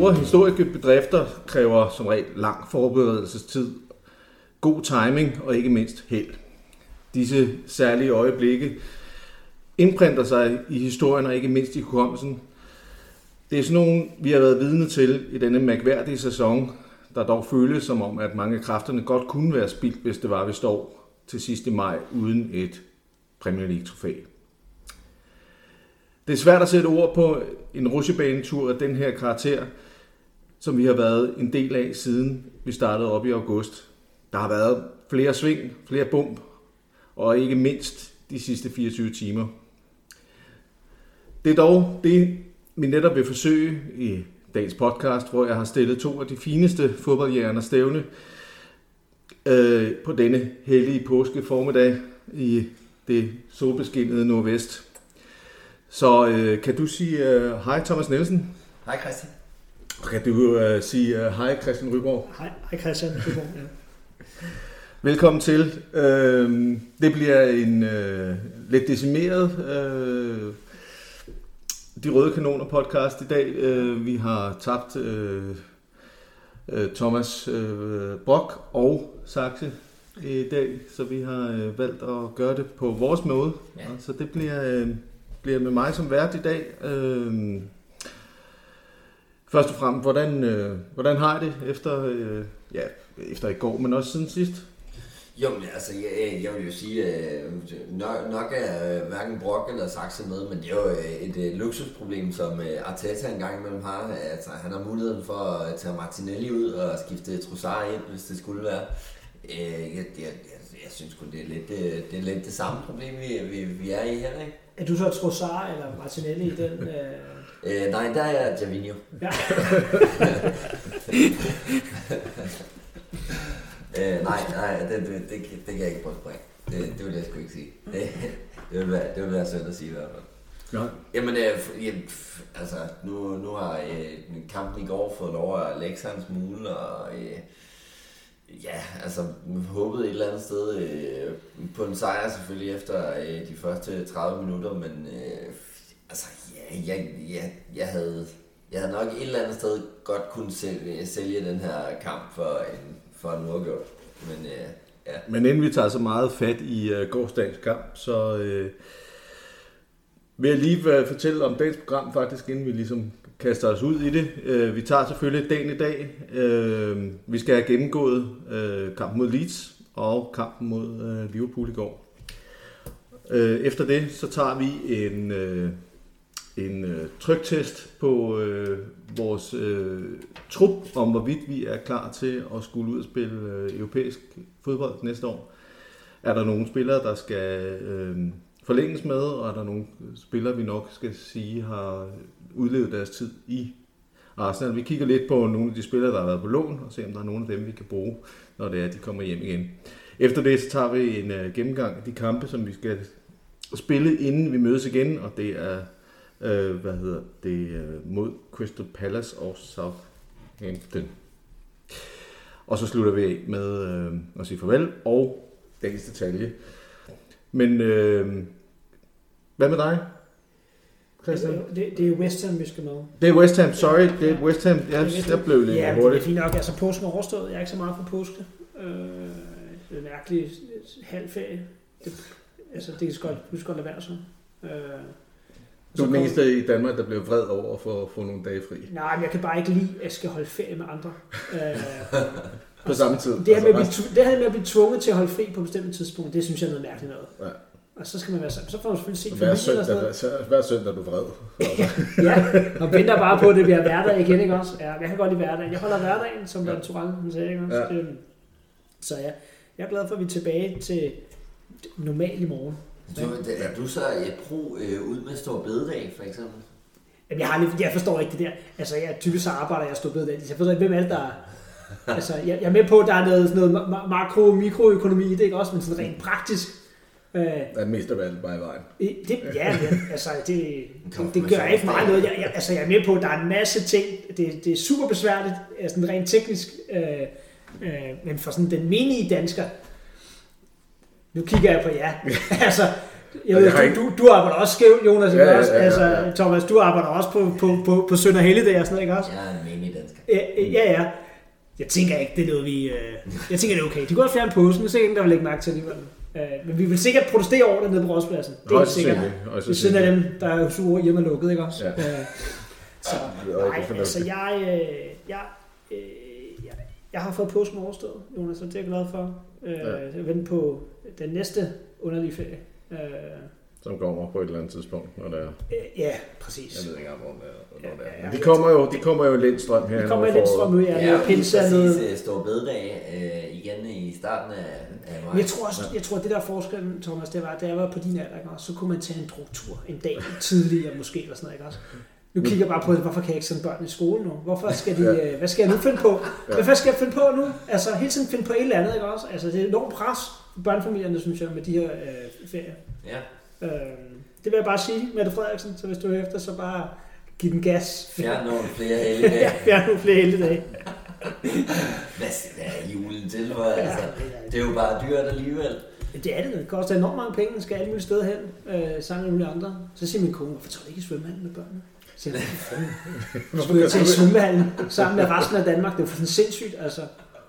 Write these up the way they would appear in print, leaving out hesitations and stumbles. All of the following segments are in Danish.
Store historiske bedrifter kræver som regel lang forberedelsestid, god timing og ikke mindst held. Disse særlige øjeblikke indprinter sig i historien og ikke mindst i hukommelsen. Det er sådan nogle, vi har været vidne til i denne mærkværdige sæson, der dog føles som om, at mange af kræfterne godt kunne være spildt, hvis det var, vi står til sidst i maj uden et Premier League-trofæ. Det er svært at sætte ord på en rutsjebanetur af den her karakter, som vi har været en del af siden vi startede op i august. Der har været flere sving, flere bump, og ikke mindst de sidste 24 timer. Det er dog det, vi netop vil forsøge i dagens podcast, hvor jeg har stillet to af de fineste fodboldjægernes stævne på denne hellige påske formiddag i det solbeskinnede nordvest. Så kan du sige hej Thomas Nielsen? Hej Christian. Kan du sige hej Christian Ryborg? Hej Christian Ryborg, ja. Velkommen til. Det bliver en lidt decimeret De Røde Kanoner podcast i dag. Vi har tabt Thomas Brock og Saxe i dag, så vi har valgt at gøre det på vores måde. Ja. Så det bliver med mig som vært i dag. Først og fremmest, hvordan har I det efter i går, men også siden sidst? Jo, men altså, jeg vil jo sige, nok er hverken Brock eller Saxe med, men det er jo et luksusproblem, som Arteta engang imellem har. Altså, han har muligheden for at tage Martinelli ud og skifte Trossard ind, hvis det skulle være. Jeg synes kun, det er lidt det samme problem, vi er i her, ikke? Er du så Trossard eller Martinelli i den? Nej, der er Gervinho. Ja. Nej, det kan jeg ikke prøve at springe. Det vil jeg sgu ikke sige. Det vil være synd at sige i hvert fald. Ja. Jamen, altså, nu har kampen i går fået lov at lægge sig en smule, og altså, håbede et eller andet sted på en sejr selvfølgelig efter de første 30 minutter, men altså, jeg havde nok et eller andet sted godt kunne sælge den her kamp for en uafgjort. Men, ja. Men inden vi tager så meget fat i gårsdagens kamp, så vil jeg lige fortælle om dagens program faktisk, inden vi ligesom kaster os ud i det. Vi tager selvfølgelig dagen i dag. Vi skal have gennemgået kampen mod Leeds og kampen mod Liverpool i går. Efter det, så tager vi en tryktest på vores trup om, hvorvidt vi er klar til at skulle ud og spille europæisk fodbold næste år. Er der nogle spillere, der skal forlænges med, og er der nogle spillere, vi nok skal sige har udlevet deres tid i Arsenal. Vi kigger lidt på nogle af de spillere, der har været på lån, og se om der er nogle af dem, vi kan bruge, når det er, de kommer hjem igen. Efter det, så tager vi en gennemgang af de kampe, som vi skal spille, inden vi mødes igen, og det er mod Crystal Palace og Southampton. Og så slutter vi af med at sige farvel og dagens detalje. Men hvad med dig, Christian? Det er West Ham, vi skal med. Det er West Ham, sorry. Det er West Ham. Jeg blev lidt hurtigt. Ja, det er fint nok. Altså, påsken er overstået. Jeg er ikke så meget for påske. Det er mærkeligt halvferie. Det skal godt lade være så. Du er den eneste i Danmark, der blev vred over for at få nogle dage fri. Nej, men jeg kan bare ikke lide, at jeg skal holde ferie med andre. På samme tid. Det her med at blive tvunget til at holde fri på bestemte tidspunkt, det synes jeg er noget mærkeligt noget. Ja. Og så skal man være sammen. Så får man selvfølgelig set familien. Hver søndag er du vred. Ja, og venter bare på, at det bliver hverdag igen, ikke også? Ja, jeg kan godt lide hverdagen. Jeg holder hverdagen, som Dan Torrent sagde, ikke også? Ja. Så ja, jeg er glad for, at vi er tilbage til normal i morgen. Er du så ud med stor bededag, for eksempel? Jamen, jeg forstår ikke det der. Altså, typisk så arbejder jeg stor bededag. Jeg forstår ikke, hvem er det, der... Altså, jeg er med på, at der er noget makro-mikroøkonomi i det, ikke også? Men sådan rent praktisk... Der er mest af alt bare i vejen. Det gør ikke meget noget. Jeg er med på, at der er en masse ting. Det er super besværligt, sådan rent teknisk. Men for sådan den menige dansker... Nu kigger jeg på jer. Altså, jeg ved, du arbejder også skævt, Jonas. Ja. Altså, Thomas, du arbejder også på Sønder Helligdag og sådan noget, ikke også? Jeg er en menig dansker. Ja. Jeg tænker ikke, det er noget, vi... Jeg tænker, det er okay. De kunne godt fjerne posen, nu ser ingen, der vil lægge mærke til alligevel. Men vi vil sikkert protestere over det nede på Rådspladsen. Det er sikkert. Det siden af dem, der er jo sure hjemme og lukket, ikke også? Ja. Så nej, altså jeg har fået påsken overstået, Jonas, og det er jeg glad for. Jeg venter på den næste underlige ferie. Som kommer på et eller andet tidspunkt, når det er... Ja, præcis. Jeg ved ikke engang, hvor det er. De kommer jo Lindstrøm her. De kommer i Lindstrøm nu, ja. Præcis. Store bededag igen i starten af maj. Jeg tror, det der forskellen, Thomas, det var, da jeg var på din alder, ikke? Så kunne man tage en druktur en dag tidligere måske, eller sådan noget, ikke også? Nu kigger jeg bare på, hvorfor kan jeg ikke sende børn i skole nu? Hvorfor skal de, hvad skal jeg nu finde på? Hvad skal jeg finde på nu? Altså hele tiden finde på et eller andet, ikke også? Altså det er enormt pres for børnefamilierne, synes jeg, med de her ferier. Ja. Det vil jeg bare sige, Mette Frederiksen, så hvis du er efter, så bare giv den gas. Fjern nogle flere helligdage. Ja, fjern nogle flere helligdage. Hvad er julen til for? Altså, det er jo bare dyrt alligevel. Det er det. Det koster enormt mange penge. Den skal alle mulige steder hen, sammen med mulige andre. Så siger min kone, hvorfor tager du ikke i svømmehallen med børnene? Så siger jeg, skulle jeg til svømmehallen sammen med resten af Danmark? Det er jo sådan sindssygt, altså.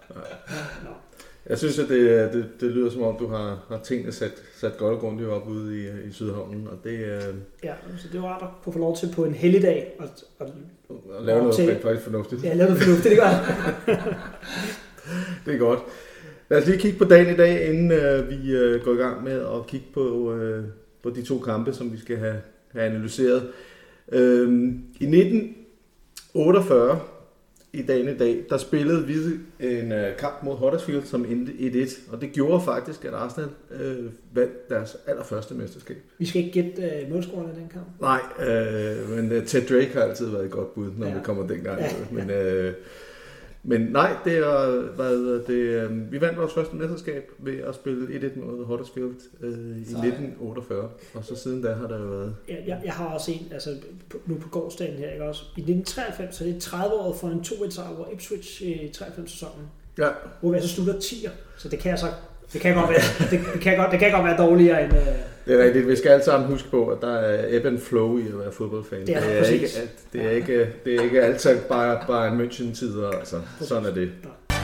Jeg synes, at det lyder som om, du har tingene sat godt og grundigt op ude i Sydhavnen. Og det, ja, så det var rart at kunne få lov til på en helligdag at lave noget faktisk fornuftigt. Ja, lave noget fornuftigt, det er godt. Det er godt. Lad os lige kigge på dagen i dag, inden vi går i gang med at kigge på de 2 kampe, som vi skal have analyseret. I 1948, i dagen i dag, der spillede vi en kamp mod Huddersfield, som endte 1-1, og det gjorde faktisk, at Arsenal vandt deres allerførste mesterskab. Vi skal ikke gætte målscorerne i den kamp. Nej, men Ted Drake har altid været et godt bud, når vi kommer dengang. Ja. Men nej, vi vandt vores første mesterskab ved at spille 1-1 mod Huddersfield i 1948, og så siden da har der jo været... Jeg har også en, altså nu på gårdsdagen her, ikke også? I 1993, så det er 30 år for en 2-1-sejr over Ipswich i 93-sæsonen, hvor vi altså slutter 10'er, så det kan godt være dårligere end... Det er rigtigt. Vi skal alle sammen huske på, at der er ebb and flow i at være fodboldfan. Det er ikke altid bare en München-tider, altså. Sådan er det.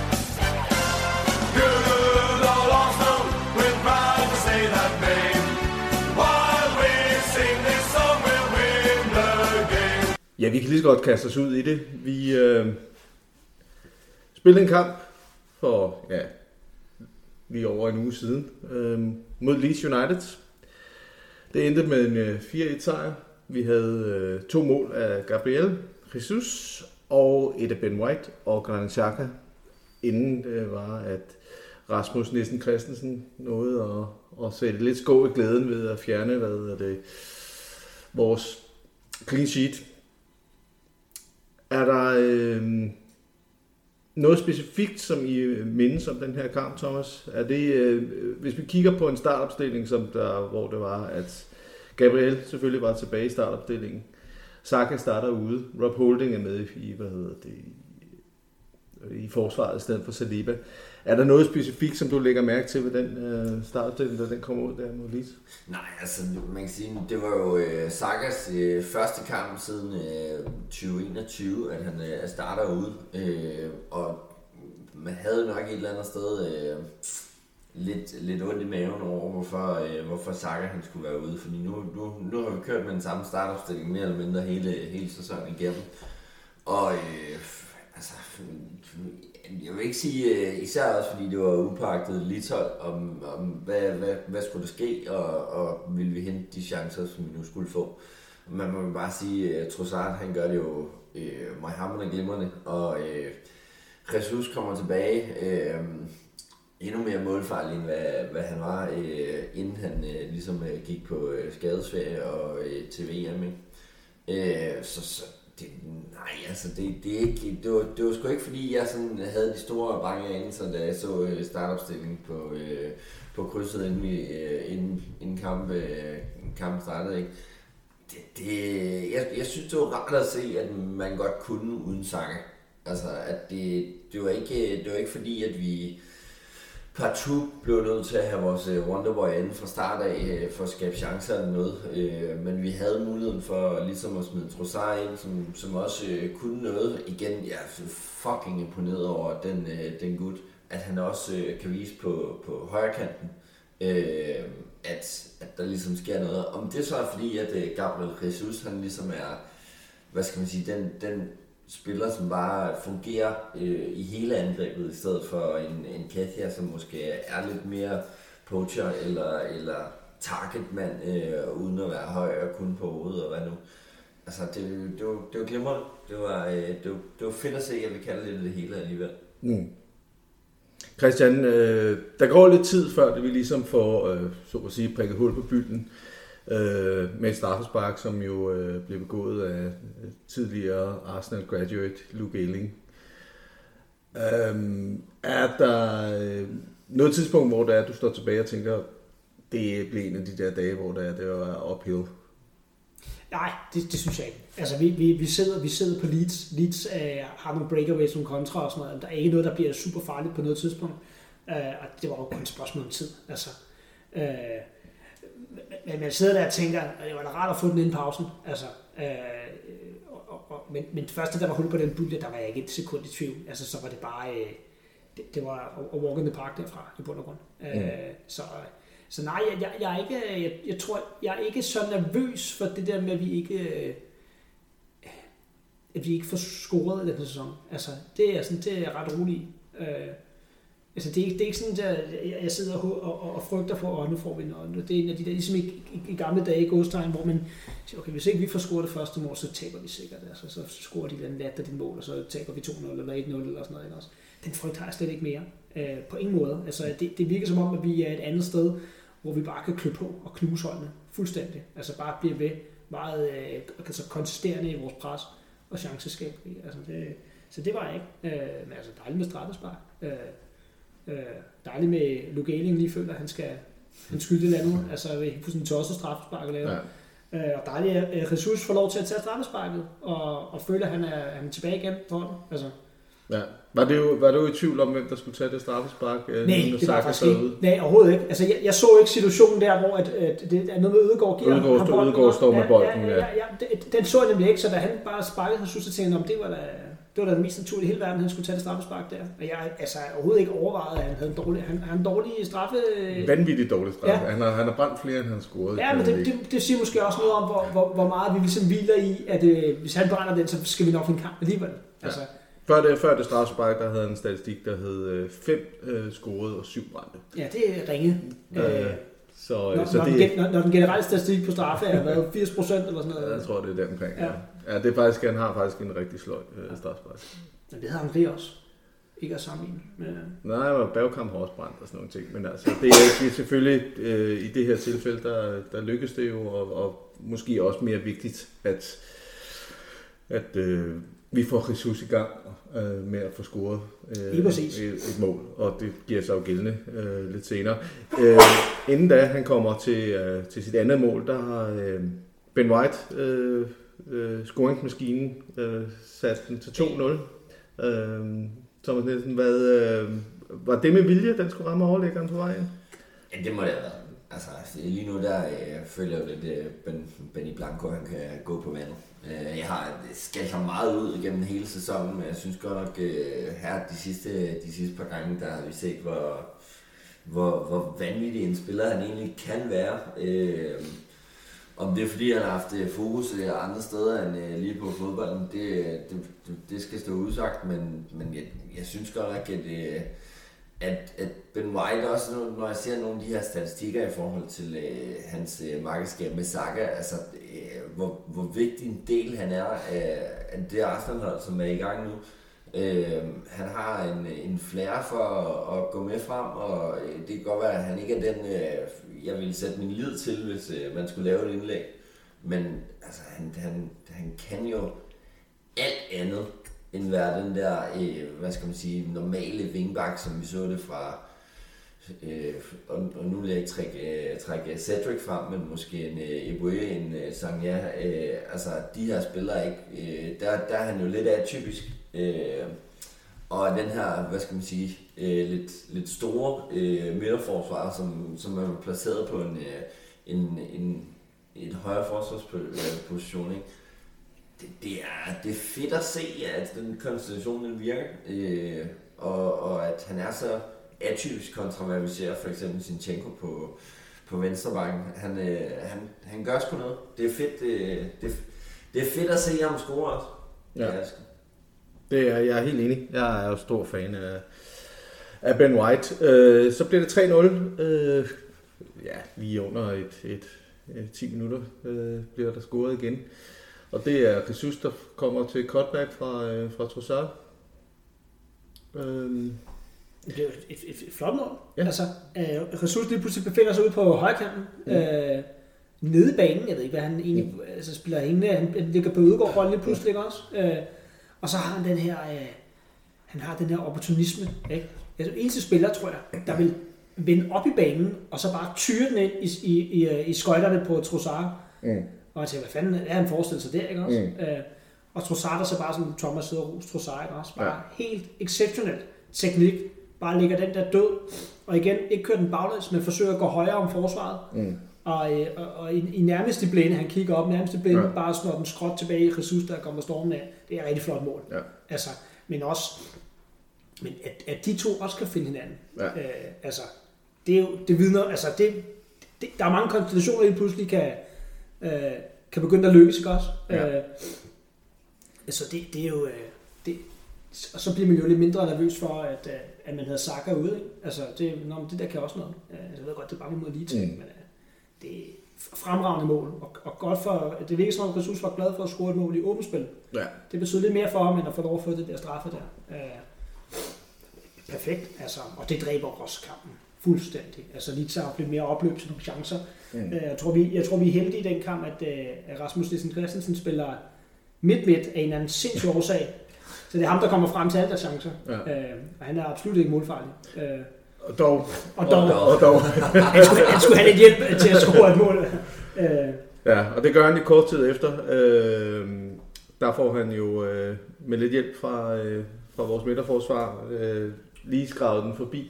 Ja, vi kan lige så godt kaste os ud i det. Vi spillede en kamp for lige over en uge siden mod Leeds United. Det endte med en 4-1 sejr. Vi havde 2 mål af Gabriel Jesus og et af Ben White og Granit Xhaka, inden det var, at Rasmus Nielsen Christensen nåede at sætte lidt skå i glæden ved at fjerne vores clean sheet. Er der noget specifikt, som I mindes om den her kamp, Thomas? Er det, hvis vi kigger på en startopstilling, hvor det var, at Gabriel selvfølgelig var tilbage i startopstillingen, Xhaka starter ude, Rob Holding er med i forsvaret i stedet for Saliba. Er der noget specifikt, som du lægger mærke til ved den startopstilling, da den kom ud der mod Leeds? Nej, altså man kan sige, det var jo Xhakas første kamp siden 2021, at han starter ude, og man havde nok et eller andet sted lidt ondt i maven over, hvorfor Xhaka han skulle være ude, fordi nu har vi kørt med den samme startopstilling mere eller mindre hele sæsonen igennem, og altså, jeg vil ikke sige, især også fordi det var upagtet Leeds-hold, om hvad skulle der ske, og ville vi hente de chancer, som vi nu skulle få. Man må bare sige, at Trossard, han gør det jo hamrende glimrende, og Jesus kommer tilbage endnu mere målfarlig, end hvad han var, inden han ligesom gik på skadesferie og til VM. Det var sgu ikke fordi jeg sådan havde de store bange anelser, da jeg så startopstillingen på krydset inden kampen startede. Ikke? Jeg synes det var rart at se, at man godt kunne uden Xhaka. Altså at det var ikke fordi at vi partout blev nødt til at have vores Wonderboy inde fra start af for at skabe chancer eller noget. Men vi havde muligheden for ligesom at smide Trossard ind, som også kunne noget. Igen, jeg er fucking imponeret over den gut, at han også kan vise på højrekanten, at der ligesom sker noget. Om det så er fordi, at Gabriel Jesus, han ligesom er, hvad skal man sige, den spiller, som bare fungerer i hele angrebet, i stedet for en Katia, som måske er lidt mere poacher eller targetmand, uden at være høj og kun på hovedet og hvad nu. Altså, det var glimrende. Det var fedt at se, at vi kalder det hele alligevel. Mm. Christian, der går lidt tid før, det vi ligesom får, så at sige, prikket hul på bylden med et straffespark, som jo blev begået af tidligere Arsenal graduate Luke Ayling. Er der noget tidspunkt, hvor det er, du står tilbage og tænker, det blev en af de der dage, hvor det var uphill? Nej, det synes jeg ikke. Altså, vi sidder på Leeds. Leeds har nogle breakaways, nogle kontra og sådan noget. Der er ikke noget, der bliver super farligt på noget tidspunkt. Og det var jo kun et spørgsmål om tid. Altså, men man sidder der og tænker, at det var da rart at få den inden pausen. Altså, men det første, der var hul på den bulje, der var jeg ikke et sekund i tvivl. Altså, så var det bare, det var at walk in the park derfra, i bund og grund. Så nej, jeg er ikke, jeg tror, jeg er ikke så nervøs for det der med, at vi ikke får scoret i den sæson. Altså, det er ret roligt. Altså, det er ikke sådan, at jeg sidder og frygter for, og nu får vi noget. Det er en af de der, ligesom i gamle dage i Godstein, hvor man siger, okay, hvis ikke vi får scoret det første mål, så taber vi sikkert. Altså, så scorer de den lat af din mål, og så taber vi 2-0 eller 1-0 eller sådan noget. Også. Den frygt har jeg slet ikke mere. På ingen måde. Altså, det virker som om, at vi er et andet sted, hvor vi bare kan klø på og knuse holdene fuldstændig. Altså bare blive ved meget altså konsisterende i vores pres og chanceskab. Altså så det var jeg ikke. Men altså dejligt med straffespark. Dejligt med Luke Ayling lige føler, at han skylder det andet. Altså på sådan en tosset straffespark at lave. Ja. Og dejligt at Jesus får lov til at tage straffesparket og føler, at han er tilbage igen på hånden. Altså. Ja. Var du i tvivl om, hvem der skulle tage det straffespark? Nej, det var faktisk ikke. Nej, overhovedet ikke. Altså, jeg så ikke situationen der, hvor det er noget med Ødegaard giver ham bolden. Ødegaard står med bolden, ja. Den så jeg nemlig ikke, så da han bare sparkede Jesus, så tænkte jeg, det var da den mest naturlige i hele verden, han skulle tage det straffespark der. Og jeg overhovedet ikke overvejet, at han havde en dårlig straffe. Vanvittigt dårlig straffe. Ja. Han har brændt flere, end han scorede. Ja, men det siger måske også noget om, hvor meget vi ligesom hviler i, at hvis han brænder den, så skal vi nok få en kamp alligevel. Altså, Før det straffespark, der havde en statistik, der hed 5 scorede og 7 brændte. Ja, det er ringe. Når den generelle statistik på straffe er været 80% eller sådan noget. Jeg tror, det er der omkring. Ja, det er faktisk, han har faktisk en rigtig sløj straffespark. Men det havde Henri også. Ikke at sammenligne. Nej, men Bergkamp har også brændt og sådan nogle ting. Men altså, det er selvfølgelig i det her tilfælde, der lykkes det jo, og måske også mere vigtigt, at vi får Jesus i gang med at få scoret et mål, og det giver sig jo gældende lidt senere. Inden da han kommer til sit andet mål, der har Ben White scoringsmaskinen sat den til 2-0. Thomas Nielsen, var det med vilje, den skulle ramme overlæggeren på vejen? Ja, det må det have været. Altså, lige nu der føler jeg jo lidt, Benny Blanco, han kan gå på vandet. Jeg har skældt ham meget ud igennem hele sæsonen, men jeg synes godt nok, her de sidste par gange, der har vi set, hvor vanvittig en spiller han egentlig kan være. Om det er fordi, han har haft fokus andre steder end lige på fodbolden, det skal stå udsagt, men jeg synes godt nok, at Ben White også, når jeg ser nogle af de her statistikker i forhold til hans markedskab med Saka, altså hvor vigtig en del han er af det Arsenal-hold, som er i gang nu. Han har en flair for at gå med frem, og det kan godt være, at han ikke er den, jeg ville sætte min lid til, hvis man skulle lave et indlæg. Men altså, han kan jo alt andet end være den der, hvad skal man sige, normale wingback, som vi så det fra, og nu vil jeg ikke trække Cedric frem, men måske en Eboué, en Sagna, altså de her spillere ikke, der er han jo lidt atypisk, Og den her, hvad skal man sige, lidt store midterforsvar, som er placeret på et højere forsvarsposition, ikke? Det er fedt at se, at den konstellation den virker, og at han er så atypisk kontra hvad vi ser for eksempel Zinchenko på venstrebakken. Han gør sgu noget. Det er fedt. Det er fedt at se ham score også. Ja. Jeg er helt enig. Jeg er jo stor fan af Ben White. Så bliver det 3-0. Lige under et 10 minutter bliver der scoret igen. Og det er Jesus, der kommer til cutback fra Trossard. Det er et flot mål. Ja. Altså, Jesus lige pludselig befinder sig ude på højkanten. Nede i banen. Jeg ved ikke, hvad han egentlig spiller inde. Han ligger på udgård lige pludselig også. Og så har han den her... han har den her opportunisme. Ikke? Altså, eneste spiller, tror jeg, der vil vende op i banen, og så bare tyre den ind i skøjterne på Trossard. Og jeg tænker, hvad fanden er han forestillet sig der, ikke også? Og Trossard er så bare som Thomas sidder og ros Trossard, ikke også? Bare helt exceptionelt teknik. Bare ligger den der død. Og igen, ikke kører den baglæns, men forsøger at gå højere om forsvaret. Og i nærmeste blinde, han kigger op, nærmeste blinde, bare snor den skråt tilbage i Jesus, der kommer stormen af. Det er et rigtig flot mål. Ja. Altså, men at de to også kan finde hinanden. Ja. Det vidner, altså der er mange konstellationer, der pludselig kan begynde at lykkes, ikke også? Ja. Så det er jo... og så bliver man jo lidt mindre nervøs for, at man havde Saka ude. Ikke? Altså, det der kan også noget. Jeg ved godt, det er bare mod lige til, men det er fremragende mål. Og godt for... Det virker som om, Jesus var glad for at score et mål i åbent spil. Ja. Det betyder lidt mere for ham, end at få lov at få det der straffe der. Perfekt, altså. Og det dræber også kampen. Fuldstændig. Altså lige tager lidt mere opløb til nogle chancer. Jeg tror, vi er heldige i den kamp, at Rasmus Nielsen Christensen spiller midt af en eller anden sindssyg årsag. Så det er ham, der kommer frem til alle der chancer. Ja. Og han er absolut ikke målfarlig. Og dog. Han skulle have lidt hjælp til at score et mål. Ja, og det gør han i kort tid efter. Der får han jo med lidt hjælp fra vores midterforsvar lige skravet den forbi.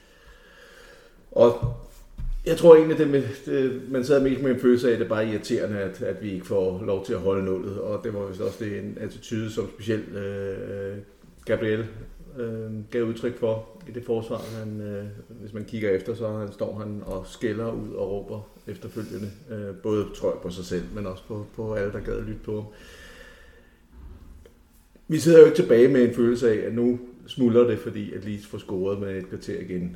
Og jeg tror egentlig, man sad mest med en følelse af, at det er bare irriterende, at vi ikke får lov til at holde nullet. Og det var vist også en attitude, som specielt Gabriel gav udtryk for i det forsvar. Hvis man kigger efter, så står han og skælder ud og råber efterfølgende. Både tror jeg på sig selv, men også på alle, der gad at lytte på ham. Vi sidder jo ikke tilbage med en følelse af, at nu smuldrer det, fordi at Leeds får scoret med et kvarter igen.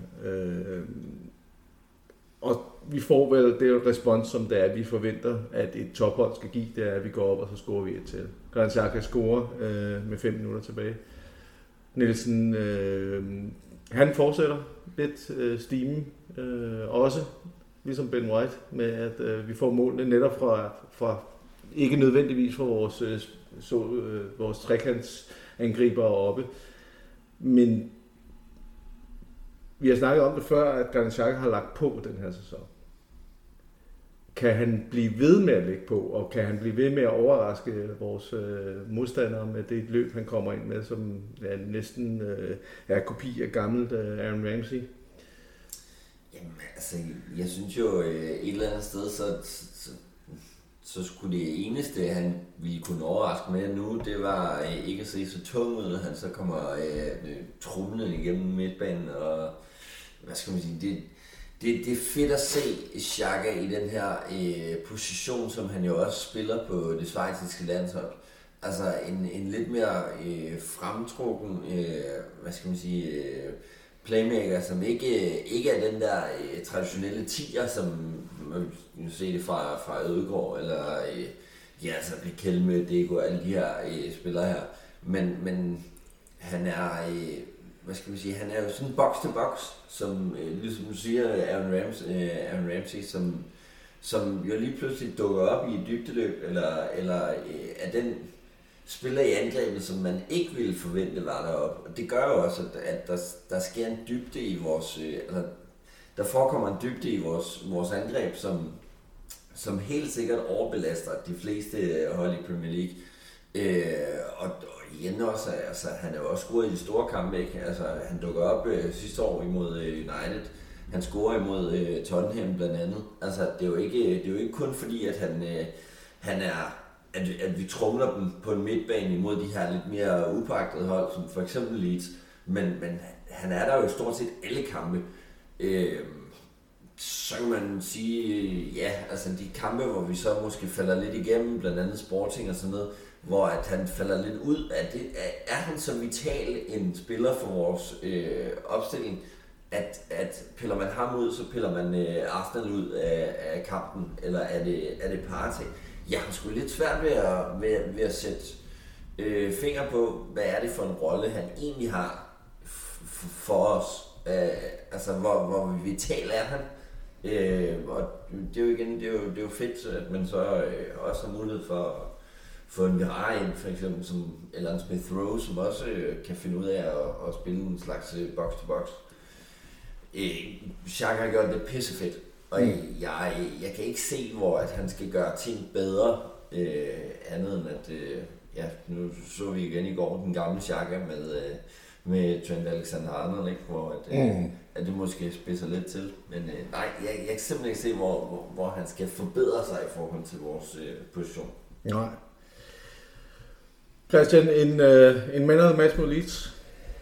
Og vi får vel det respons, som det er, at vi forventer, at et tophold skal give, det er, at vi går op, og så scorer vi et til. Granit Xhaka scorer med 5 minutter tilbage. Nielsen, han fortsætter lidt stimen, også ligesom Ben White, med at vi får målene netop fra ikke nødvendigvis fra vores trekantsangriber oppe, men vi har snakket om det før, at Granit Xhaka har lagt på den her sæson. Kan han blive ved med at lægge på, og kan han blive ved med at overraske vores modstandere med det løb, han kommer ind med, som næsten er kopi af gammelt Aaron Ramsey? Jamen, altså, jeg synes jo et eller andet sted, så skulle det eneste, han ville kunne overraske med nu, det var ikke at se så tung ud, han så kommer trumlende igennem midtbanen, og hvad skal man sige, det er fedt at se Xhaka i den her position, som han jo også spiller på det schweiziske landshold. Altså en lidt mere fremtrukken, hvad skal man sige, playmaker, som ikke er den der traditionelle tier, som man kan se det fra Ødegaard, eller altså Kelme, Dego, alle de her spillere her. Men han er, hvad skal man sige, han er jo sådan box to box, som ligesom du siger, Aaron Ramsey, som jo lige pludselig dukker op i et dybdeløb, eller er den spiller i angrebet, som man ikke ville forvente var deroppe. Og det gør jo også, at der sker en dybde i vores, der forekommer en dybde i vores angreb, som helt sikkert overbelaster de fleste hold i Premier League. Og igen også, altså han er jo også scoret i de store kampe, ikke? Altså han dukker op sidste år imod United, han scorer imod Tottenham blandt andet. Altså det er jo ikke kun fordi, at han er, at vi tromler dem på en midtbane imod de her lidt mere upagtede hold, som for eksempel Leeds, men han er der jo i stort set alle kampe. Så kan man sige, ja, altså de kampe, hvor vi så måske falder lidt igennem, blandt andet Sporting og sådan noget, hvor at han falder lidt ud af det. Er han så vital en spiller for vores opstilling, at piller man ham ud, så piller man Arsenal ud af kampen, eller er det Partey? Jeg har sgu lidt svært ved at sætte finger på, hvad er det for en rolle, han egentlig har for os. Altså, hvor vital er han? Og det er jo igen, det er jo fedt, at man så også har mulighed for at få en Vieira ind, for eksempel, eller en Smith Rowe, som også kan finde ud af at spille en slags box-to-box. Xhaka har gjort det pissefedt, og jeg kan ikke se, hvor at han skal gøre ting bedre, andet end at, nu så vi igen i går den gamle Xhaka med Trent Alexander-Arnold, ikke? Hvor at det måske spidser lidt til. Men nej, jeg kan simpelthen ikke se, hvor han skal forbedre sig i forhold til vores position. Nej. Christian, en man of the match mod Leeds?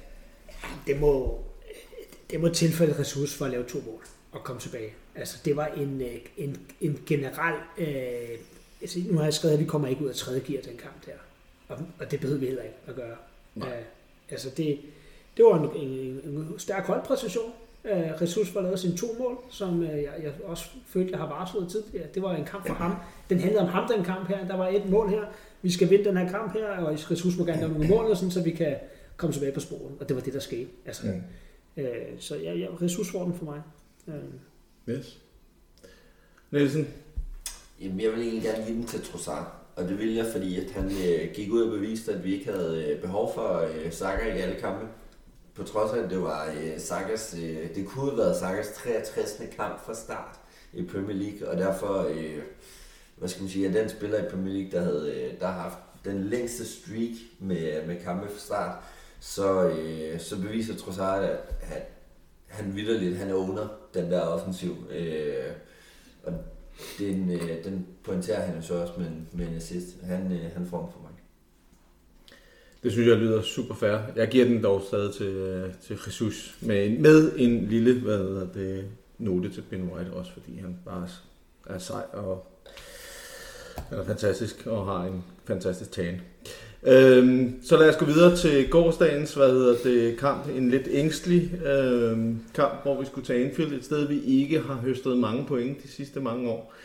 Det må tilfælde ressource for at lave 2 mål og komme tilbage. Altså, det var en generel... altså, nu har jeg skrevet, at vi kommer ikke ud af 3. gear den kamp der. Og det behøver vi heller ikke at gøre. Altså, det var en stærk holdpræstation. Ressource for at lave sine 2 mål, som jeg også følte, jeg har varslet tidligere. Det var en kamp for ham. Den handlede om ham, den kamp her. Der var et mål her. Vi skal vinde den her kamp her, og Ressource må gerne lave nogle mål, sådan, så vi kan komme tilbage på sporet. Og det var det, der skete. Altså, så Ressource får den for mig. Yes. Nielsen? Jamen, jeg vil egentlig gerne give den til Trossard. Og det vil jeg, fordi at han gik ud og beviste, at vi ikke havde behov for Saka i alle kampe. På trods af, at det var Sakas, det kunne have været Sakas 63. kamp fra start i Premier League, og derfor, hvad skal man sige, at den spiller i Premier League, der har haft den længste streak med kampe fra start, så beviser Trossard, at han vitterligt, han owner den der offensiv, og den pointerer han så også med en assist. Han får den for mig. Det synes jeg lyder super fair. Jeg giver den dog stadig til Jesus med en lille note til Ben White også, fordi han bare er sej og han er fantastisk og har en fantastisk tan. Så lad os gå videre til gårsdagens kamp. En lidt ængstelig kamp, hvor vi skulle tage Anfield, et sted vi ikke har høstet mange point de sidste mange år.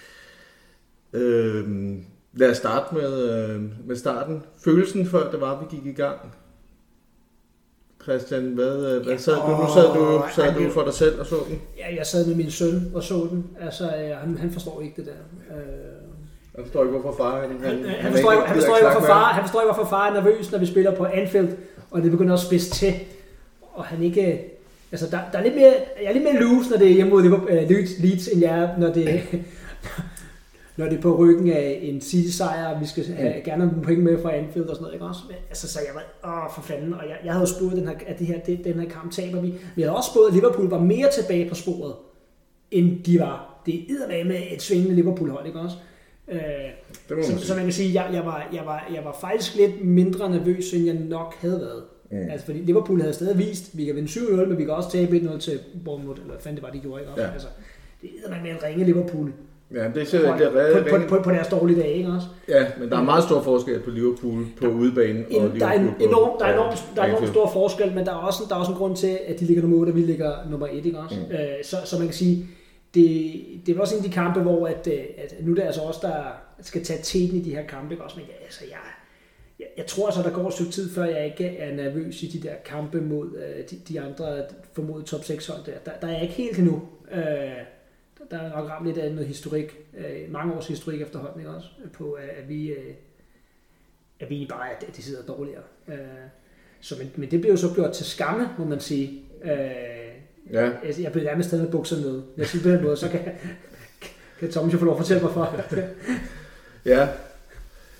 Lad os starte med starten. Følelsen før det var, vi gik i gang. Christian, hvad sad du? Nu sad du for dig selv og så den? Ja, jeg sad med min søn og så den. Altså, han forstår ikke det der. Han forstår ikke, hvorfor far han forstår ikke, hvorfor far er nervøs, når vi spiller på Anfield, og det begynder at spidse til. Og han ikke... Altså, der er lidt mere, jeg er lidt mere loose, når det er hjemme mod Leeds, end jeg er, når det er på ryggen af en City-sejr, og vi skal gerne have nogle point med fra Anfield og sådan noget, ikke også? Men, altså, så jeg var, for fanden, og jeg havde jo spået, den her kamp taber vi. Men jeg havde også spået, at Liverpool var mere tilbage på sporet, end de var. Det er eddermame med et svingende Liverpool-hold, ikke også? Så man kan sige, jeg var faktisk lidt mindre nervøs, end jeg nok havde været. Altså, fordi Liverpool havde stadig vist, at vi kan vinde 7-0, men vi kan også tabe 1-0 til Bournemouth, eller hvad fanden det var, de gjorde, ikke også? Ja. Altså, det er med en ringe Liverpool. Ja, det er på deres dårlige dage, ikke også? Ja, men der er meget stor forskel på Liverpool på udebane og Liverpool. Der er enormt stor forskel, men der er også en grund til, at de ligger nummer 8, og vi ligger nummer 1, ikke også? Så man kan sige, det er også en af de kampe, hvor at nu er det altså også, der skal tage teten i de her kampe, ikke også? Men jeg tror så, der går et stykke tid, før jeg ikke er nervøs i de der kampe mod de andre formodet top 6 hold der. Der er jeg ikke helt endnu. Der er nok ramt lidt af noget historik, mange års historik efterhånden, ikke også? På at vi bare at de sidder dårligere. Men det blev jo så gjort til skamme, må man sige. Ja. Jeg blev nærmest taget med bukserne ned. Jeg siger på den måde, så kan Thomas jo få lov at fortælle mig for. Ja.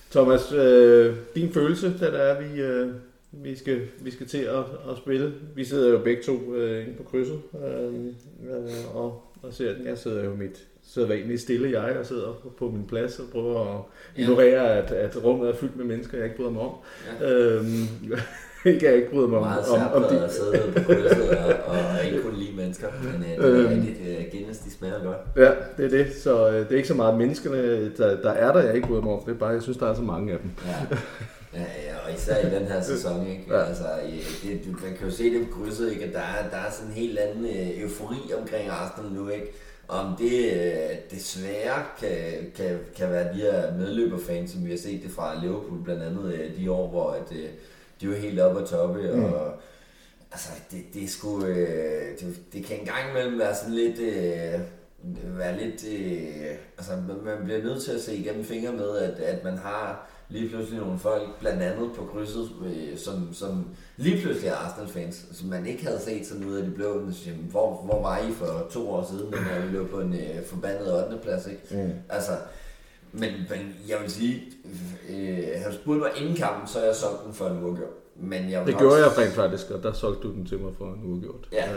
Thomas, din følelse, da der er, vi skal til at spille. Vi sidder jo begge to inde på krydset og ser den. Jeg sidder jo mit sædvanlige stille jeg og sidder på min plads og prøver at ignorere, at rummet er fyldt med mennesker, jeg ikke bryder mig om. Ja. Jeg ikke bryder mig om de... Meget sært på krydset og ikke kun lige mennesker, men Guinness, de smager godt. Ja, det er det. Så det er ikke så meget menneskerne, der er der, jeg ikke bryder mig om. Det er bare, jeg synes, der er så mange af dem. Ja, og især i den her sæson, ikke? Ja. Altså, man kan jo se det på krydset, ikke? At der er sådan en helt anden eufori omkring Arsenal nu, ikke? Om det desværre kan være de her medløberfans, som vi har set det fra Liverpool, blandt andet de år, hvor de var helt oppe og toppe, og altså, det er sgu, det kan engang imellem være sådan lidt, altså man bliver nødt til at se igennem fingre med, at man har lige pludselig nogle folk, blandt andet på krydset, som lige pludselig er Arsenal-fans, som man ikke havde set sådan ud af de blå. Hvor var I for 2 år siden, når vi lå på en forbandet 8. plads, ikke? Altså, men jeg vil sige, havde du spurgt mig inden kampen, så er jeg solgt den for en uafgjort. Men jeg det gjorde jeg rent faktisk, og der solgte du den til mig for en uafgjort. Ja.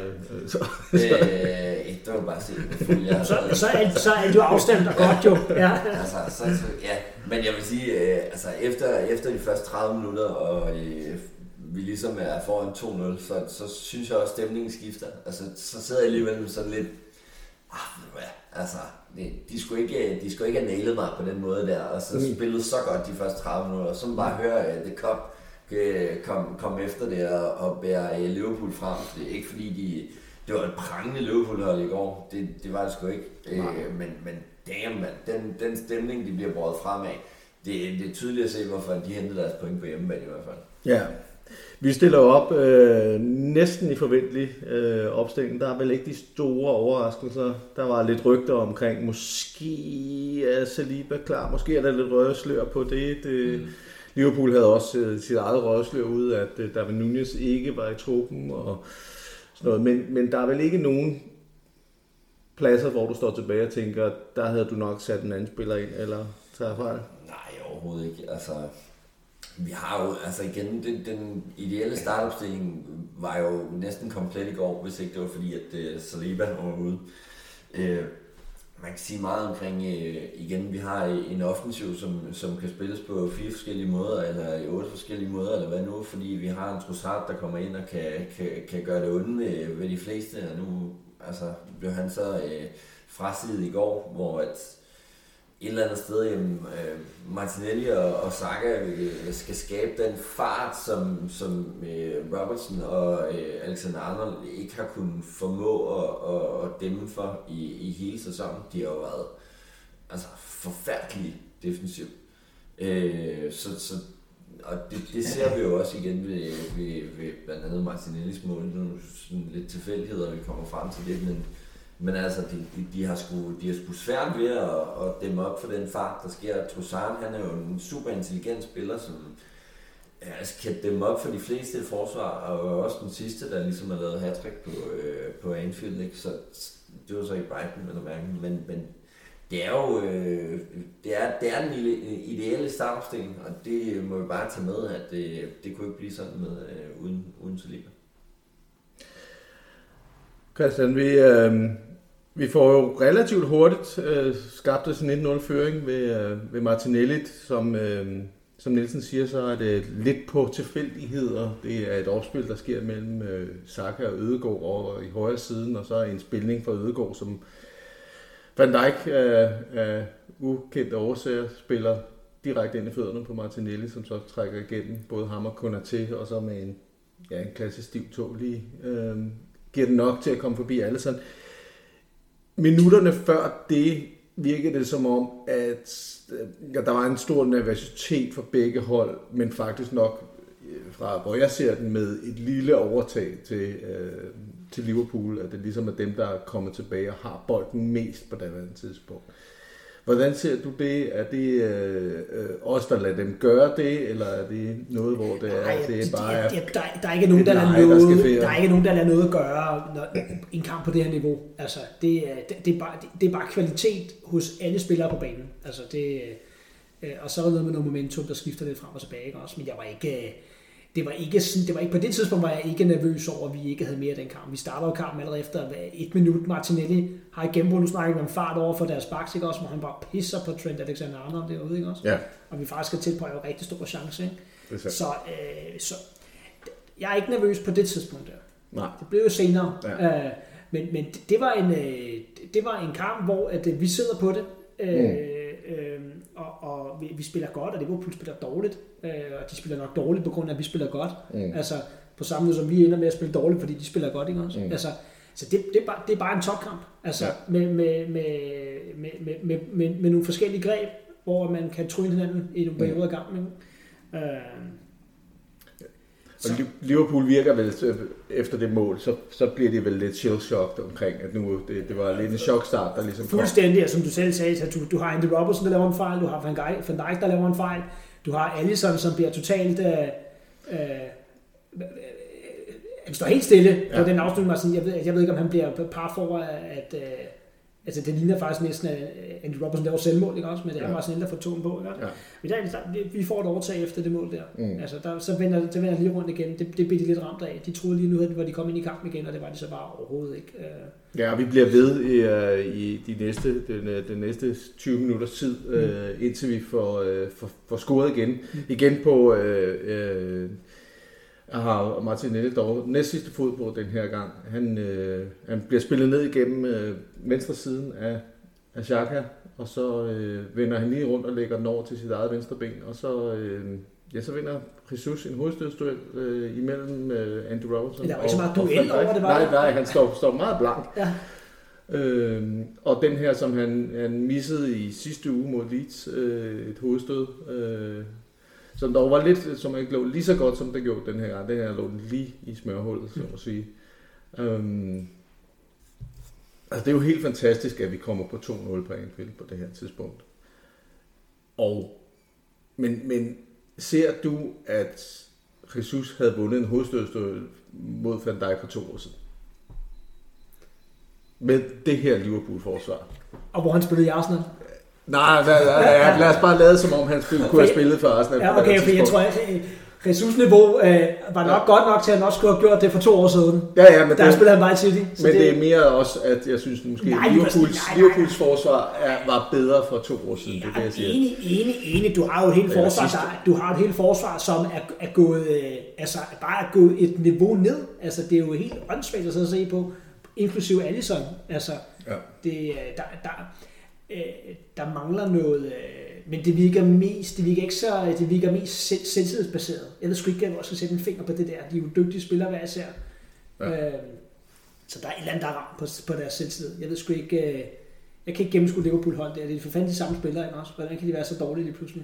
Det var bare set. Så er det jo afstemt og godt jo. Ja. Altså, ja. Men jeg vil sige, altså efter de første 30 minutter, og vi ligesom er foran 2-0, så synes jeg også, at stemningen skifter. Altså, så sidder jeg alligevel sådan lidt, altså, de skulle ikke have nailet mig på den måde der, og så spillede så godt de første 30 minutter, og så bare høre The Cup kom efter det og bære Liverpool frem. Det er ikke fordi det var et prangende Liverpool-hold i går, det var det sgu ikke, men damn man, den stemning de bliver båret frem af, det er tydeligt at se, hvorfor de hentede deres point på hjemmebane i hvert fald. Ja. Vi stiller op næsten i forventelig opstilling. Der er vel ikke de store overraskelser. Der var lidt rygter omkring, måske er Saliba klar, måske er der lidt røgslør på det. Liverpool havde også sit eget røgslør ud, at David Núñez ikke var i truppen og sådan noget. Men der er vel ikke nogen pladser, hvor du står tilbage og tænker, der havde du nok sat en anden spiller ind, eller tager fejl? Nej, overhovedet ikke. Altså, vi har jo, altså igen, den ideelle startopstilling var jo næsten komplet i går, hvis ikke det var fordi, at Saliba var ude. Man kan sige meget omkring, igen, vi har en offensiv, som kan spilles på 4 forskellige måder, eller i 8 forskellige måder, eller hvad nu, fordi vi har en Trossard, der kommer ind og kan gøre det onde ved de fleste, og nu altså, blev han så frasidet i går, hvor et eller andet sted, Martinelli og Saka skal skabe den fart, som Robertson og Alexander-Arnold ikke har kunnet formå at dæmme for i hele sæsonen. De har jo været altså, forfærdeligt defensivt. Og det ser vi jo også igen ved blandt andet Martinellis mål. Nu er sådan lidt tilfældigheder, vi kommer frem til det, men altså, de har sgu svært ved at dæmme op for den fart, der sker. Trossard, han er jo en super intelligent spiller, som kan dæmme op for de fleste i forsvar, og også den sidste, der ligesom har lavet hattrick på Anfield, ikke? Så det var så ikke Brighton, men det er jo det er den ideelle startopstilling, og det må vi bare tage med, at det kunne ikke blive sådan med uden Saliba. Christian, vi får jo relativt hurtigt skabt os en 1-0 føring ved Martinelli, som Nielsen siger, så er det lidt på tilfældigheder. Det er et opspil, der sker mellem Saka og Ødegaard over i højre siden, og så er en spilning fra Ødegaard, som Van Dijk af ukendte årsager spiller direkte ind i fødderne på Martinelli, som så trækker igennem både ham og Konaté, og så med en klassisk stiv tog lige giver den nok til at komme forbi Alisson. Minutterne før det virkede det som om, at der var en stor nervøsitet for begge hold, men faktisk nok fra hvor jeg ser den med et lille overtag til Liverpool, at det ligesom er dem, der er kommet tilbage og har bolden mest på det tidspunkt. Hvordan ser du det? Er det os, der lader dem gøre det, eller er det noget, hvor det er bare... Der er ikke nogen, der lader noget gøre i en kamp på det her niveau. Altså, det er bare kvalitet hos alle spillere på banen. Altså, Og så er der noget med noget momentum, der skifter lidt frem og tilbage, ikke også? Men jeg var ikke... Det var ikke på det tidspunkt, var jeg ikke nervøs over, at vi ikke havde mere af den kamp. Vi starter jo kampen allerede efter 1 minut. Martinelli har i gennembrud, nu snakker vi om fart over for deres backs, ikke også? Hvor han bare pisser på Trent Alexander-Arnold derude, ikke også? Ja. Og vi faktisk skal tilpøje en rigtig stor chance, ikke? Så jeg er ikke nervøs på det tidspunkt der. Nej. Det blev jo senere. Ja. Men det var en kamp, hvor at vi sidder på det, og vi spiller godt, og Liverpool spiller dårligt, og de spiller nok dårligt på grund af, at vi spiller godt. Altså på samme måde som vi ender med at spille dårligt, fordi de spiller godt, ikke også? Altså, så det er bare en topkamp, altså med nogle forskellige greb, hvor man kan tryne hinanden i nogle perioder af kampen. Og Liverpool virker vel efter det mål, så bliver det vel lidt shell-shocked omkring, at nu det var lidt en chokstart, der ligesom kom. Fuldstændig, som du selv sagde, at du har Andy Robertson, der laver en fejl, du har Van Dijk, der laver en fejl, du har Alisson, som bliver totalt... han står helt stille på den afslutning, jeg ved ikke, om han bliver par for, at... Altså, det ligner faktisk næsten, at Andy Robertson laver selvmål, ikke også? Men det er Martinelli, der får tonen på, ikke også? Men vi får et overtag efter det mål der. Altså, så vender lige rundt igen. Det blev de lidt ramt af. De troede lige nu, at de kom ind i kampen igen, og det var de så bare overhovedet ikke. Ja, og vi bliver ved i de næste 20 minutters tid, indtil vi får scoret igen. Igen på... Jeg har Martinelli dog næst sidste fod på den her gang. Han bliver spillet ned igennem venstre siden af Xhaka, og så vender han lige rundt og lægger den over til sit eget venstre ben, og så vinder Jesus en hovedstødsduel imellem Andy Robertson. Der var ikke så meget duel over det, var Nej, han står meget blank. Ja. Og den her, som han missede i sidste uge mod Leeds, et hovedstød, som dog var lidt, som ikke lå lige så godt, som det gjorde den her gang. Den her lå lige i smørhullet, så at sige. Altså, det er jo helt fantastisk, at vi kommer på 2-0 på Anfield på det her tidspunkt. Men ser du, at Jesus havde vundet en hovedstødsduel mod Van Dijk for 2 år siden? Med det her Liverpool-forsvar. Og hvor han spillede i Arsenal? Nej, lad os bare lade som om han kunne have spillet for Arsenal. Ja, okay, for jeg tror, at Jesus niveau var nok godt nok til, at han også skulle have gjort det for 2 år siden. Ja, men der spillede han bare i City. Men det er mere også, at jeg synes måske, Liverpools forsvar var bedre for 2 år siden. Ja, det enig. Du har jo et helt forsvar, som er gået, bare er gået et niveau ned. Altså, det er jo helt åndssvagt at sidde og se på, inklusive Alisson. Altså, der mangler noget, men det virker mest selvtillidsbaseret. Jeg ved sgu ikke, at jeg skal sætte en finger på det der. De er jo dygtige spillere hver især. Ja. Så der er et eller andet, der er ramt på deres selvtillid. Jeg ved sgu ikke, jeg kan ikke gennemskue Liverpool-hold der. Det er for fanden de samme spillere, ikke også? Hvordan kan de være så dårlige lige pludselig?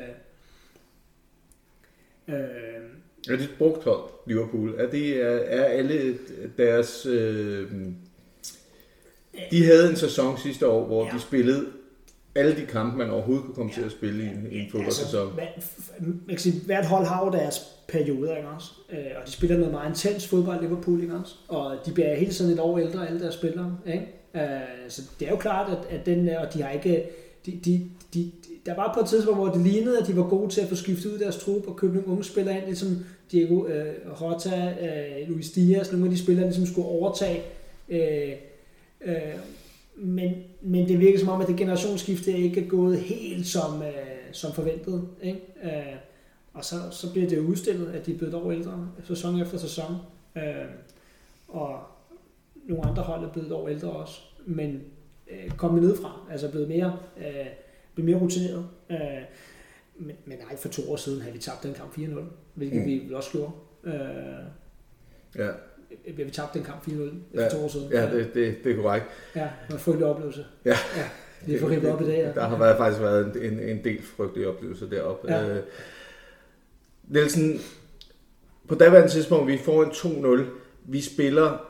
Er det et brugt hold, Liverpool? Er alle deres... De havde en sæson sidste år, hvor de spillede alle de kampe, man overhovedet kunne komme til at spille i en fodboldsæson. Altså, hvert hold har jo deres perioder, ikke også? Og de spiller noget meget intens fodbold, Liverpool, ikke også? Og de bliver hele tiden et år ældre, alle deres spillere, ikke? Så det er jo klart, at den, og de har ikke... Der var på et tidspunkt, hvor det lignede, at de var gode til at få skiftet ud deres trup og købe nogle unge spillere ind, ligesom Diego Jota, Luis Diaz, nogle af de spillere, ligesom skulle overtage... Men det virker som om, at det generationsskifte ikke er gået helt som forventet, ikke? Og så bliver det jo udstillet, at de er blevet over ældre sæson efter sæson, og nogle andre hold er blevet over ældre også, men kommet nedefra, altså blevet mere rutineret. Men nej, for 2 år siden havde vi tabt den kamp 4-0, hvilket vi også gjorde. Vi har tabt den kamp 4-0 for 2 år siden. Ja, det er korrekt. Ja, det var en frygtelig oplevelse. Ja. Det er for ribbet op i dag. Ja. Der har faktisk været en del frygtelige oplevelser deroppe. Ja. Nielsen, på daværende tidspunkt, vi får en 2-0. Vi spiller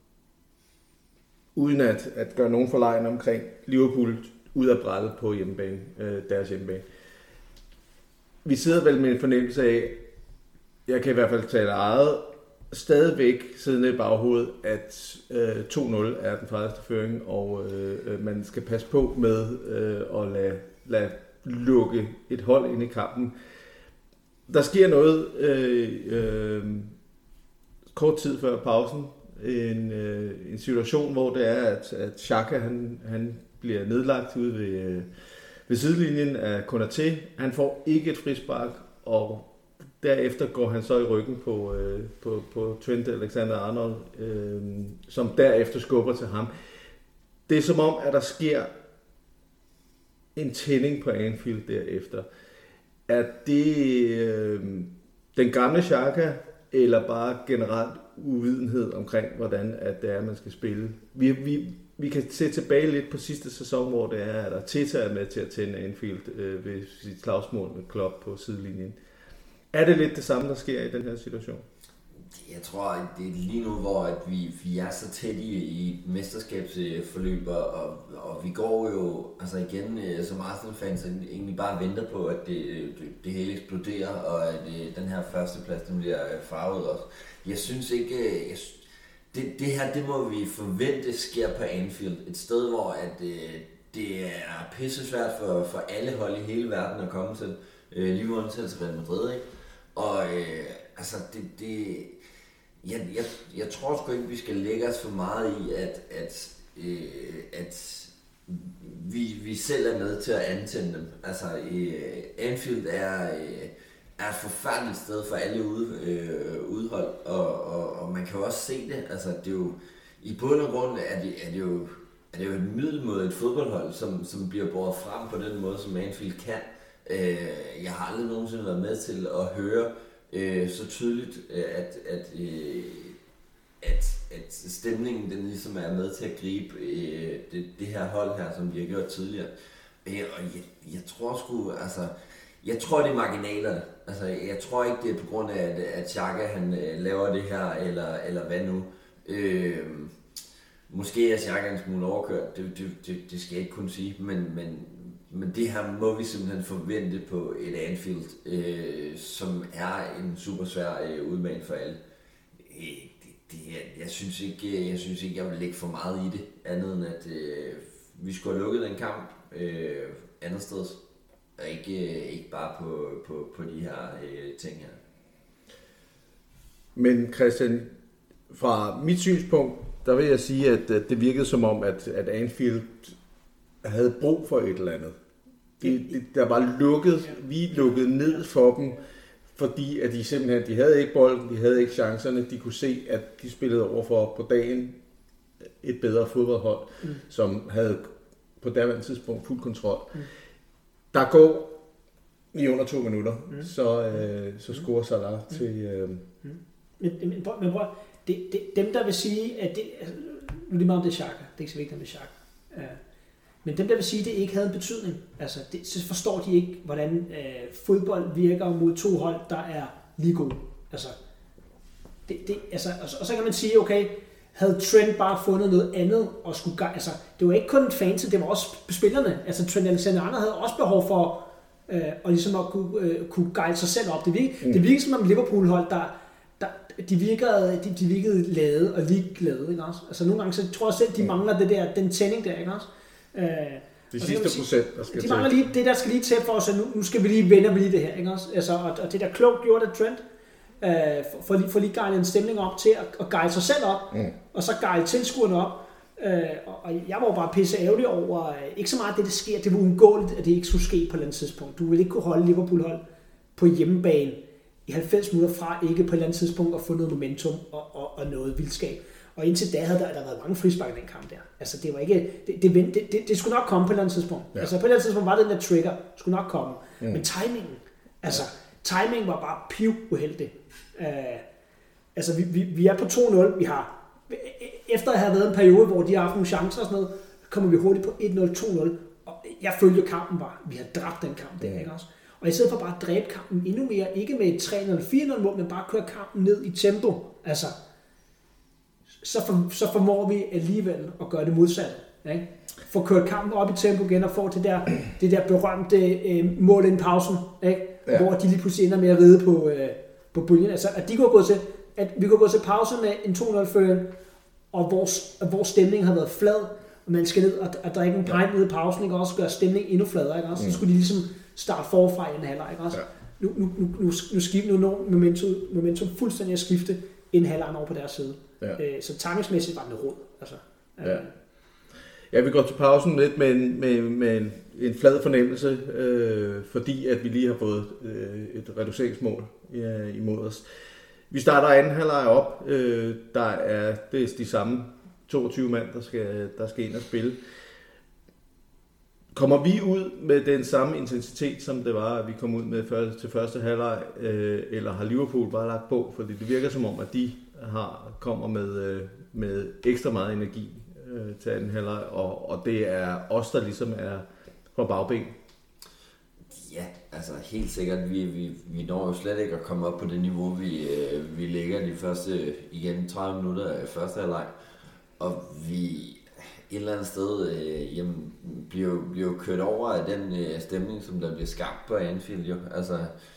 uden at gøre nogen forlegen omkring Liverpool ud af brættet på hjemmebane, deres hjemmebane. Vi sidder vel med en fornemmelse af, jeg kan i hvert fald tale eget, stadigvæk siddende i baghovedet, at 2-0 er den farligste føring, og man skal passe på med at lade lukke et hold ind i kampen. Der sker noget kort tid før pausen, en situation, hvor det er, at Xhaka han bliver nedlagt ude ved sidelinjen af Konaté. Han får ikke et frispark, og derefter går han så i ryggen på Trent Alexander-Arnold, som derefter skubber til ham. Det er som om, at der sker en tænding på Anfield derefter. Er det den gamle Xhaka, eller bare generelt uvidenhed omkring, hvordan at det er, man skal spille? Vi kan se tilbage lidt på sidste sæson, hvor det er, at Arteta er med til at tænde Anfield ved sit slagsmål med Klopp på sidelinjen. Er det lidt det samme, der sker i den her situation? Jeg tror, det er lige nu, hvor at vi er så tæt i et mesterskabsforløb, og vi går jo altså igen som Arsenal-fans egentlig bare venter på, at det hele eksploderer, og at den her førsteplads den bliver farvet også. Jeg synes ikke... Det her, det må vi forvente sker på Anfield. Et sted, hvor at, det er pissesvært for alle hold i hele verden at komme til. Lige undtagen til Real Madrid, ikke? Og altså, jeg tror sgu ikke, vi skal lægge os for meget i, at vi selv er med til at antænde dem. Altså, Anfield er et forfærdeligt sted for alle udhold, og man kan jo også se det. Altså, det er jo, i bund og grund er det jo et middelmådigt fodboldhold, som bliver båret frem på den måde, som Anfield kan. Jeg har aldrig nogensinde været med til at høre så tydeligt, at stemningen den ligesom er med til at gribe det her hold her, som vi har gjort tidligere. Og jeg tror sgu, altså, jeg tror det er marginalerne. Altså, jeg tror ikke det er på grund af, at Xhaka han laver det her, eller hvad nu. Måske er Xhaka en smule overkørt, det skal jeg ikke kunne sige, men det her må vi simpelthen forvente på et Anfield, som er en super svær udmand for alle. Jeg synes ikke, jeg vil lægge for meget i det, andet end at vi skulle have lukket den kamp andet sted, og ikke bare på de her ting her. Men Christian, fra mit synspunkt, der vil jeg sige, at det virkede som om, at Anfield havde brug for et eller andet. Der var lukket, vi lukkede ned for dem, fordi at de simpelthen, de havde ikke bolden, de havde ikke chancerne, de kunne se, at de spillede overfor på dagen et bedre fodboldhold, som havde på daværende tidspunkt fuld kontrol. Der går i under 2 minutter, så scorer Salah til... Men prøv, dem der vil sige, at det... Nu er det meget om det Xhaka, det er ikke så vigtigt om det Xhaka. Men dem der vil sige, at det ikke havde en betydning, altså så forstår de ikke, hvordan fodbold virker mod 2 hold, der er lige gode. Altså, og så kan man sige, okay, havde Trent bare fundet noget andet, og skulle, altså, det var ikke kun fans, det var også spillerne. Altså Trent Alexander-Arnold havde også behov for at ligesom at kunne guide sig selv op. Det virkede som om Liverpool-hold, de virkede lade og ligeglade, ikke også? Altså nogle gange, så tror jeg selv, de mangler den tænding der, ikke også? Det sidste procent, der skal de mangler lige det, der skal lige til for os, at nu skal vi lige vende lige det her, ikke også? Altså, og det der klogt gjort af Trent, for lige guide en stemning op til at guide sig selv op, og så guide tilskuerne op. Og jeg var jo bare pisse ærgerlig over, ikke så meget det sker, det var uundgåeligt, at det ikke skulle ske på et eller andet tidspunkt. Du vil ikke kunne holde Liverpool-hold på hjemmebane i 90 minutter fra ikke på et eller andet tidspunkt at få noget momentum og noget vildskab. Og indtil da havde der været mange frispark i den kamp der. Altså det var ikke, det skulle nok komme på et eller andet tidspunkt. Ja. Altså på et eller andet tidspunkt var det den der trigger, skulle nok komme. Men timingen var bare piv uheldig. Altså vi er på 2-0, vi har, efter at have været en periode, hvor de har haft nogle chancer og sådan noget, kommer vi hurtigt på 1-0, 2-0, og jeg følte kampen var, vi har dræbt den kamp der, ikke også? Og i stedet for bare at dræbe kampen endnu mere, ikke med et 3-0 eller 4-0 mål, men bare køre kampen ned i tempo, altså, så formår vi alligevel at gøre det modsatte, ikke? Få kørt kampen op i tempo igen og få det der berømte mål inden pausen, ikke? Ja. Hvor de lige pludselig ender med at ride på bølgen. Altså, at vi kunne gå til pause med en 2-0-føring, og vores stemning har været flad, og man skal ned og drikke en pint ned i pausen, ikke? Og også gøre stemningen endnu fladere, ikke? Også, så skulle de ligesom starte forfra i den halvleg, ikke? Også. Nu skifter nu momentum fuldstændig at skifte en halvleg over på deres side. Ja. Så timingsmæssigt var det råd. Altså, Ja, vi går til pausen lidt med en flad fornemmelse, fordi at vi lige har fået et reduceringsmål imod os. Vi starter anden halvleg op. Det er de samme 22 mand, der skal ind og spille. Kommer vi ud med den samme intensitet, som det var, at vi kom ud med til første halvleg, eller har Liverpool bare lagt på? Fordi det virker som om, at de kommer med ekstra meget energi til anden halvleg, og det er os, der ligesom er på bagben. Ja, altså helt sikkert. Vi når jo slet ikke at komme op på det niveau, vi ligger de første, igen 30 minutter af første halvleg, og vi et eller andet sted bliver kørt over af den stemning, som der bliver skabt på Anfield. Jo. Altså,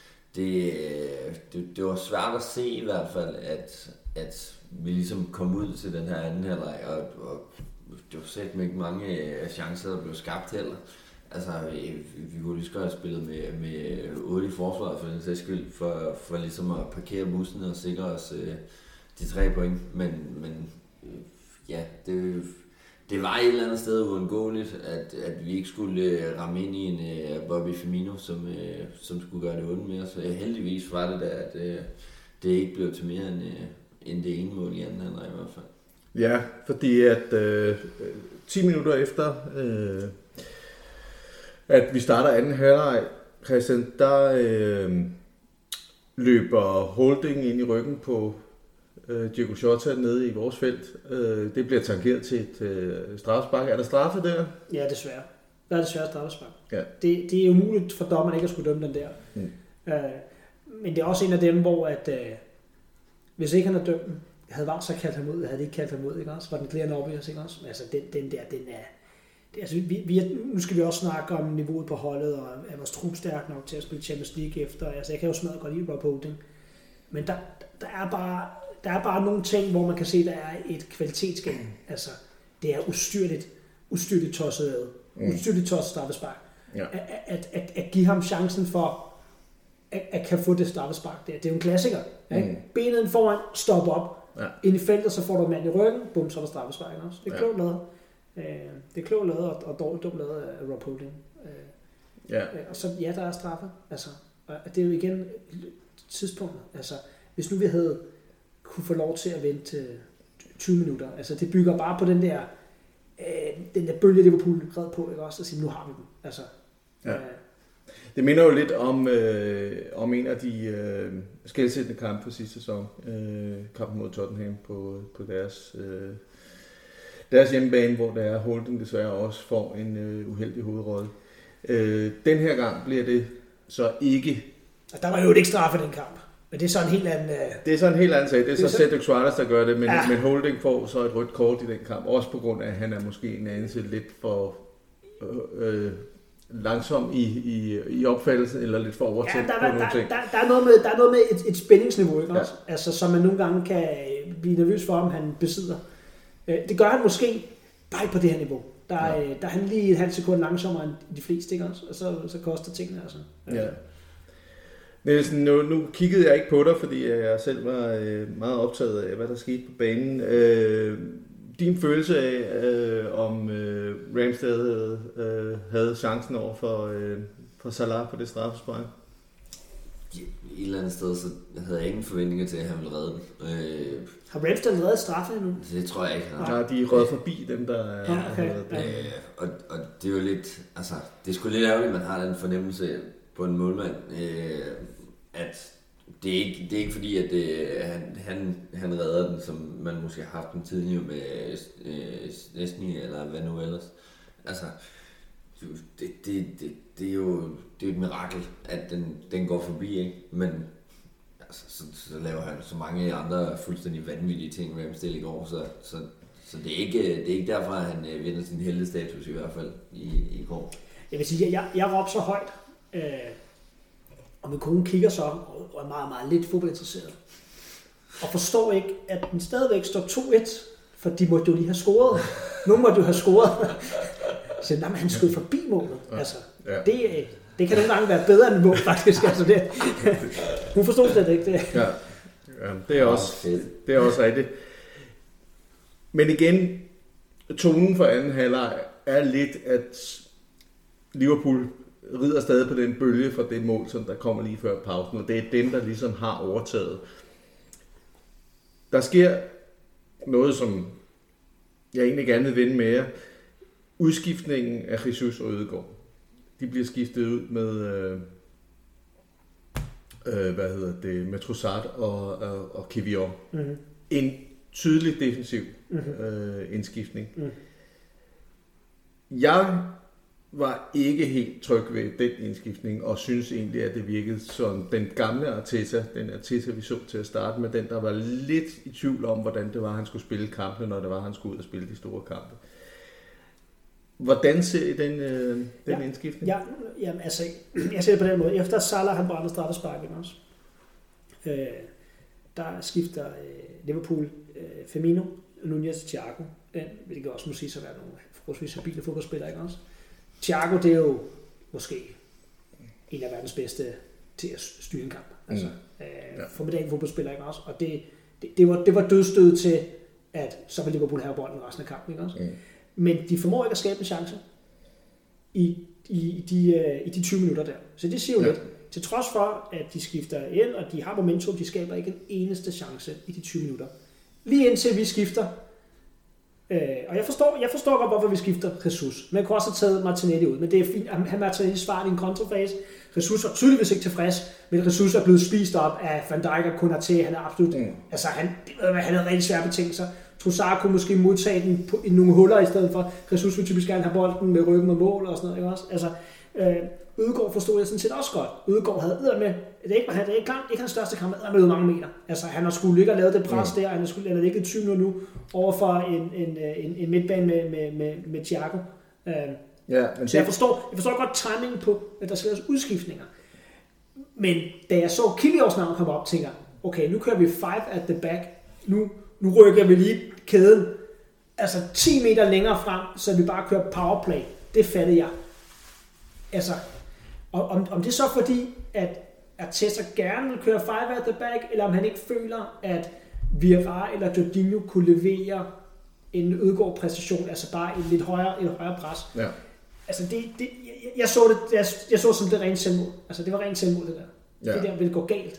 det var svært at se i hvert fald, at vi ligesom kom ud til den her anden halvleg, og det var sæt med ikke mange chancer, der blev skabt heller. Altså, vi kunne lige så godt have spillet med 8 i forsvaret for den sags skyld, for ligesom at parkere bussen og sikre os de 3 point. Men ja, det var et eller andet sted uundgåeligt, at vi ikke skulle ramme ind i en Bobby Firmino, som skulle gøre det ondt med os. Heldigvis var det da, at det ikke blev til mere end det ene mål i anden halvleg i hvert fald. Ja, fordi at 10 minutter efter, at vi starter anden halvleg, Christian, der løber Holding ind i ryggen på Diogo Jota nede i vores felt. Det bliver tangeret til et straffespark. Er der straffe der? Ja, desværre. Der er desværre straffespark. Ja. Det er umuligt for dommeren ikke at skulle dømme den der. Men det er også en af dem, hvor at, hvis ikke han har dømt den, havde VAR så kaldt ham ud, havde det ikke kaldt ham ud, ikke også? Var den klærende op i os, ikke også? Altså, den er... Altså, nu skal vi også snakke om niveauet på holdet, og er vores trup stærk nok til at spille Champions League efter. Altså, jeg kan jo smadre godt lide Rob Holding. Men der er bare nogle ting, hvor man kan se, at der er et kvalitetsgab. Altså, det er ustyrligt tosset straffespark. Ja. At give ham chancen for at kan få det straffespark der. Det er jo en klassiker. Ikke? Benet foran, stop op. Ja. Ind i feltet, så får du mand i ryggen, bum, så er der straffespark også. Det er klogt lavet. Det er klogt lavet og dårligt dumt lavet af Rob Holding. Og så der er straffe. Altså, og det er jo igen tidspunktet. Altså, hvis nu vi havde kunne få lov til at vente 20 minutter, altså det bygger bare på den der bølge, Liverpool red på, ikke også? Og sige, nu har vi dem. Altså, det minder jo lidt om en af de skelsættende kampe på sidste sæson. Kampen mod Tottenham på deres hjemmebane, hvor der er Holding desværre også får en uheldig hovedrolle. Den her gang bliver det så ikke... Og der var jo ikke straffe den kamp. Men det er så en helt anden... Det er så en helt anden sag. Det er så Cedric Suarez, der gør det, men Holding får så et rødt kort i den kamp. Også på grund af, at han er måske en anelse lidt for langsom i opfattelsen, eller lidt for overtændt på nogle ting. Der er noget med et spændingsniveau, ikke også? Altså, som man nogle gange kan blive nervøs for, om han besidder. Det gør han måske bare på det her niveau. Der er han lige et halvt sekund langsommere end de fleste, ikke også? Og så koster tingene altså. Ja. Nielsen, nu kiggede jeg ikke på dig, fordi jeg selv var meget optaget af, hvad der skete på banen. Din følelse af, om Ramsdale havde chancen over for Salah på det straffespark? Et eller andet sted, så havde jeg ingen forventninger til, at han ville redde den. Har Ramsdale reddet straffe endnu? Det tror jeg ikke. Nej, de er røget forbi dem, der og det er jo lidt, altså, det er sgu lidt ærgerligt, at man har den fornemmelse på en målmand, at det er ikke fordi, at han redder den, som man måske har haft den tidligere med Szczesny, eller hvad nu ellers. Altså, det er jo et mirakel, at den går forbi, ikke? Men altså, så laver han så mange andre fuldstændig vanvittige ting, Ramsdale i går, så det er ikke derfor, at han vinder sin heltestatus i hvert fald i går. Jeg vil sige, at jeg råbte så højt, og min kone kigger så og er meget, meget lidt fodboldinteresseret. Og forstår ikke, at den stadigvæk står 2-1, for de måtte jo lige have scoret. nogen måtte jo have scoret. Så nej, men han skød forbi målet. Altså, det kan nogle gange være bedre end mål, faktisk. Altså, hun forstod slet ikke det. Ja, det er også rigtigt. Men igen, tonen for anden halvleg er lidt, at Liverpool rider stadig på den bølge fra det mål, som der kommer lige før pausen, og det er dem, der ligesom har overtaget. Der sker noget, som jeg egentlig gerne vil vende med jer. Udskiftningen af Jesus og Ødegaard. De bliver skiftet ud med med Trossard og Kiwior. Mm-hmm. En tydelig defensiv indskiftning. Mm. Jeg var ikke helt tryg ved den indskiftning, og synes egentlig, at det virkede som den gamle Arteta, den Arteta, vi så til at starte med, den der var lidt i tvivl om, hvordan det var, han skulle spille kampene, når det var, han skulle ud og spille de store kampe. Hvordan ser I den indskiftning? Jamen, altså, jeg ser det på den måde. Efter Salah, han brænder straffesparken også, der skifter Liverpool Firmino, Nunez, Thiago, hvilket også må sige sig være nogle forholdsvis habile fodboldspillere, ikke også? Thiago, det er jo måske en af verdens bedste til at styre en kamp. Altså, formidabel fodboldspiller, ikke også? Og det var dødstød til, at så vil Liverpool have bolden resten af kampen, ikke også? Mm. Men de formår ikke at skabe en chance i de 20 minutter der. Så det siger jo lidt. Til trods for, at de skifter ind, og de har momentum, de skaber ikke en eneste chance i de 20 minutter. Lige indtil vi skifter. Og jeg forstår godt, hvorfor vi skifter Jesus. Man kunne også have taget Martinelli ud, men det er fint at have Martinelli svaret i en kontrafase. Jesus var tydeligvis ikke tilfreds, men Jesus er blevet spist op af Van Dijk og Konaté. Han er absolut... Altså, han havde rigtig svære betingelser. Trossard kunne måske modtage den i nogle huller i stedet for. Jesus vil typisk gerne have bolden med ryggen og mål og sådan noget, ikke også? Altså, Ødegaard forstod jeg sådan set også godt. Ødegaard havde med, det er ikke hans største kamp, med mange meter. Altså, han har skulle ligge og lave det pres der, han har skulle ligge 20 minutter nu overfor en midtbane med Thiago. Så jeg forstår godt timingen på, at der skal laves udskiftninger. Men da jeg så Kiwiors navn komme op, tænker okay, nu kører vi 5 at the back. Nu rykker vi lige kæden, altså 10 meter længere frem, så vi bare kører powerplay. Det fattede jeg. Altså, om det er så fordi, at Arteta gerne vil køre 5 at the back, eller om han ikke føler, at Vieira eller Jorginho kunne levere en Ødegaard præstation, altså bare et lidt højere pres. Ja. Altså, jeg så som det rent selvmål. Altså, det var rent selvmål, det der. Ja. Det der ville gå galt.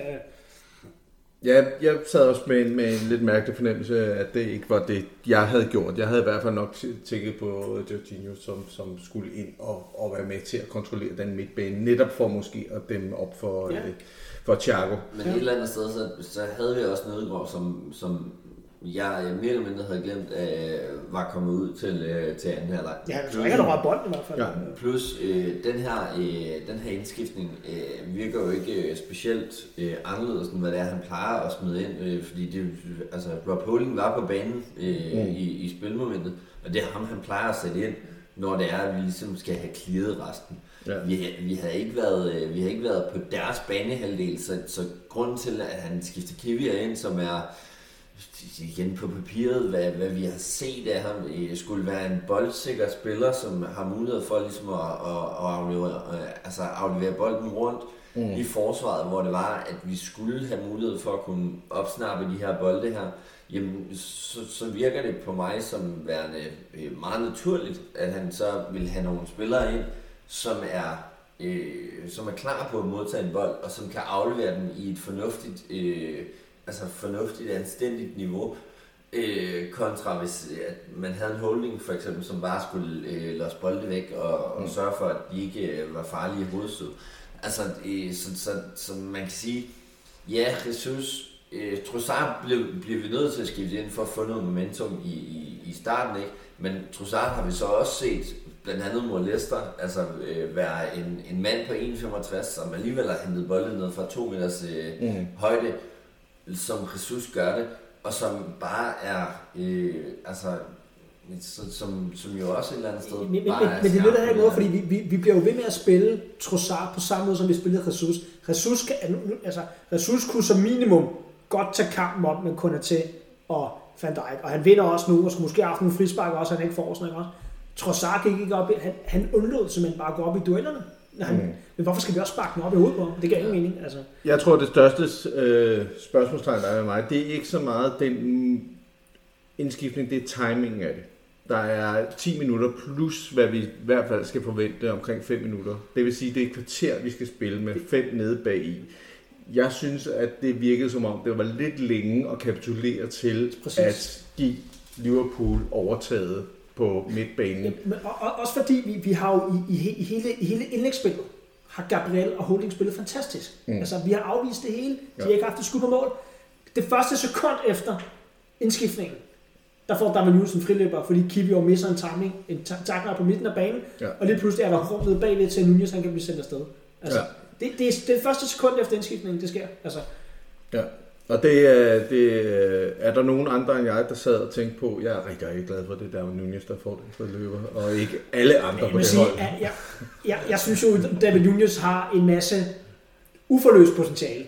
Ja, jeg sad også med en lidt mærkelig fornemmelse, at det ikke var det, jeg havde gjort. Jeg havde i hvert fald nok tænkt på Jorginho, som skulle ind og være med til at kontrollere den midtbane, netop for måske at dæmme op for Thiago. Men et eller andet sted, så havde vi også noget, som jeg mere eller mindre havde glemt, var kommet ud til anden halvleg. Ja, så ikke er der bolden i hvert fald. Ja. Plus den her indskiftning virker jo ikke specielt anderledes, end hvad det er, han plejer at smide ind, fordi Rob Holding var på banen i spilmomentet, og det er ham, han plejer at sætte ind, når det er, at vi ligesom skal have clearet resten. Ja. Vi havde ikke været på deres banehalvdel, så grunden til, at han skifter Kiwior ind, som er igen på papiret, hvad vi har set af ham, skulle være en boldsikker spiller, som har mulighed for ligesom at aflevere bolden rundt i forsvaret, hvor det var, at vi skulle have mulighed for at kunne opsnappe de her bolde her. Jamen, så virker det på mig som værende meget naturligt, at han så vil have nogle spillere ind, som er klar på at modtage en bold, og som kan aflevere den i et fornuftigt, anstændigt niveau, kontra hvis man havde en holding for eksempel, som bare skulle låse bolde væk og sørge for, at de ikke var farlige i hovedstød. Altså, så man kan sige, ja, Jesus, Trossard blev vi nødt til at skifte ind for at få noget momentum i starten, ikke? Men Trossard har vi så også set, blandt andet mod Leicester, altså være en mand på 1,65, som alligevel har hentet bolden ned fra 2 meters højde, som Jesus gør det, og som bare er, som jo også et eller andet sted men det nytter ikke noget, fordi vi bliver jo ved med at spille Trossard på samme måde, som vi spillede Jesus. Jesus kunne som minimum godt tage kampen op, men kun til at Van Dijk, og han vinder også nu, og skulle måske have haft nogle frispark også, han ikke får sådan noget. Trossard gik ikke op, han undlod simpelthen bare at gå op i duellerne. Men hvorfor skal vi også sparke den op i hovedet på? Det giver ingen mening. Altså. Jeg tror, det største spørgsmålstegn, der er med mig, det er ikke så meget den indskiftning, det er timingen af det. Der er 10 minutter plus, hvad vi i hvert fald skal forvente omkring 5 minutter. Det vil sige, det er et kvarter, vi skal spille med 5 nede bag i. Jeg synes, at det virkede som om, det var lidt længe at kapitulere til at give Liverpool overtaget på midtbanen. Ja, men også fordi vi har jo i hele indlægsspillet, har Gabriel og Holding spillet fantastisk. Altså, vi har afvist det hele. De har ikke haft et skud på mål. Det første sekund efter indskiftningen, der får Darwin Núñez en friløber, fordi Kiwior misser en tackler på midten af banen, og lige pludselig er der rum nede bagved til Núñez, han kan blive sendt afsted. Altså, det er det første sekund efter indskiftningen, det sker. Altså. Ja, og det er der nogen andre end jeg, der sad og tænkte på, jeg er rigtig glad for det der med Núñez, der får det for løber, og ikke alle andre på det hold. Jeg synes jo, at David Núñez har en masse uforløst potentiale.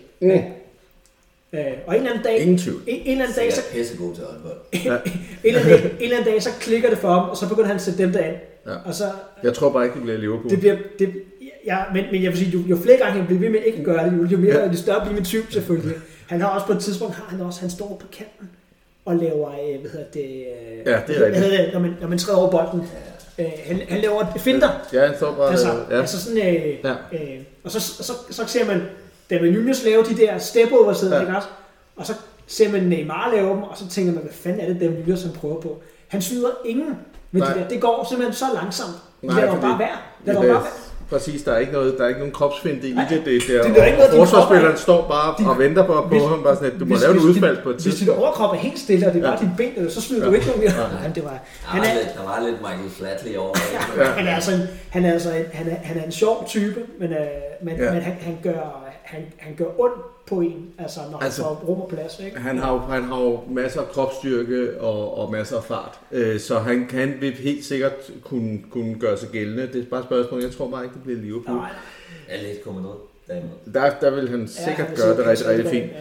Og en eller anden dag, så pissegod til håndbold. en eller anden dag, så klikker det for ham, og så begynder han at sætte dem derind. Ja. Og så, jeg tror bare ikke, det bliver Liverpool. Men jeg vil sige, jo flere gange han bliver ved med ikke at gøre det, jo mere jo større bliver min tvivl selvfølgelig. Han har også på et tidspunkt, han står på kanten og laver, det er rigtigt. Når man træder over bolden. Han laver finter. Ja, han står bare. Altså sådan, og så ser man David Núñez lave de der step-over-sæder, ikke også? Og så ser man Neymar lave dem, og så tænker man, hvad fanden er det, David Núñez han prøver på? Han snyder ingen med det der. Det går simpelthen så langsomt. Det lader bare være. Præcis, der er ikke nogen kropsfinte i det der. Og forsvarsspilleren står bare og venter på ham, bare sådan, at du må lave et udfald på et tidspunkt. Hvis din overkrop er helt stille, og det er bare dit ben, så snyder du ikke noget mere. Der var lidt Michael Flatley over. Han er en sjov type, men han gør ondt på en, altså når han får rum og plads. Ikke? Han har jo masser af kropsstyrke og masser af fart, så han kan helt sikkert kunne gøre sig gældende. Det er bare et spørgsmål. Jeg tror bare ikke, det bliver Liverpool. Jeg læste kommet noget. Der vil han sikkert gøre det rigtig, rigtig fint.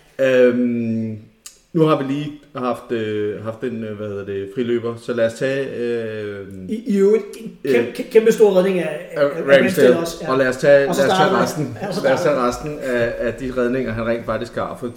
Nu har vi lige haft en friløber, så lad os tage i øvrigt en kæmpe stor redning af Ramsdale også. Ja. Og lad os tage resten af de redninger, han rent faktisk har. For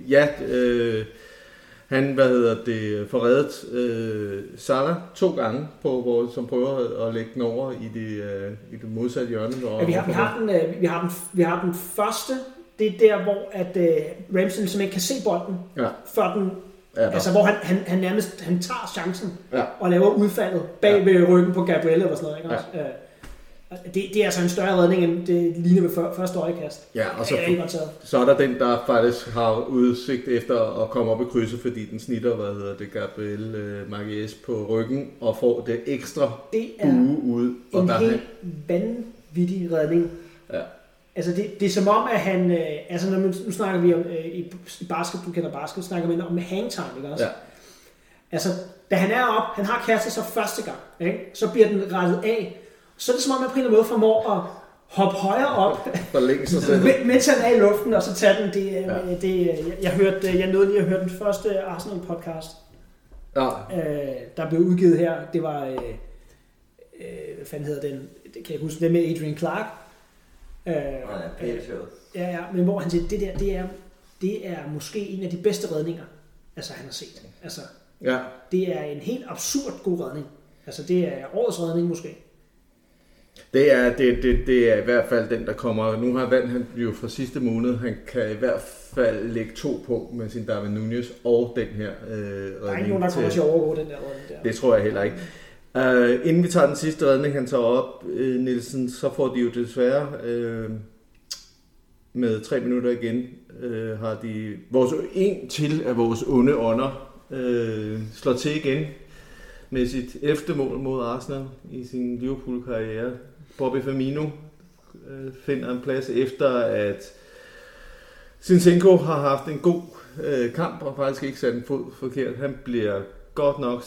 han får reddet Salah 2 gange, som prøver at lægge den over i det modsatte hjørne. Vi har den første. Det er der, hvor at Ramsdale simpelthen ikke kan se bolden, før den, altså hvor han nærmest tager chancen og laver udfaldet bag ved ryggen på Gabriel eller sådan noget. Ikke? Det er altså en større redning, end det ligner ved første øjekast. Ja, og så er der den, der faktisk har udsigt efter at komme op i krydset, fordi den snitter, Gabriel Magalhaes på ryggen og får det ekstra bue ud. Det er en helt vanvittig redning. Ja. Altså det er som om, at han, altså når nu snakker vi om, i basket, du kender basket, snakker vi om hang time, ikke også? Ja. Altså, da han er op, han har kastet sig første gang, ikke? Så bliver den rettet af, så er det som om, man på en eller anden måde formår at hoppe højere op, mens han er i luften, og så tage den. Jeg nåede lige at høre den første Arsenal-podcast, der blev udgivet her. Det var, hvad fanden hedder den? Det kan jeg huske, det med Adrian Clark. Men hvor han siger, det er måske en af de bedste redninger, altså han har set. Altså, det er en helt absurd god redning. Altså det er årets redning måske. Det er i hvert fald den, der kommer. Nu har han jo fra sidste måned, han kan i hvert fald lægge 2 på med sin Darwin Núñez og den her redning. Der er ikke nogen, der kommer til at overgå den der redning der. Det tror jeg heller ikke. Inden vi tager den sidste redning, han tager op, Nielsen, så får de jo desværre med 3 minutter igen, har de en til af vores onde ånder slår til igen med sit 11. mål mod Arsenal i sin Liverpool-karriere. Bobby Firmino finder en plads efter, at Zinchenko har haft en god kamp og faktisk ikke sat en fod forkert. Han bliver godt nok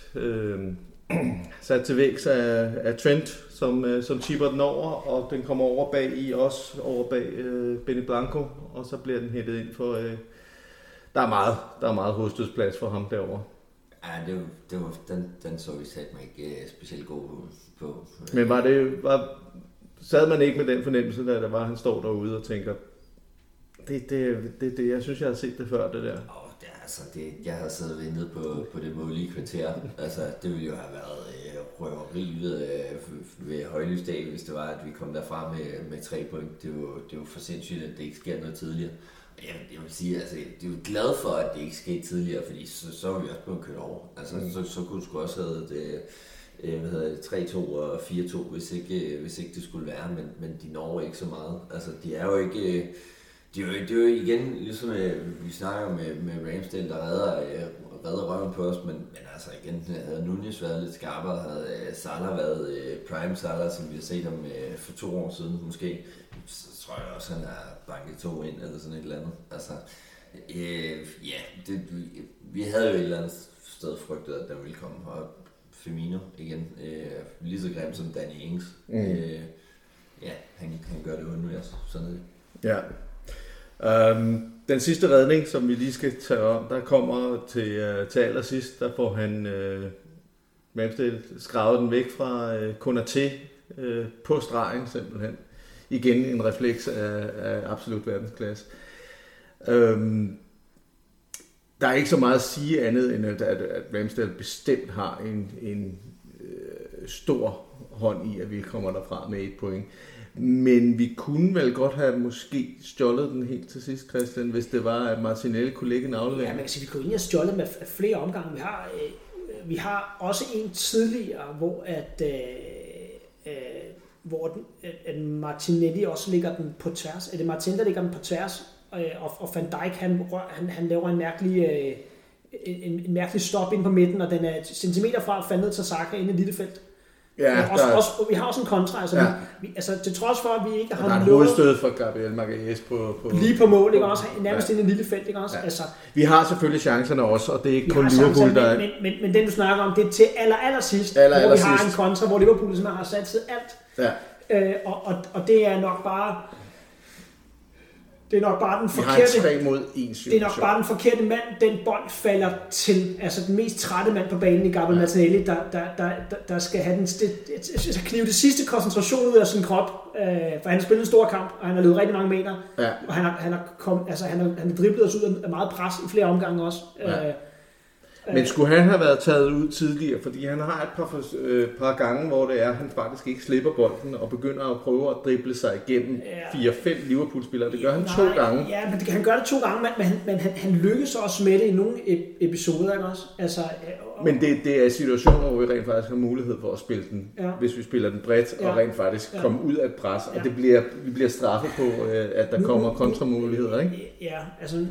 sat til vægs af Trent, som chipper den over, og den kommer over bag i os, over bag Benny Blanco, og så bliver den hættet ind for der er meget hovedstødsplads for ham derovre. Ja, den så vi sat mig ikke specielt god på. Men sad man ikke med den fornemmelse, da han står derude og tænker, det jeg synes, jeg har set det før, det der. Jeg havde siddet og ventet på det målige kvarter. Altså, det ville jo have været røveri ved højlysdag, hvis det var, at vi kom derfra med 3 point. Det er jo for sindssygt, at det ikke sker noget tidligere. Jeg vil sige, altså, det er jo glad for, at det ikke skete tidligere, fordi så var vi også blevet kørt over. Altså, så kunne det sgu også have det 3-2 og 4-2, hvis ikke det skulle være, men de når ikke så meget. Altså, de er jo ikke... Det er jo igen, ligesom vi snakker med Ramsdale, der redder røven på os, men altså igen, havde Nunez været lidt skarpere, havde Salah været prime Salah, som vi har set ham for 2 år siden måske, så tror jeg også, han er banket 2 ind eller sådan et eller andet. Altså, vi havde jo et eller andet sted frygtet, at der ville komme, og Firmino igen, lige så grimt som Danny Ings. Han gør det ondt også, sådan er det. Ja. Den sidste redning, som vi lige skal tage om, der kommer til allersidst, der får han Ramsdale skravet den væk fra Konaté på stregen simpelthen. Igen en refleks af absolut verdensklasse. Der er ikke så meget at sige andet, end at Ramsdale bestemt har en stor hånd i, at vi kommer derfra med 1 point. Men vi kunne vel godt have måske stjålet den helt til sidst, Christian, hvis det var, at Martinelli kunne lægge en aflevering. Ja, man kan sige, at vi kunne egentlig have stjålet med flere omgange. Vi har også en tidligere, hvor Martinelli også ligger den på tværs. Er det Martin, der ligger den på tværs? Og Van Dijk, han laver en mærkelig stop ind på midten, og den er centimeter fra at falde ned til Saka inde i lille felt. Ja, vi har også en kontra, altså, til trods for, at vi ikke har nået... Der er en hovedstød for Gabriel Magalhaes på... Lige på mål, ikke også? Nærmest inde i en lille felt, ikke også? Ja. Altså, vi har selvfølgelig chancerne også, og det er ikke kun Liverpool, der er... Men den, du snakker om, det er til allersidst, hvor vi har en kontra, hvor Liverpool simpelthen har sat sig alt. Ja. Og det er nok bare... Det er nok bare den forkerte... Det er nok bare den forkerte mand, den bold falder til. Altså den mest trætte mand på banen i Gabriel Martinelli, der skal have knive det sidste koncentration ud af sin krop. For han har spillet en stor kamp, og han har løbet rigtig mange meter. Ja. Og han har driblet os ud af meget pres i flere omgange også. Ja. Men skulle han have været taget ud tidligere, fordi han har et par gange, hvor det er, at han faktisk ikke slipper bolden og begynder at prøve at drible sig igennem 4-5 Liverpool-spillere. Det gør han 2 gange. Ja, men han gør det 2 gange, men han lykkes også med det i nogle episoder, ikke også? Altså, men det er situationer, hvor vi rent faktisk har mulighed for at spille den, hvis vi spiller den bredt, og rent faktisk komme ud af et pres, og vi bliver straffet på, at der kommer kontramuligheder, ikke? Ja, altså...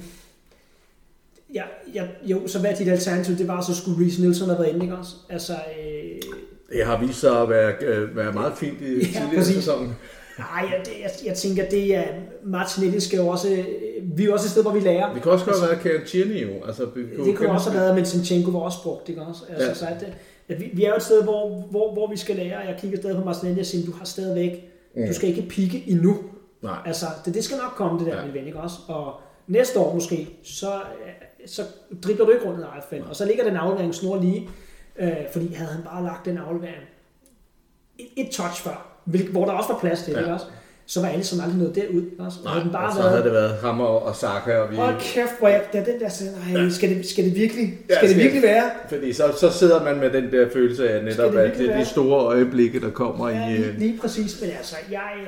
Jo, så hvad er dit alternativ? Det var, så skulle Reece Nelson have været inde, ikke også? Altså, det har vist sig at være meget fint i tidligere sæsonen. Nej, jeg tænker, det er Martinelli skal jo også... Vi er også et sted, hvor vi lærer. Det kan også godt være Kieran Tierney jo. Altså, det kunne også have været, men Zinchenko var også brugt, ikke også? Altså, så vi er jo et sted, hvor vi skal lære. Jeg kigger stadig på Martinelli og siger, du har stadigvæk... Du skal ikke pikke endnu. Nej. Altså, det skal nok komme, det der, min ven, ikke også? Og næste år måske, så dribler du ikke rundt i eget felt, og så ligger den aflevering snor lige, fordi havde han bare lagt den aflevering et touch før, hvor der også var plads til, ikke også? Så var alle som aldrig noget derud. Også. Nej, den bare så havde det været Hammer og Saka. Og vi... kæft, hvor da den der sagde, skal det virkelig være? Fordi så sidder man med den der følelse af netop, at det er de store øjeblikke, der kommer i... Lige præcis, men altså,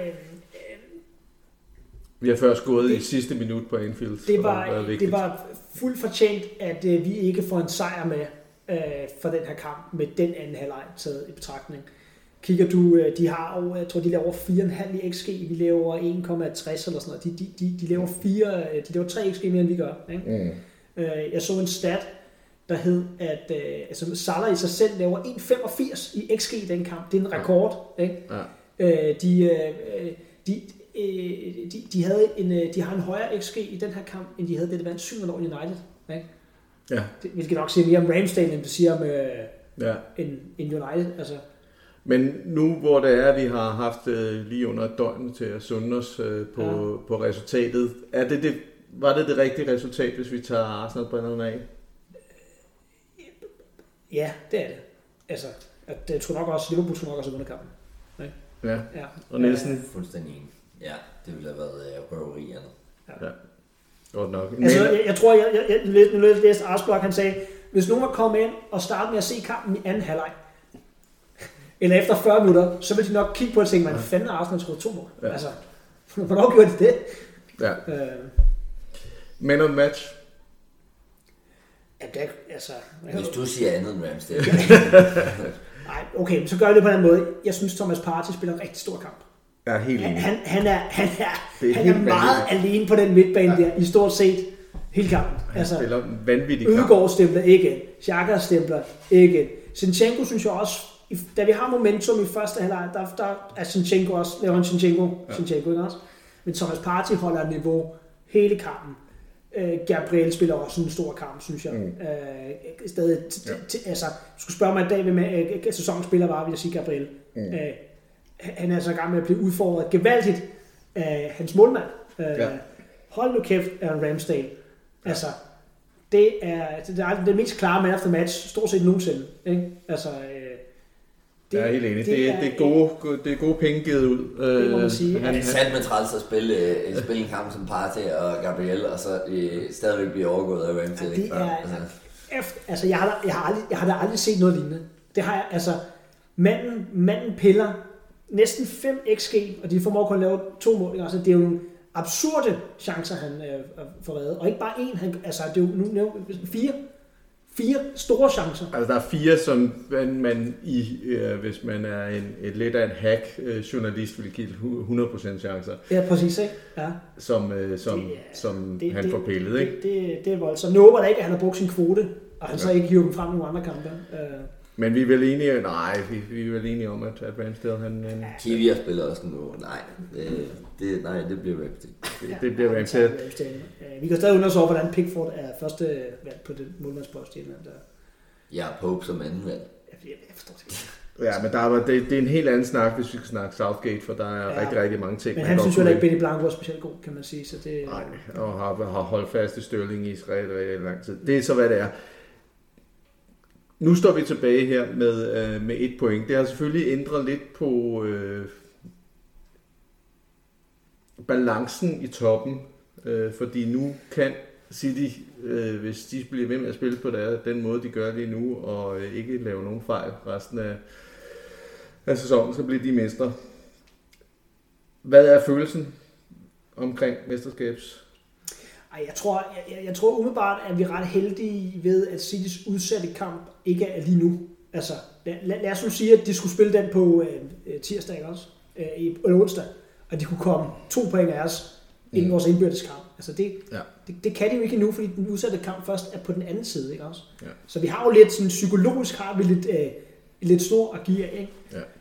vi har først gået i sidste minut på Anfield. Det var fuldt fortjent, at vi ikke får en sejr med for den her kamp, med den anden halvleg taget i betragtning. Kigger du, de har jo, jeg tror, de laver 4,5 i XG, vi laver 1,60 eller sådan noget. De laver 3 XG mere, end vi gør. Ikke? Jeg så en stat, der hed, at altså Salah i sig selv laver 1,85 i XG i den kamp. Det er en rekord. Ikke? Ja. De har en højere XG i den her kamp, end de havde, det vandt 7-0 over United. Ikke? Ja. Vi skal nok sige mere om Ramsdale, end det siger om en United. Altså. Men nu, hvor det er, at vi har haft lige under et døgn til at sunde os på resultatet, er det var det rigtige resultat, hvis vi tager Arsenal-brillerne af? Ja, det er det. Altså, jeg tror nok også, Liverpool tror nok også vundet kampen. Ja. Og Nielsen? Fuldstændig enig. Ja, det ville have været røveri andet. Ja. Godt nok. Altså, jeg tror, jeg læste Arsblok, han sagde, hvis nogen var kommet ind og startet med at se kampen i anden halvleg, eller efter 40 minutter, så vil de nok kigge på og tænke, man fanden er Arsenal skruet 2 mål. Ja. Altså, hvornår gjorde de det? Ja. Man of the match? Ja, det er, altså... Hvis du siger andet end Ramsdale. Nej, okay, så gør jeg det på den måde. Jeg synes, Thomas Partey spiller en rigtig stor kamp. Jeg er helt enig. Han er meget alene på den midtbane der, i stort set hele kampen. Han spiller vanvittig kamp. Ødegaard stempler ikke ind. Xhaka stempler ikke ind. Zinchenko synes jeg også, da vi har momentum i første halvleg, der er Zinchenko også, laver han Zinchenko ikke også? Men Thomas Partey holder niveau hele kampen. Gabriel spiller også en stor kamp, synes jeg. Stadig, altså, du skulle spørge mig i dag, hvem sæsonspiller var, vil jeg sige Gabriel. Han er så i gang med at blive udfordret gevaldigt af hans målmand. Hold nu kæft, Aaron Ramsdale. Altså, det er det mest klare man of the match, stort set nogensinde. Ikke? Altså, jeg er helt enig. Det er gode penge givet ud. Det må man sige. Han er sat med træls at spille en kamp som Partey og Gabriel, og så stadigvæk blive overgået af Ramsdale. Det er, altså, jeg har da aldrig set noget lignende. Det har jeg, altså, manden piller næsten 5 XG, og de formår kun at lave 2 mål. Altså, det er jo absurde chancer, han får reddet. Og ikke bare én, altså, det er jo nu 4 store chancer. Altså, der er 4, som man hvis man er lidt af en hack-journalist, vil give 100% chancer. Ja, præcis, ikke? Ja. Som han får pillet, ikke? Det er voldsomt. Nu håber da ikke, at han har brugt sin kvote, og han så ikke hiver dem frem i nogle andre kampe. Men vi er vel enige, vi er vel enige om, at Ramsdale, han... Kiwier spiller også nu. Det bliver Ramsdale. Det bliver Ramsdale. Vi kan stadig undersøge, hvordan Pickford er første valg på det målmandspost i England. Ja, Pope som anden valg. Jeg forstår det ikke. Ja, men det er en helt anden snak, hvis vi skal snakke Southgate, for der er rigtig mange ting. Men han synes jo ikke, Benny Blanco er specielt god, kan man sige. Så det... Nej, og har holdt fast i Sterling i rigtig lang tid. Det er så, hvad det er. Nu står vi tilbage her med 1 point. Det har selvfølgelig ændret lidt på balancen i toppen, fordi nu kan City, hvis de bliver ved med at spille på den måde, de gør lige nu, og ikke lave nogen fejl resten af sæsonen, så bliver de mestre. Hvad er følelsen omkring mesterskabs? Jeg tror umiddelbart, at vi er ret heldige ved, at Citys udsatte kamp ikke er lige nu. Altså, lad os nu sige, at de skulle spille den på tirsdag også, eller onsdag, og de kunne komme 2 point af os inden vores indbyrdes kamp. Altså det kan de jo ikke endnu, fordi den udsatte kamp først er på den anden side, ikke også? Ja. Så vi har jo lidt sådan psykologisk har vi lidt stor at give af, ikke?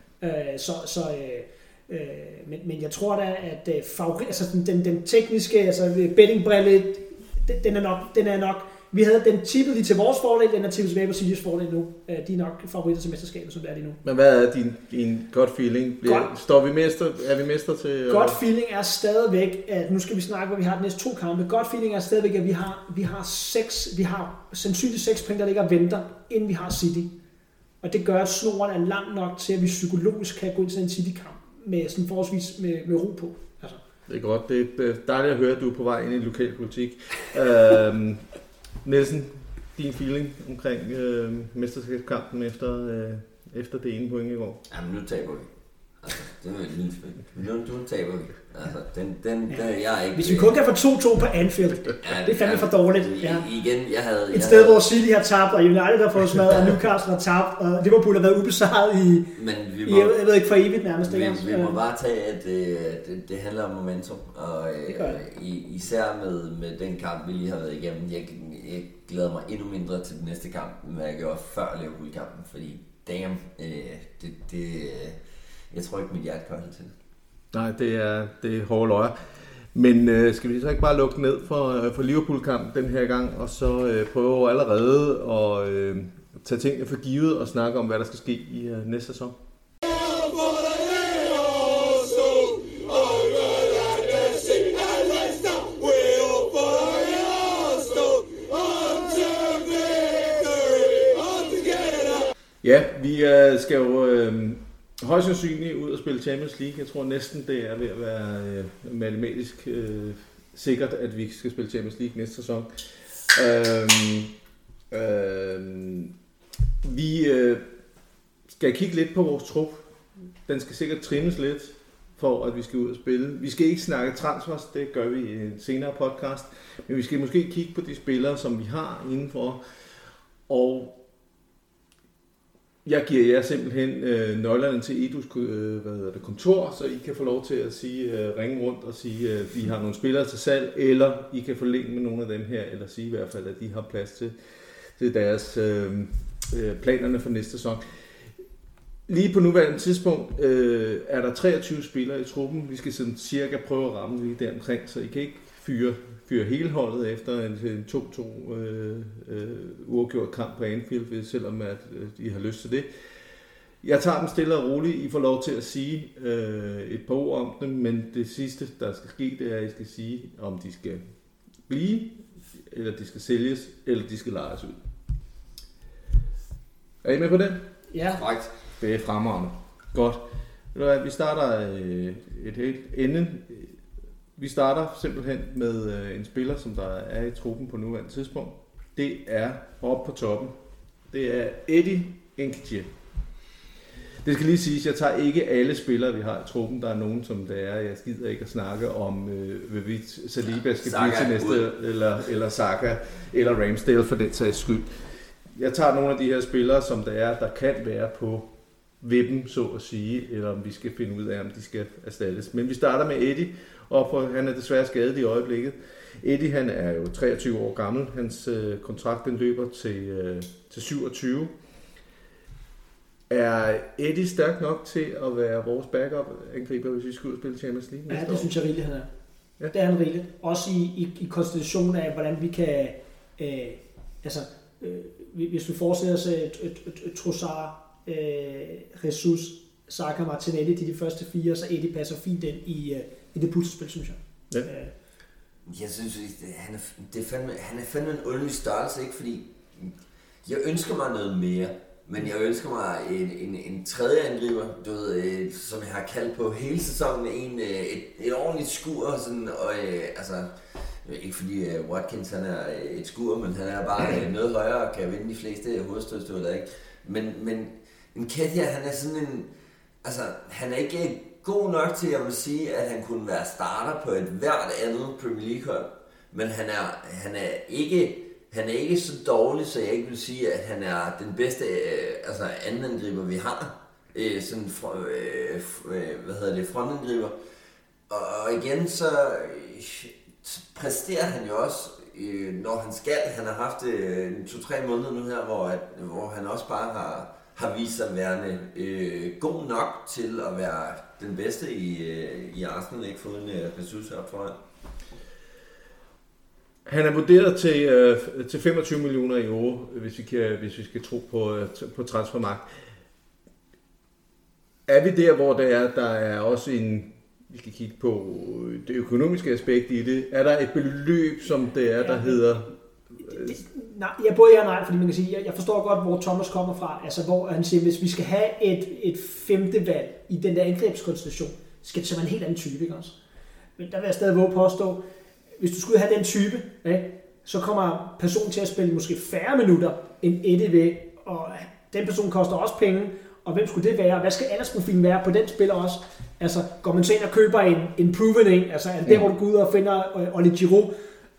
Ja. Men jeg tror da, at altså den tekniske, altså bettingbrille, den er nok, vi havde den tippet lige til vores fordel, den er tippet tilbage på City's fordel nu. De er nok favoritter til mesterskabet, som det er lige nu. Men hvad er din godt feeling? Er vi mester til... Godt feeling er stadigvæk, at nu skal vi snakke, hvor vi har de næste 2 kampe. Godt feeling er stadigvæk, at vi har sandsynligt 6 point, der ligger og venter, inden vi har City. Og det gør, at snoren er lang nok til, at vi psykologisk kan gå ind til en City-kamp med sådan forholdsvis med ro på. Altså. Det er godt. Det er dejligt at høre, at du er på vej ind i lokalpolitik. Nielsen, din feeling omkring mesterskabskampen efter det ene point i går? Jamen, nu taber vi. Altså, nu taber vi. Altså, den jeg er ikke... Hvis vi kun kan få 2-2 på Anfield, det er fandme for dårligt. Igen, et sted, hvor City har tabt, og United har fået smadret, og Newcastle har tabt, og Liverpool har været ubesejret jeg ved ikke for evigt nærmest. Vi må bare tage, at det handler om momentum, og især med den kamp, vi lige har været igennem. Jeg glæder mig endnu mindre til den næste kamp, end hvad jeg gjorde før Liverpool-kampen, fordi damn, jeg tror ikke, mit hjerte kan til det. Nej, det er hårde løjer. Men skal vi så ikke bare lukke ned for Liverpool-kampen den her gang, og så prøve allerede at tage tingene for givet og snakke om, hvad der skal ske i næste sæson? Ja, vi skal jo højst sandsynligt ud og spille Champions League. Jeg tror næsten, det er ved at være matematisk sikkert, at vi skal spille Champions League næste sæson. Vi skal kigge lidt på vores trup. Den skal sikkert trimmes lidt, for at vi skal ud og spille. Vi skal ikke snakke transfers, det gør vi i en senere podcast. Men vi skal måske kigge på de spillere, som vi har indenfor. Og jeg giver jer simpelthen nøglerne til Edus kontor, så I kan få lov til at ringe rundt og sige, at vi har nogle spillere til salg, eller I kan forlænge med nogle af dem her, eller sige i hvert fald, at de har plads til deres planerne for næste sæson. Lige på nuværende tidspunkt er der 23 spillere i truppen. Vi skal sådan cirka prøve at ramme lige der omkring, så I kan ikke fyre hele holdet efter en 2-2 uafgjort kamp på Anfield, selvom at I har lyst til det. Jeg tager dem stille og roligt. I får lov til at sige et par ord om dem, men det sidste, der skal ske, det er, at I skal sige, om de skal blive, eller de skal sælges, eller de skal lejes ud. Er I med på det? Ja. Right. Det er fremragende. Godt. Vi starter et helt ende. Vi starter simpelthen med en spiller, som der er i truppen på nuværende tidspunkt. Det er oppe på toppen. Det er Eddie Nketiah. Det skal lige siges, jeg tager ikke alle spillere, vi har i truppen. Der er nogen, som det er. Jeg gider ikke at snakke om, hvorvidt Saliba skal blive til næste, eller Saka, eller Ramsdale for den sags skyld. Jeg tager nogle af de her spillere, som der er, der kan være på vippen, så at sige, eller om vi skal finde ud af, om de skal erstattes. Men vi starter med Eddie, og han er desværre skadet i øjeblikket. Eddie, han er jo 23 år gammel. Hans kontrakt den løber til 27. Er Eddie stærk nok til at være vores backup-angriber, hvis vi skal ud og spille Champions League næste år? Ja, det synes jeg rigeligt, han er. Ja. Det er han rigeligt. Også i konstitutionen af, hvordan vi kan... hvis vi forestiller os et Trossard, Jesus, Saka, Martinelli, de første 4, så Eddie passer fint ind i det puslespil, synes jeg. Ja. Jeg synes, han er fandme en underlig størrelse, ikke? Fordi jeg ønsker mig noget mere, men jeg ønsker mig en tredje angriber, du ved, som jeg har kaldt på hele sæsonen, et ordentligt skur, sådan, og ikke fordi Watkins han er et skur, men han er bare noget højere og kan vinde de fleste hovedstødstøder, ikke? Men Nketiah, han er sådan en, han er ikke god nok til, jeg vil sige, at han kunne være starter på et hvert andet Premier League hold, men han er ikke så dårlig, så jeg ikke vil sige, at han er den bedste andenangriber, vi har. Frontangriber. Og igen, så præsterer han jo også, når han skal. Han har haft 2-3 måneder nu her, hvor han også bare har vist sig værende god nok til at være den bedste i Arsenal, ikke foruden Jesus op foran. Han er vurderet til 25 millioner euro, hvis vi skal tro på transfermarkt. Er vi der, hvor der er også vi skal kigge på det økonomiske aspekt i det. Er der et beløb, som det er, der hedder... Nej, jeg både ja og nej, fordi man kan sige, jeg forstår godt, hvor Thomas kommer fra. Altså, hvor han siger, hvis vi skal have et femte valg i den der angrebskonstellation, skal det så være en helt anden type, ikke også? Men der vil jeg stadig våge påstå, hvis du skulle have den type, så kommer personen til at spille måske færre minutter end Eddie ved, og den person koster også penge, og hvem skulle det være, og hvad skal aldersprofilen være på den spiller også? Altså, går man så ind og køber en proven en, altså er det der, hvor du går ud og finder Oli Giroud,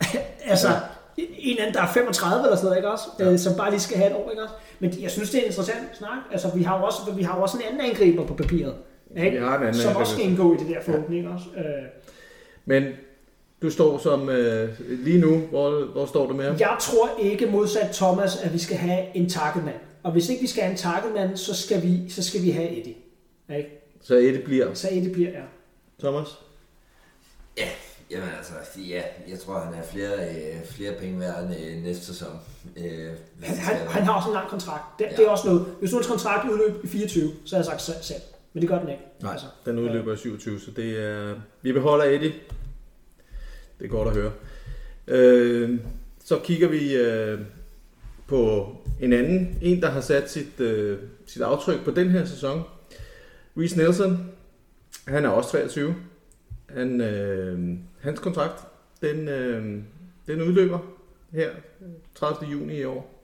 en anden, der er 35 eller sådan noget, ikke også? Som bare lige skal have et år, ikke også? Men jeg synes, det er en interessant snak. Altså, vi har jo også en anden angriber på papiret, ikke? Som også skal indgå i det der forhåbning, også. Men du står som lige nu, hvor står du med ham? Jeg tror ikke modsat Thomas, at vi skal have en targetmand. Og hvis ikke vi skal have en targetmand, så skal vi have Eddie. Ikke? Så Eddie bliver? Så Eddie bliver, ja. Thomas? Ja, jamen jeg tror, han er flere penge værd end næste sæson. Han har også en lang kontrakt. Det er også noget. Hvis nu hans kontrakt udløb i 24, så har jeg sagt selv. Men det gør den ikke. Nej, den udløber i 27, så det er... Vi beholder Eddie. Det er godt at høre. Så kigger vi på en der har sat sit aftryk på den her sæson. Reiss Nelson, han er også 23. Hans kontrakt, den udløber her 30. juni i år.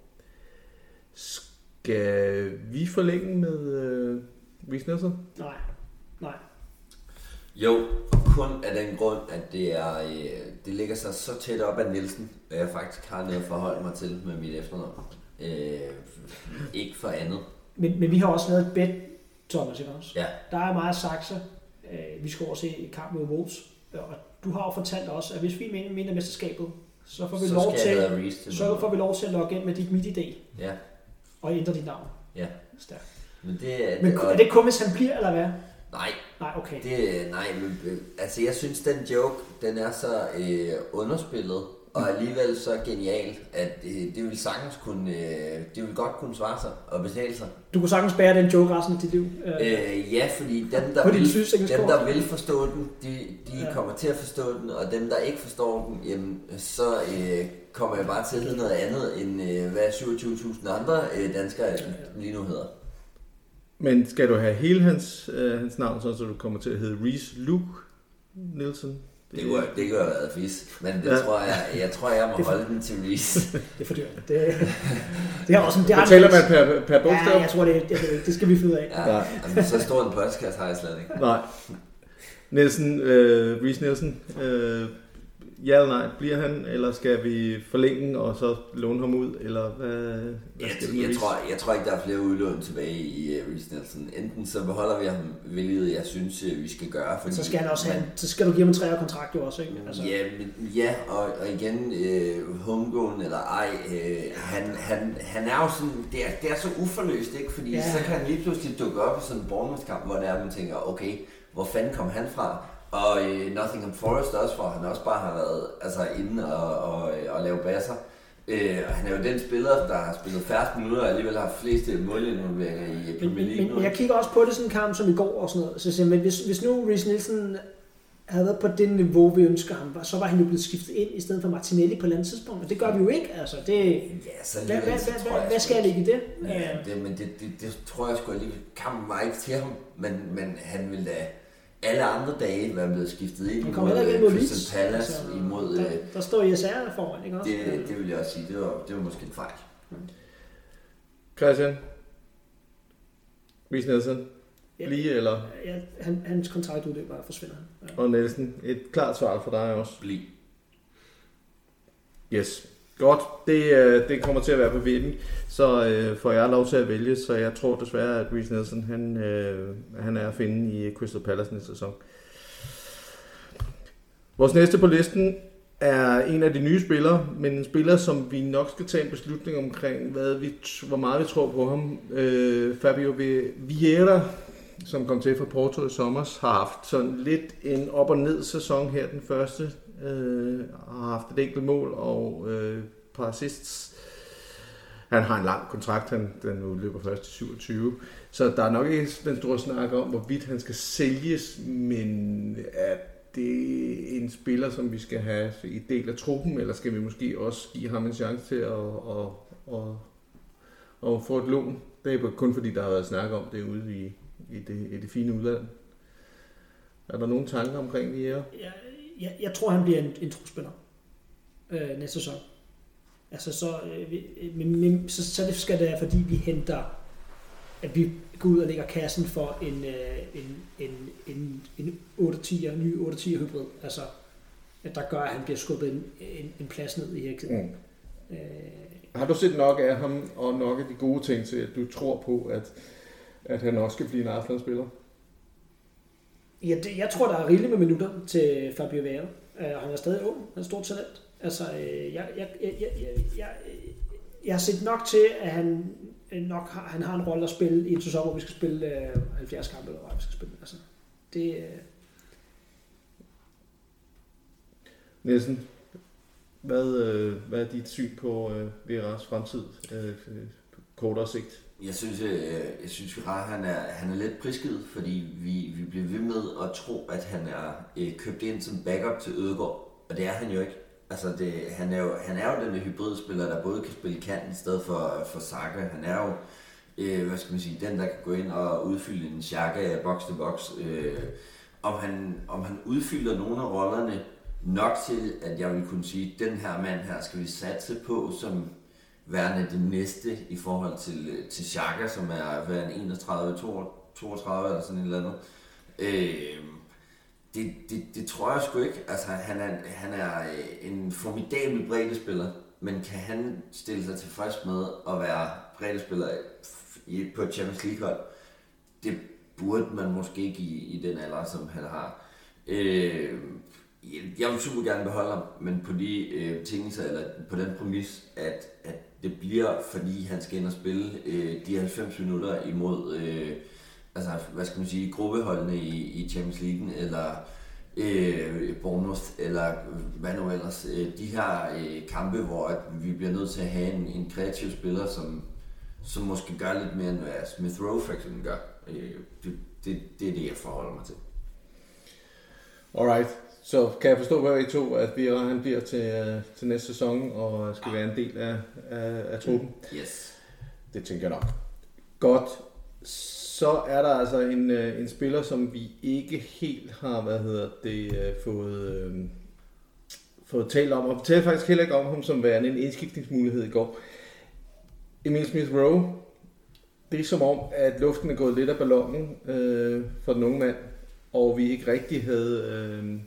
Skal vi forlænge med Reiss Nelson? Nej. Jo, kun af den grund, at det ligger sig så tæt op ad Nielsen, at jeg faktisk har noget at forholde mig til med mit efternavn. Ikke for andet. Men vi har også lavet et bet, Thomas, ikke også? Ja. Der er meget sakser. Vi skal over se i kamp mod Wolves. Og du har jo fortalt os, at hvis vi vinder mesterskabet, så får vi lov til at logge ind med dit MitID. Ja. Og ændre dit navn. Ja. Stærkt. Men er det kun, hvis han bliver, eller hvad? Nej. Nej, okay. Altså jeg synes, den joke, den er så underspillet, og alligevel så genial, at det vil sagtens det vil godt kunne svare sig og betale sig. Du kunne sagtens bære den joke resten af dit liv? Ja, fordi dem, der vil forstå den, de kommer til at forstå den, og dem, der ikke forstår den, jamen, så kommer jeg bare til at hedde noget andet, end hvad 27.000 andre danskere lige nu hedder. Men skal du have hele hans navn, så du kommer til at hedde Reiss Luke Nelson? Det kunne have været fisk, men det tror jeg må holde den til Reiss. Det er for dyrt. Det er også en taler man per bogstav? Ja, jeg tror det skal vi finde ud af. Ja, altså, så stor en podcast har jeg slet ikke. Nej. Reiss Nelson, ja eller nej, bliver han, eller skal vi forlænge og så låne ham ud, eller hvad jeg tror ikke, der er flere udlån tilbage i Reiss Nelson. Enten så beholder vi ham, hvilket jeg synes, vi skal gøre. Fordi så skal han også så skal du give ham en 3-årig kontrakt jo også, ikke? Altså. Ja, og igen, homegrown eller ej, han er jo sådan, det er så uforløst, ikke? Fordi så kan han lige pludselig dukke op i sådan en Bournemouth-kamp, hvor det er, man tænker, okay, hvor fanden kom han fra? Og Nottingham Forest også, hvor han også bare har været inde og lave basser. Han er jo den spiller, der har spillet færrest minutter og alligevel har flest målinvolveringer i Premier League. Men jeg kigger også på det sådan en kamp som i går og sådan noget. Så siger, men hvis nu Reiss Nelson havde været på det niveau, vi ønsker ham, så var han jo blevet skiftet ind i stedet for Martinelli på et eller andet tidspunkt. Og det gør vi jo ikke. Altså, hvad skal jeg lægge i det? Det tror jeg sgu alligevel. Kampen var ikke til ham, men han ville da alle andre dage være blevet skiftet ind mod Crystal Palace imod... Der står ISR foran, ikke også? Det vil jeg også sige. Det var måske en fejl. Christian? Reiss Nelson? Blive, eller? Ja, hans kontrakt udløber og forsvinder. Ja. Og Nielsen, et klart svar for dig også. Blive. Yes. Godt. Det kommer til at være på vinden, så får jeg lov til at vælge, så jeg tror desværre, at Reiss Nelson, han er at finde i Crystal Palace næste sæson. Vores næste på listen er en af de nye spillere, men en spiller, som vi nok skal tage en beslutning omkring, hvor meget vi tror på ham. Fabio Vieira, som kom til fra Porto i sommer, har haft sådan lidt en op- og ned sæson her den første. Har haft et enkelt mål og par assists. Han har en lang kontrakt, den udløber først til 27. Så der er nok ikke den store snak om, hvorvidt han skal sælges, men at det er en spiller, som vi skal have i del af truppen, eller skal vi måske også give ham en chance til at få et lån? Det er kun fordi, der har været snak om det ude i det fine udland. Er der nogle tanker omkring det her? Jeg tror, han bliver en trupspiller næste sæson. Altså så skal det være, fordi vi henter, at vi går ud og lægger kassen for en 8-10'er, ny 8-10'er hybrid. Altså, at der gør, at han bliver skubbet en plads ned i hierarkiet. Har du set nok af ham, og nok af de gode ting til, at du tror på, at han også skal blive en Arsenal-spiller? Ja, jeg tror, der er rigeligt med minutter til Fabio Vieira. Han er stadig ung, han er stort talent. Altså, jeg har set nok til, at han har en rolle at spille i en sæson, hvor vi skal spille 70 kampe, eller hvad vi skal spille. Altså, det... Nielsen, hvad er dit syn på Vieiras fremtid? Kortere sigt? Jeg synes han er lidt prisgivet, fordi vi bliver ved med at tro, at han er købt ind som backup til Ødegaard, og det er han jo ikke. Altså han er jo den hybridspiller, der både kan spille kant i stedet for Saka. Han er jo, hvad skal man sige, den der kan gå ind og udfylde en Xhaka box til box. Om han udfylder nogle af rollerne nok til, at jeg vil kunne sige, at den her mand her skal vi satse på som værende det næste i forhold til Xhaka, som er værende 31, 32 eller sådan et eller andet. Det tror jeg sgu ikke. Altså, han er en formidabel breddespiller, men kan han stille sig tilfreds med at være breddespiller på et Champions League-hold? Det burde man måske ikke i den alder, som han har. Jeg vil super gerne beholde ham, men på de betingelser, eller på den præmis, at det bliver, fordi han skal ind og spille de 90 minutter imod altså, hvad skal man sige, gruppeholdene i Champions League, eller Bournemouth, eller hvad nu ellers. De her kampe, hvor vi bliver nødt til at have en kreativ spiller, som måske gør lidt mere, end hvad Smith Rowe for eksempel gør. Det er det, jeg forholder mig til. Alright, så kan jeg forstå hvad I to, at han bliver til næste sæson og skal være en del af truppen? Yes. Det tænker jeg nok. Godt. Så er der altså en spiller, som vi ikke helt har, fået talt om, og vi talte faktisk heller ikke om ham som værende en indskiftningsmulighed i går. Emil Smith Rowe, det er som om, at luften er gået lidt af ballonen for den unge mand, og vi ikke rigtig havde...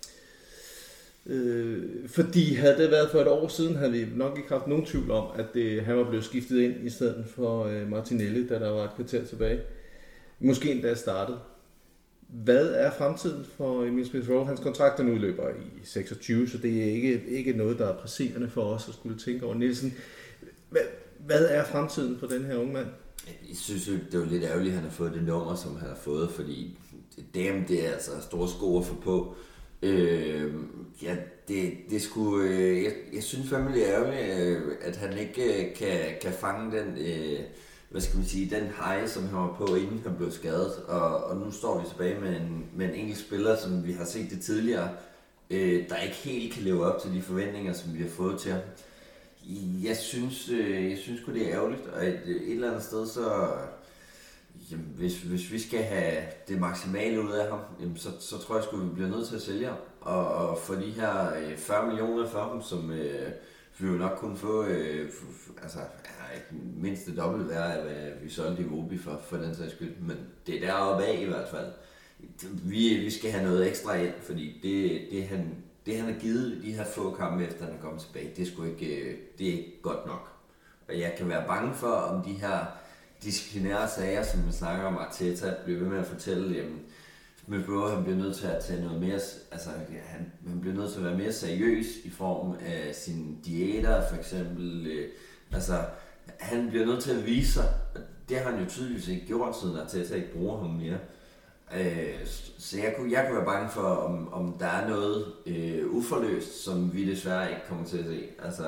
fordi havde det været for et år siden, havde vi nok ikke haft nogen tvivl om, at han var blevet skiftet ind i stedet for Martinelli, da der var et kvarter tilbage. Måske endda startet. Hvad er fremtiden for Emil Smith Rowe? Hans kontrakt nu løber i 26, så det er ikke noget, der er presserende for os at skulle tænke over. Nielsen, hvad er fremtiden for den her unge mand? Jeg synes jo, det var lidt ærgerligt, at han har fået det nummer, som han har fået, fordi det er altså store sko at få på. Ja, det skulle, jeg synes fandme det er ærgerligt, at han ikke kan fange den, hvad skal man sige, den high, som han var på, inden han blev skadet. Og nu står vi tilbage med en engelsk spiller, som vi har set det tidligere, der ikke helt kan leve op til de forventninger, som vi har fået til ham. Jeg synes det er ærgerligt, og et eller andet sted, så jamen, hvis vi skal have det maksimale ud af ham, jamen, så tror jeg sgu, vi bliver nødt til at sælge ham. Og for de her 40 millioner for ham, som vi jo nok kunne få, altså mindst det dobbelt værd af, hvad vi solgte i Vobi for den sags skyld. Men det er deroppe af i hvert fald. Vi skal have noget ekstra ind, fordi det han har givet de her få kampe efter han er kommet tilbage, det er ikke godt nok. Og jeg kan være bange for, om de her disciplinære sager, som man snakker om, Arteta bliver ved med at fortælle, jamen, Smith Rowe, han bliver nødt til at tage noget mere, altså han bliver nødt til at være mere seriøs i form af sine diæter, for eksempel, altså han bliver nødt til at vise sig, det har han jo tydeligvis ikke gjort, siden Arteta ikke bruger ham mere. Så jeg kunne være bange for, om der er noget uforløst, som vi desværre ikke kommer til at se. Altså,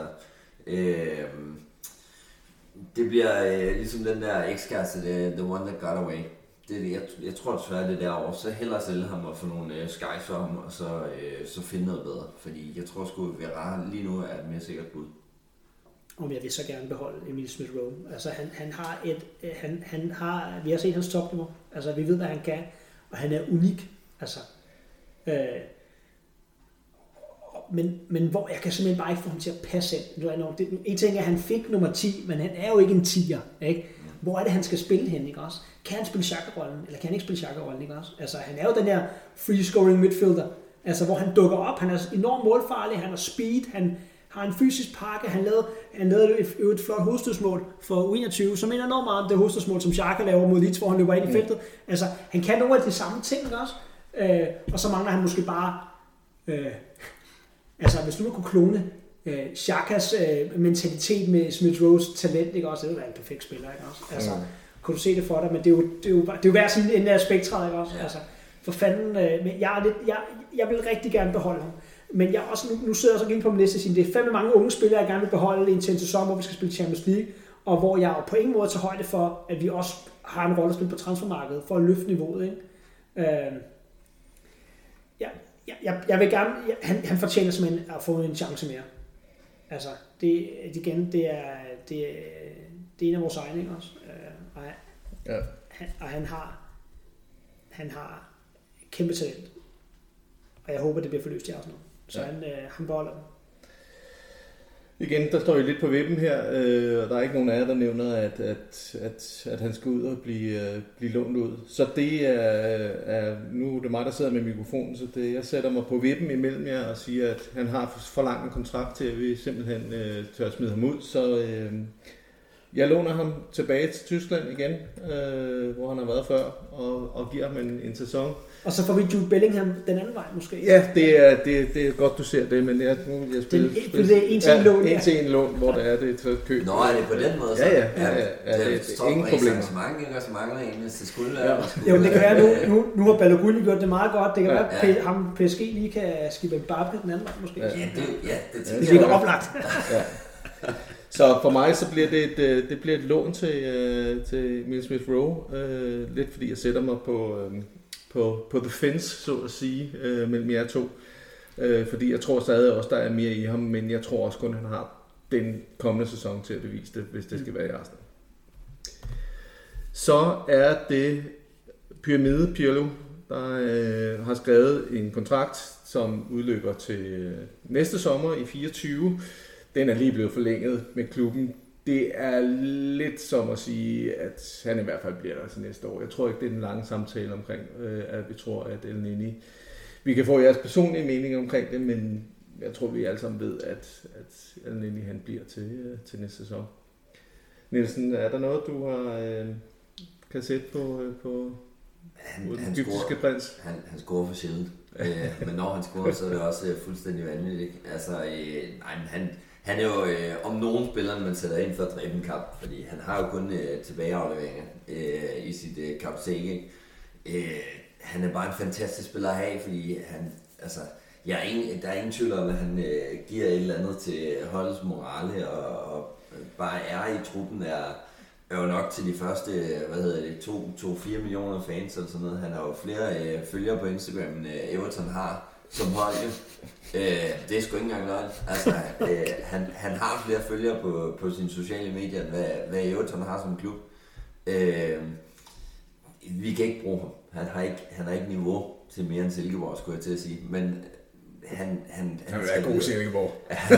det bliver ligesom den der ekskæreste, the one that got away. Jeg tror desværre, det er derovre. Så hellere sælge ham og få nogle skies for ham, og så finde noget bedre. Fordi jeg tror sgu, at Vera lige nu er et mere sikkert bud. Om jeg vil så gerne beholde Emil Smith Rowe. Altså han har, vi har set hans topniveau. Altså vi ved, hvad han kan, og han er unik. Altså, men hvor jeg kan simpelthen bare ikke få ham til at passe ind. En ting er, at han fik nummer 10, men han er jo ikke en 10'er, ikke? Hvor er det, han skal spille hen, ikke også? Kan han spille Xhaka-rollen, eller kan han ikke spille Xhaka-rollen, ikke også? Altså, han er jo den her free-scoring midfielder, altså, hvor han dukker op, han er enormt målfarlig, han har speed, han har en fysisk pakke, han lavede et flot hovedstødsmål for U21, som minder enormt meget om det hovedstødsmål, som Xhaka laver mod Leeds, hvor han løber ind i feltet. Altså, han kan nogle af de samme ting, ikke også? Og så mangler han måske bare... altså, hvis nu man kunne klone Xhakas mentalitet med Smith Rowes talent, ikke også? Det ville være en perfekt spiller, ikke også? Altså, kunne du se det for dig, men det er jo hver sin ende af spektret, ikke også? Ja. Altså, for fanden, men jeg vil rigtig gerne beholde ham. Men jeg også, nu sidder jeg så igen på min liste og siger, det er fandme mange unge spillere, jeg gerne vil beholde indtil en sæson, hvor vi skal spille Champions League, og hvor jeg på ingen måde tager højde for, at vi også har en rolle at spille på transfermarkedet, for at løfte niveauet, ikke? Jeg vil gerne... Han fortjener simpelthen at få en chance mere. Altså, det er en af vores egne også. Og han har kæmpe talent. Og jeg håber, det bliver forløst i Arsenal. Så han beholder den. Igen, der står jo lidt på vippen her, og der er ikke nogen af jer, der nævner, at han skal ud og blive lånt ud. Så det er nu er det mig, der sidder med mikrofonen, så jeg sætter mig på vippen imellem jer og siger, at han har for lang en kontrakt til, at vi simpelthen tør smide ham ud. Så jeg låner ham tilbage til Tyskland igen, hvor han har været før, og giver ham en sæson. Og så får vi Jude Bellingham den anden vej måske. Ja, det er godt, du ser det, men jeg spiller en til en lån. En til en lån, hvor det er et køb. Nå, er det på den måde så? Ja, det er ingen problemer. Så mangler en, hvis det skulle Jo, det kan være, nu har Balogun gjort det meget godt. Det kan være, at ham PSG lige kan skibe Mbappé den anden vej måske. Det ligger oplagt. Ja. Så for mig så bliver det bliver et lån til Emil Smith Rowe, lidt fordi jeg sætter mig på the fence, så at sige, mellem jer to. Fordi jeg tror stadig også, der er mere i ham, men jeg tror også kun, han har den kommende sæson til at bevise det, hvis det skal være i Arsenal. Så er det Pyramide Pirlo, der har skrevet en kontrakt, som udløber til næste sommer i 24. Den er lige blevet forlænget med klubben. Det er lidt som at sige, at han i hvert fald bliver der til næste år. Jeg tror ikke, det er en lang samtale omkring, at vi tror, at El Neni... Vi kan få jeres personlige mening omkring det, men jeg tror, vi alle sammen ved, at El Neni han bliver til næste sæson. Nielsen, er der noget, du kan sætte på den egyptiske prins? Han scorer for sjældent. Men når han scorer, så er det også fuldstændig vanvittigt. Altså, han er jo om nogen spilleren, man sætter ind for at dræbe en kamp, fordi han har jo kun tilbageafleveringer i sit kampsæk. Han er bare en fantastisk spiller at have, fordi der er ingen tvivl om, at han giver et eller andet til holdets morale, og bare er i truppen er jo nok til de første 2-4 millioner fans eller sådan noget. Han har jo flere følgere på Instagram, end Everton har som hold. Det er sgu ikke engang løgn. Altså, han har flere følgere på sine sociale medier, end hvad Everton har som klub. Vi kan ikke bruge ham. Han har ikke niveau til mere end Silkeborg, skulle jeg til at sige. Men han vil være god Silkeborg.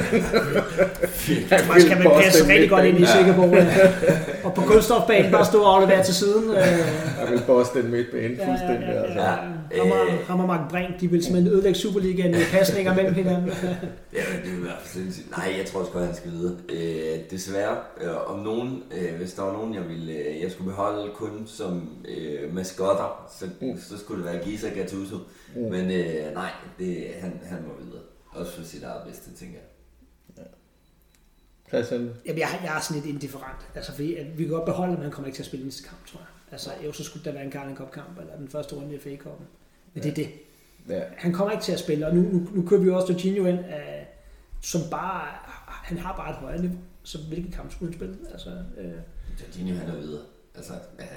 Man skal man passe rigtig godt ind i Silkeborg. Og på kunststofbanen bare stå og aflevere til siden. Jeg vil bosse den midt bane fuldstændig. Ham og Mark Brink, de vil simpelthen ødelægge Superligaen med pasninger mellem hinanden. Ja, det vil være sindssygt. Nej, jeg tror sgu, at han skal videre. Desværre, om nogen, hvis der var nogen, jeg skulle beholde kun som maskotter, så skulle det være Giza Gattuso. Men nej, han må videre. Også for sit eget bedste, tænker jeg. Ja. Christian? Jamen, jeg er sådan lidt indifferent. Altså, vi kan godt beholde, men han kommer ikke til at spille næste kamp, tror jeg. Altså, så skulle der være en Carling Cup-kamp, eller den første runde i FA-koppen. Men det er det. Ja. Han kommer ikke til at spille, og nu køber vi også Jorginho ind, som bare... Han har bare et højere niveau, så hvilken kamp skulle han spille? Altså, Jorginho, han er videre. Altså,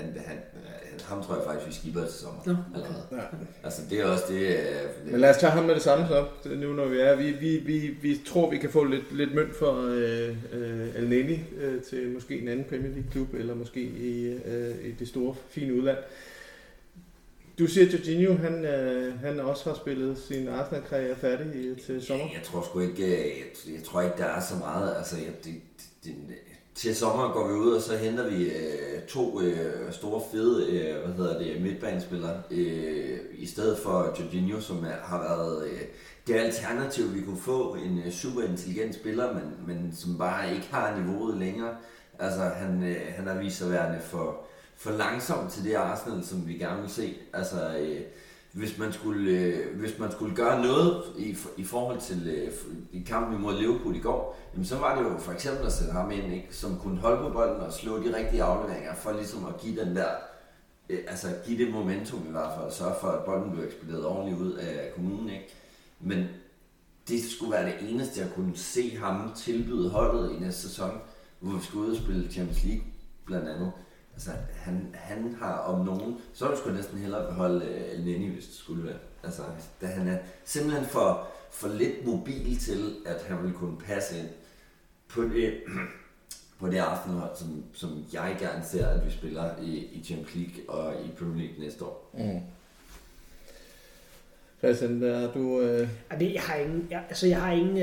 ham tror jeg faktisk, vi skipper til sommer. Ja. Altså, det er også det... Men lad os tage ham med det samme så, nu når vi er. Vi tror, vi kan få lidt mønt for El Neni til måske en anden Premier League-klub, eller måske i det store, fine udland. Du siger, at Jorginho, han også har spillet sin Arsenal-karriere færdig til sommer? Jeg tror sgu ikke, der er så meget. Altså, til sommer går vi ud, og så henter vi to store, fede midtbanespillere, i stedet for Jorginho, som har været det alternativ, vi kunne få, en super intelligent spiller, men som bare ikke har niveauet længere. Altså, han har vist sig værende for langsom til det Arsenal, som vi gerne vil se. Altså, hvis man skulle gøre noget i forhold til i kampen imod Liverpool i går, jamen så var det jo for eksempel at sætte ham ind, ikke, som kunne holde på bolden og slå de rigtige afleveringer, for ligesom at give den der, give det momentum i hvert fald, og sørge for, at bolden blev ekspederet ordentligt ud af kommunen, ikke? Men det skulle være det eneste, jeg kunne se ham tilbyde holdet i næste sæson, hvor vi skulle ud og spille Champions League blandt andet. Altså, han har om nogen, så er du sgu næsten hellere beholde Elneny, hvis det skulle være. Altså, da han er simpelthen for lidt mobil til, at han vil kunne passe ind på det Arsenal-hold, som jeg gerne ser, at vi spiller i Champions League og i Premier League næste år. Mm. Christian, er du... Jeg har ingen...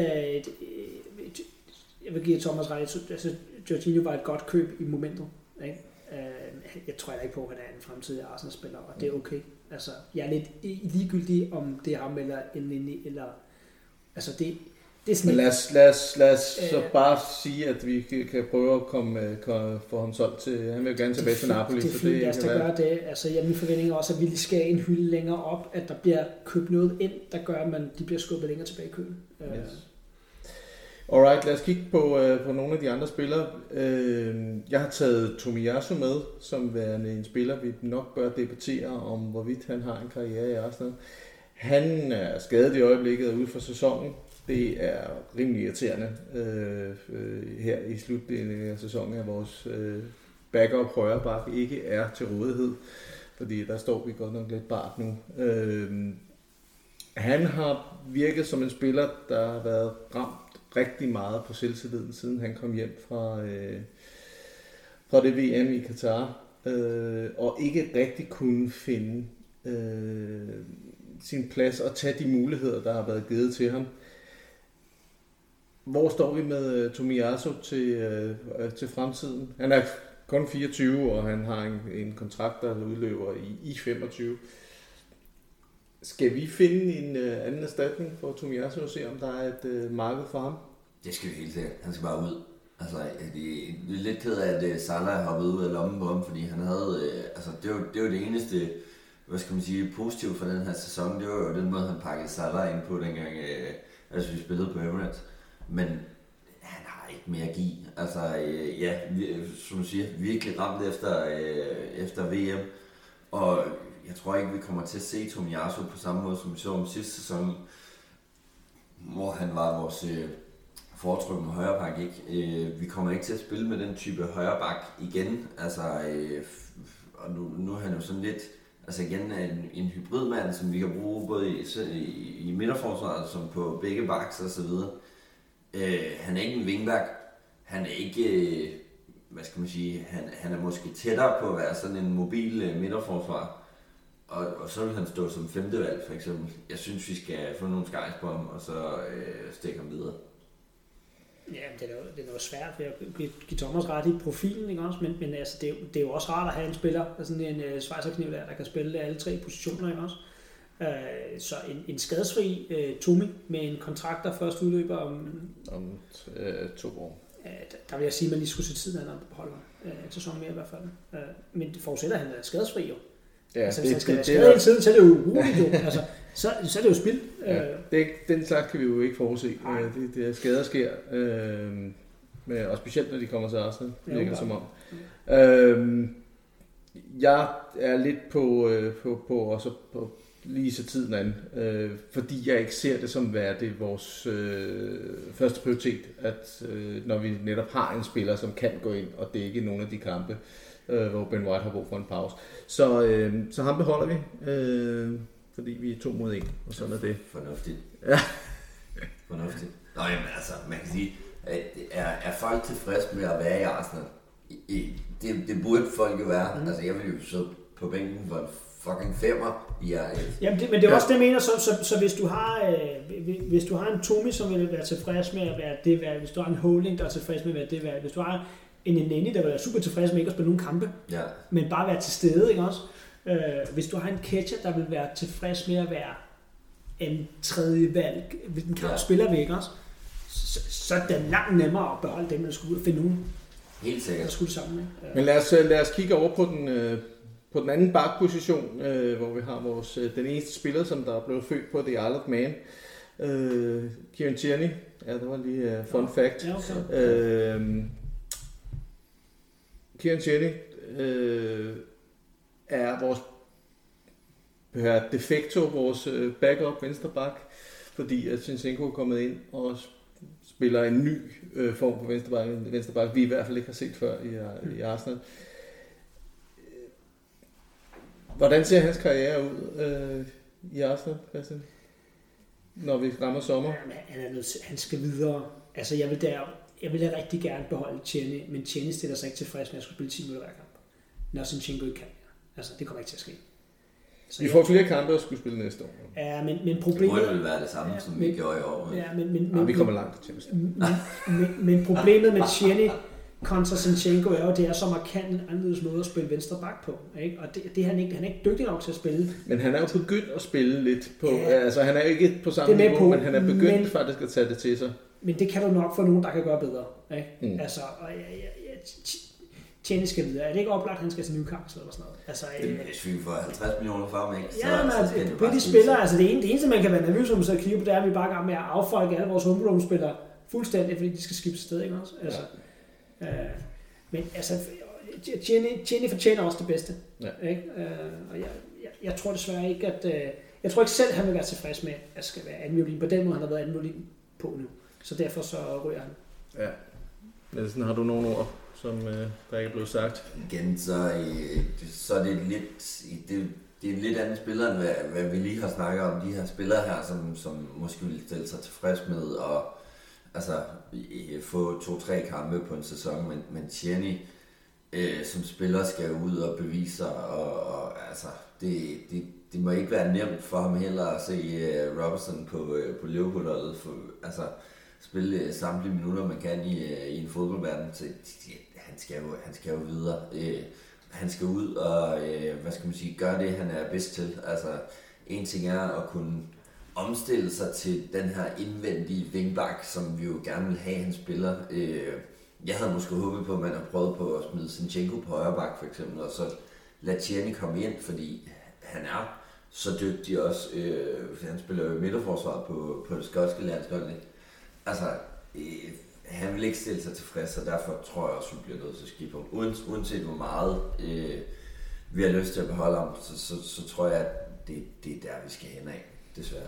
Jeg vil give Thomas ret. Altså, Jorginho var et godt køb i momentet. Ikke? Jeg tror ikke på, at han er en fremtidig Arsenal-spiller, og det er okay. Altså, jeg er lidt ligegyldig, om det er ham eller eller... Altså, det er sådan... Men lad os så bare sige, at vi kan prøve at få ham solgt til... Han vil jo gerne tilbage til Napoli. Det er fint, lad os da gøre det. Altså, min forventning er også, at vi skal en hylde længere op, at der bliver købt noget ind, der gør, at de bliver skubbet længere tilbage i køen. Yes. Alright, lad os kigge på nogle af de andre spillere. Jeg har taget Tomiyasu med, som værende en spiller, vi nok bør debattere om, hvorvidt han har en karriere i Arsenal. Han er skadet i øjeblikket og ude for sæsonen. Det er rimelig irriterende her i slutdelen af sæsonen, at vores backup højreback ikke er til rådighed, fordi der står vi godt nok lidt bart nu. Han har virket som en spiller, der har været ramt rigtig meget på selvtilliden, siden han kom hjem fra det VM i Katar, og ikke rigtig kunne finde sin plads og tage de muligheder, der har været givet til ham. Hvor står vi med Tomiyasu til fremtiden? Han er kun 24, og han har en kontrakt, der udløber i 25. Skal vi finde en anden erstatning for Tomiyasu og se, om der er et marked for ham? Det skal vi helt sikkert. Han skal bare ud. Altså, det er lidt ked af, at Salah hoppede ud af lommen på ham, fordi han havde... det var det eneste, hvad skal man sige, positivt for den her sæson. Det var jo den måde, han pakkede Salah ind på dengang, vi spillede på Emirates. Men han har ikke mere at give. Altså, som du siger, virkelig ramt efter VM. Og jeg tror ikke, vi kommer til at se Tomiyasu på samme måde, som vi så om sidste sæson, hvor han var vores foretrukne højreback. Vi kommer ikke til at spille med den type højreback igen. Altså, og nu er han jo sådan lidt, altså igen en hybridmand, som vi kan bruge både i midterforsvaret som på begge backs og så videre. Han er ikke en wingback. Han er ikke, hvad skal man sige, han er måske tættere på at være sådan en mobil midterforsvar. Og så vil han stå som femtevalg for eksempel. Jeg synes, vi skal få nogle skejs på ham, og så stikke ham videre. Ja, det er jo svært ved at give Thomas ret i profilen, ikke også? Men altså, det er jo også rart at have en spiller, altså sådan en schweizerkniv der kan spille alle tre positioner, ikke også? Så en skadesfri Tomi med en kontrakt, der først udløber om 2 år. Der vil jeg sige, at man lige skulle se tiden, at han beholder en sæson mere i hvert fald. Men det forudsætter, at han er skadesfri jo. Ja, altså, hvis han skal være skadet hele tiden, så er det jo uroligt jo. Altså, så er det jo spild. Ja, den slags kan vi jo ikke forudse. Det skader sker. Og specielt når de kommer til Arsenal, virker som om. Jeg er lidt på lige så tiden an, fordi jeg ikke ser det som værende vores første prioritet, at når vi netop har en spiller, som kan gå ind og dække nogle af de kampe, hvor Ben White har brug for en pause. Så ham beholder vi, fordi vi er 2 mod 1, og sådan er det. Fornuftigt. Ja. Fornuftigt. Nå, jamen altså, man kan sige, er folk tilfredse med at være i Arsenal? Det burde folk jo være. Altså, jeg vil jo sidde på bænken for en fucking 5'er. Jamen, men det er også det, jeg mener, så hvis du har en Tomi, som vil være tilfreds med at være det værd, hvis du har en Holding, der er tilfreds med at være det værd, hvis du har en Elneny, der vil være super tilfreds med ikke at spille nogle kampe, men bare være til stede, ikke også? Hvis du har en Ketcher, der vil være tilfreds med at være en tredje valg, hvis den kamp spiller væk, også? Så er det langt nemmere at beholde dem, der skulle ud og finde nogen. Helt sikkert. Der skulle sammen med. Men lad os kigge over på den anden bakposition, hvor vi har den eneste spiller, som der er blevet født på The Isle of Man. Kieran Tierney. Ja, det var lige fun fact. Ja, okay. Kieran Tierney er vores de facto vores backup venstreback, fordi at Zinchenko er kommet ind og spiller en ny form for venstreback, vi i hvert fald ikke har set før i Arsenal. Hvordan ser hans karriere ud i Arsenal, Christian? Når vi rammer sommer? Han skal videre. Altså, jeg vil da rigtig gerne beholde Tierney, men Tierney stiller sig ikke tilfreds med at skulle spille 10 minutter hver kamp. Når Zinchenko ikke kan. Altså, det kommer ikke til at ske. Så vi får flere kampe at skulle spille næste år. Ja, men problemet... Det må vel være det samme, som vi gjorde i år. Ja, men vi kommer langt til men problemet med Tierney kontra Zinchenko er jo, det er så markant en anderledes måde at spille venstre bak på. Ikke? Og det han er ikke dygtig nok til at spille. Men han er jo begyndt at spille lidt på... Ja, altså, han er jo ikke på samme niveau, men han er begyndt faktisk at tage det til sig. Men det kan du nok få nogen, der kan gøre bedre. Ikke? Altså, Tierney skal videre. Er det ikke oplagt, han skal til Newcastle eller sådan noget? Altså, hvis vi får 50 millioner for ham, ikke? Ja, men på de spillere, altså det eneste, man kan være nervøs om, så kigge på, det er, at vi bare er gang med at affolke alle vores homegrown-spillere fuldstændig, fordi de skal skifte sted, ikke også? Altså, men altså, Tierney fortjener også det bedste. Ja. Ikke? Og jeg tror desværre ikke, at... jeg tror ikke selv, han vil være tilfreds med, at skal være andenviolin på den måde, han har været andenviolin på nu. Så derfor så ryger han. Ja. Nielsen, har du nogle ord, som der ikke er blevet sagt? Igen, så er det lidt... Det er et lidt andet spiller, end hvad vi lige har snakket om. De her spillere her, som måske vil stille sig tilfreds med og altså, få 2-3 kampe på en sæson, men Tierney som spiller skal ud og bevise sig, og altså, det må ikke være nemt for ham heller at se Robertson på Liverpool-holdet, altså spille samtlige minutter, man kan i en fodboldverden. Så han skal jo videre. Han skal ud og gøre det, han er bedst til. Altså, en ting er at kunne omstille sig til den her indvendige wingback, som vi jo gerne vil have, han spiller. Jeg havde måske håbet på, at man har prøvet på at smide Zinchenko på højre bak for eksempel, og så lade Tierney komme ind, fordi han er så dygtig også. Han spiller jo midterforsvaret på det skotske landshold. Altså, han vil ikke stille sig tilfreds, og derfor tror jeg også, at vi bliver nødt til at skifte ham. Uanset hvor meget vi har lyst til at beholde ham, så tror jeg, at det er der, vi skal hen af, desværre.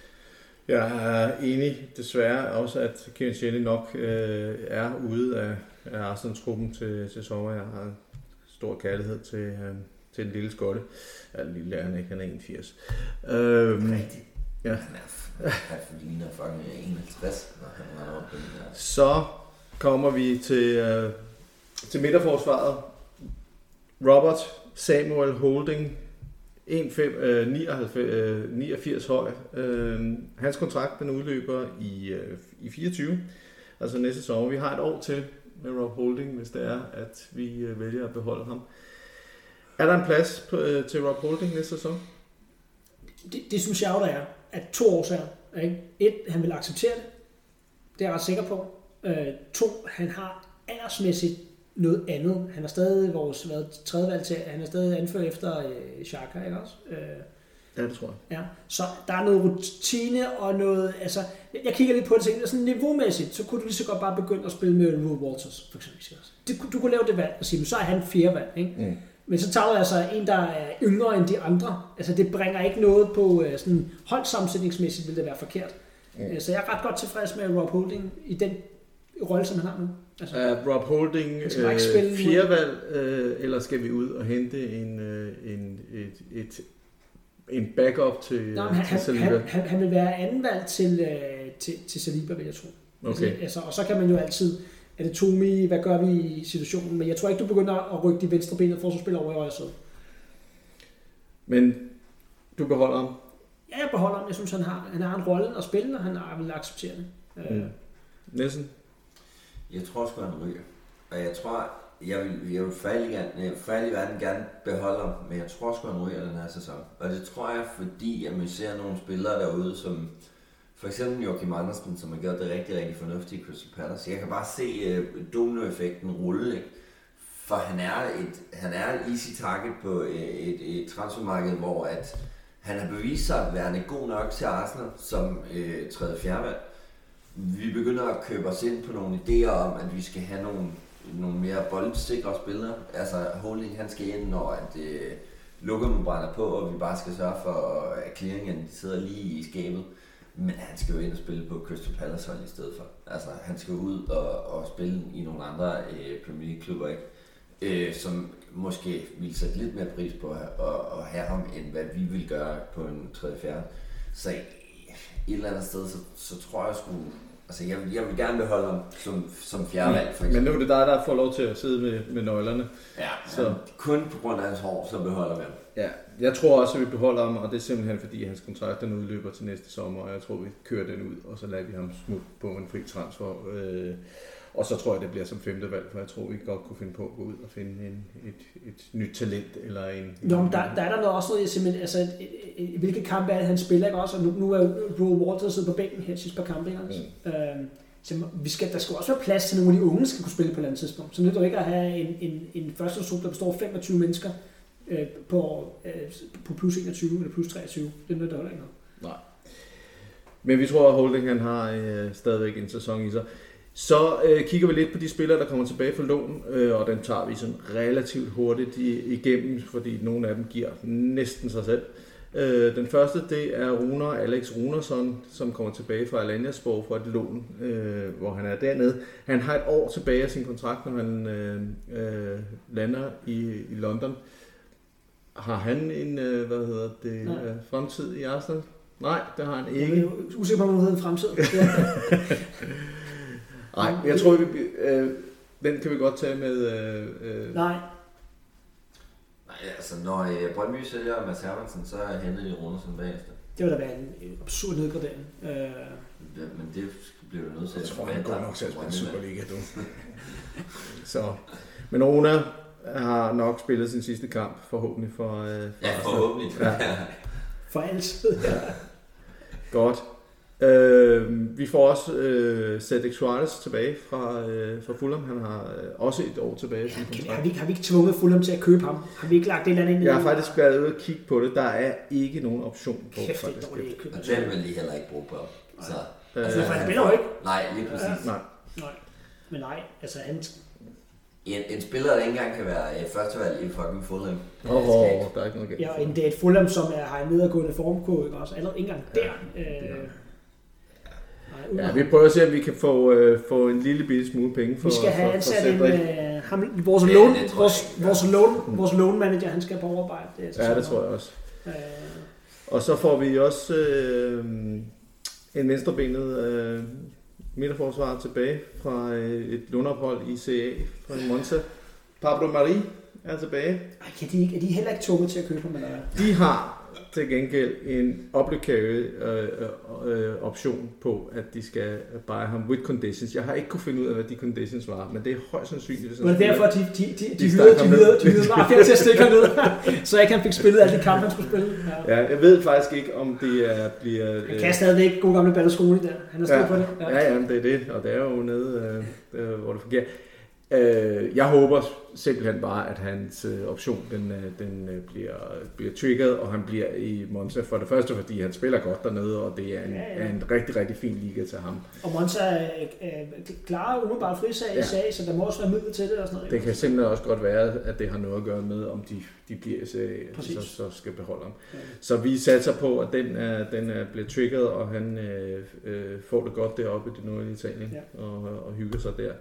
Jeg er enig, desværre også, at Kieran Tierney nok er ude af Arsenal-truppen til sommer. Jeg har en stor kærlighed til den lille skotte. Ja, den lille er han ikke, han er 81. Rigtigt. Ja. Han ligner fucking 51, når han var oppe på den der. Så kommer vi til midterforsvaret. Robert Samuel Holding, 1,89 høj. Hans kontrakt den udløber i 24, altså næste sommer. Vi har et år til med Rob Holding, hvis det er, at vi vælger at beholde ham. Er der en plads til Rob Holding næste sæson? Det synes jeg jo, der er. At 2 årsager. Ikke? Han vil acceptere det. Det er jeg ret sikker på. 2, han har aldersmæssigt noget andet. Han har stadig vores tredje valg til. Han er stadig anført efter Xhaka, ikke også? Ja, det tror jeg. Ja. Så der er noget rutine og noget... Altså, jeg kigger lidt på det, så sådan niveaumæssigt, så kunne du lige så godt bare begynde at spille med Will Walters, for eksempel. Du kunne lave det valg og sige, så er han 4. valg, ikke? Mm. Men så tager jeg altså en, der er yngre end de andre. Altså det bringer ikke noget på sådan holdsammensætningsmæssigt, vil det være forkert. Mm. Så jeg er ret godt tilfreds med Rob Holding i den rolle, som han har nu. Altså, Rob Holding 4. valg, eller skal vi ud og hente en backup til Saliba? Han vil være anden valg til Saliba, vil jeg tro. Okay. Altså, og så kan man jo altid... Er det Tomi? Hvad gør vi i situationen? Men jeg tror ikke, du begynder at rykke de venstre ben og forsvarsspiller over i højre side. Men du beholder ham? Ja, jeg beholder ham. Jeg synes, han har en rolle at spille, og han vil acceptere det. Nielsen? Jeg tror sgu, han ryger. Og jeg tror, jeg vil for alle i verden gerne beholde ham, men jeg tror sgu, han ryger den her sæson. Og det tror jeg, fordi jeg ser nogle spillere derude, som... For eksempel Joachim Andersen, som har gjort det rigtig, rigtig fornuftigt i Crystal Palace. Jeg kan bare se dominoeffekten rulle, ikke? For han er et easy target på et transfermarked, hvor at han har bevist sig at være god nok til Arsenal som 3.-4. valg. Vi begynder at købe os ind på nogle idéer om, at vi skal have nogle mere boldsikre spillere. Altså Holding, han skal ind, når at lukkerne brænder på, og vi bare skal sørge for, at clearingen sidder lige i skabet. Men han skal jo ind og spille på Crystal Palace hold i stedet for. Altså, han skal ud og spille i nogle andre Premier League klubber, ikke? som måske vil sætte lidt mere pris på at have ham, end hvad vi vil gøre på en 3-4. Så et eller andet sted, så tror jeg sgu... Altså, jeg vil gerne beholde ham som fjerde valg, for eksempel. Men nu er det dig, der får lov til at sidde med nøglerne. Ja, så kun på grund af hans hår, så beholder vi ham. Ja, jeg tror også, at vi beholder ham, og det er simpelthen fordi, hans kontrakt den udløber til næste sommer, og jeg tror, vi kører den ud, og så lader vi ham smutte på en fri transfer. Og så tror jeg, det bliver som femte valg, for jeg tror, vi godt kunne finde på at gå ud og finde et nyt talent eller en... Nå, men der er der også noget, simpelthen, altså, hvilke kampe er det, han spiller, ikke også? Og nu er Bro Walter siddet på bænken her sidste par kampe, ikke også? Så der skal også være plads til nogle af de unge, der skal kunne spille på et eller andet tidspunkt. Så det er ikke at have en første trup, der består af 25 mennesker på plus 21 eller plus 23. Det er noget, der holder ikke noget. Nej. Men vi tror, at Holding han har stadigvæk en sæson i sig. Så kigger vi lidt på de spillere, der kommer tilbage fra lån, og den tager vi sådan relativt hurtigt igennem, fordi nogle af dem giver næsten sig selv. Den første, det er Alex Runarsson, som kommer tilbage fra Alanyaspor fra et lån, hvor han er dernede. Han har et år tilbage af sin kontrakt, når han lander i London. Har han en, fremtid i Arsenal? Nej, det har han ikke. Jeg er usikker på, om han hedder en fremtid. Nej, jeg tror, den kan vi godt tage med... Nej, altså når Brøndby sælger Mads Hermansen, så henter de Runarsson bagefter. det vil da være en absurd nedgradering. Men det bliver jo nødt til. Jeg tror, han går nok til at spille Superliga, du. Så, men Runa har nok spillet sin sidste kamp, forhåbentlig for ja, forhåbentlig. Ja. For altid. Ja. Godt. Vi får også Cedric Suarez tilbage fra Fulham. Han har også et år tilbage. Ja, har vi ikke tvunget Fulham til at købe ham? Har vi ikke lagt det eller andet ind? Jeg har faktisk været ude og kigge på det. Der er ikke nogen option på. Kæft, det er dårligt køb. Og den vil de heller ikke bruge på. Så. Altså, for han spiller jo ikke. Nej, lige præcis. Nej. Men nej, altså han... En spiller, der ikke engang kan være førstevalg i fucking Fulham. Der er ikke noget galt. Ja, og det er et Fulham, som har en nedadgående formkurve, ikke også? Allerede ikke engang der. Ja, vi prøver at se, om vi kan få en lille bitte smule penge for. Vi skal have ansat vores loan manager, han skal på overarbejde. Ja, det tror jeg også. Og så får vi også en venstrebenet midterforsvarer tilbage fra et låneophold i CA fra Monza. Pablo Mari er tilbage. Er de heller ikke tvunget til at købe ham? Eller? De har til gengæld en obligatory option på, at de skal buy ham with conditions. Jeg har ikke kunne finde ud af, hvad de conditions var, men det er højst sandsynligt. Det var derfor, at de hyrede Mafia til at stikke herned, så jeg kan fik spillet alle de kampe, han skulle spille. Ja, jeg ved faktisk ikke, om det bliver... Han kan stadigvæk gode gamle Berlusconi der. Han er sted på det. Ja, det er det, og det er jo nede, hvor det fungerer. Jeg håber simpelthen bare, at hans option den bliver trigget, og han bliver i Monza for det første, fordi han spiller godt dernede, og det er en rigtig, rigtig fin liga til ham. Og Monza klarer umiddelbart frisag i sag, så der må også være midler til det og sådan noget. Det kan simpelthen også godt være, at det har noget at gøre med, om de bliver så skal beholde ham. Ja. Så vi satser på, at den bliver trigget, og han får det godt deroppe i det nordlige Italien, og hygger sig der.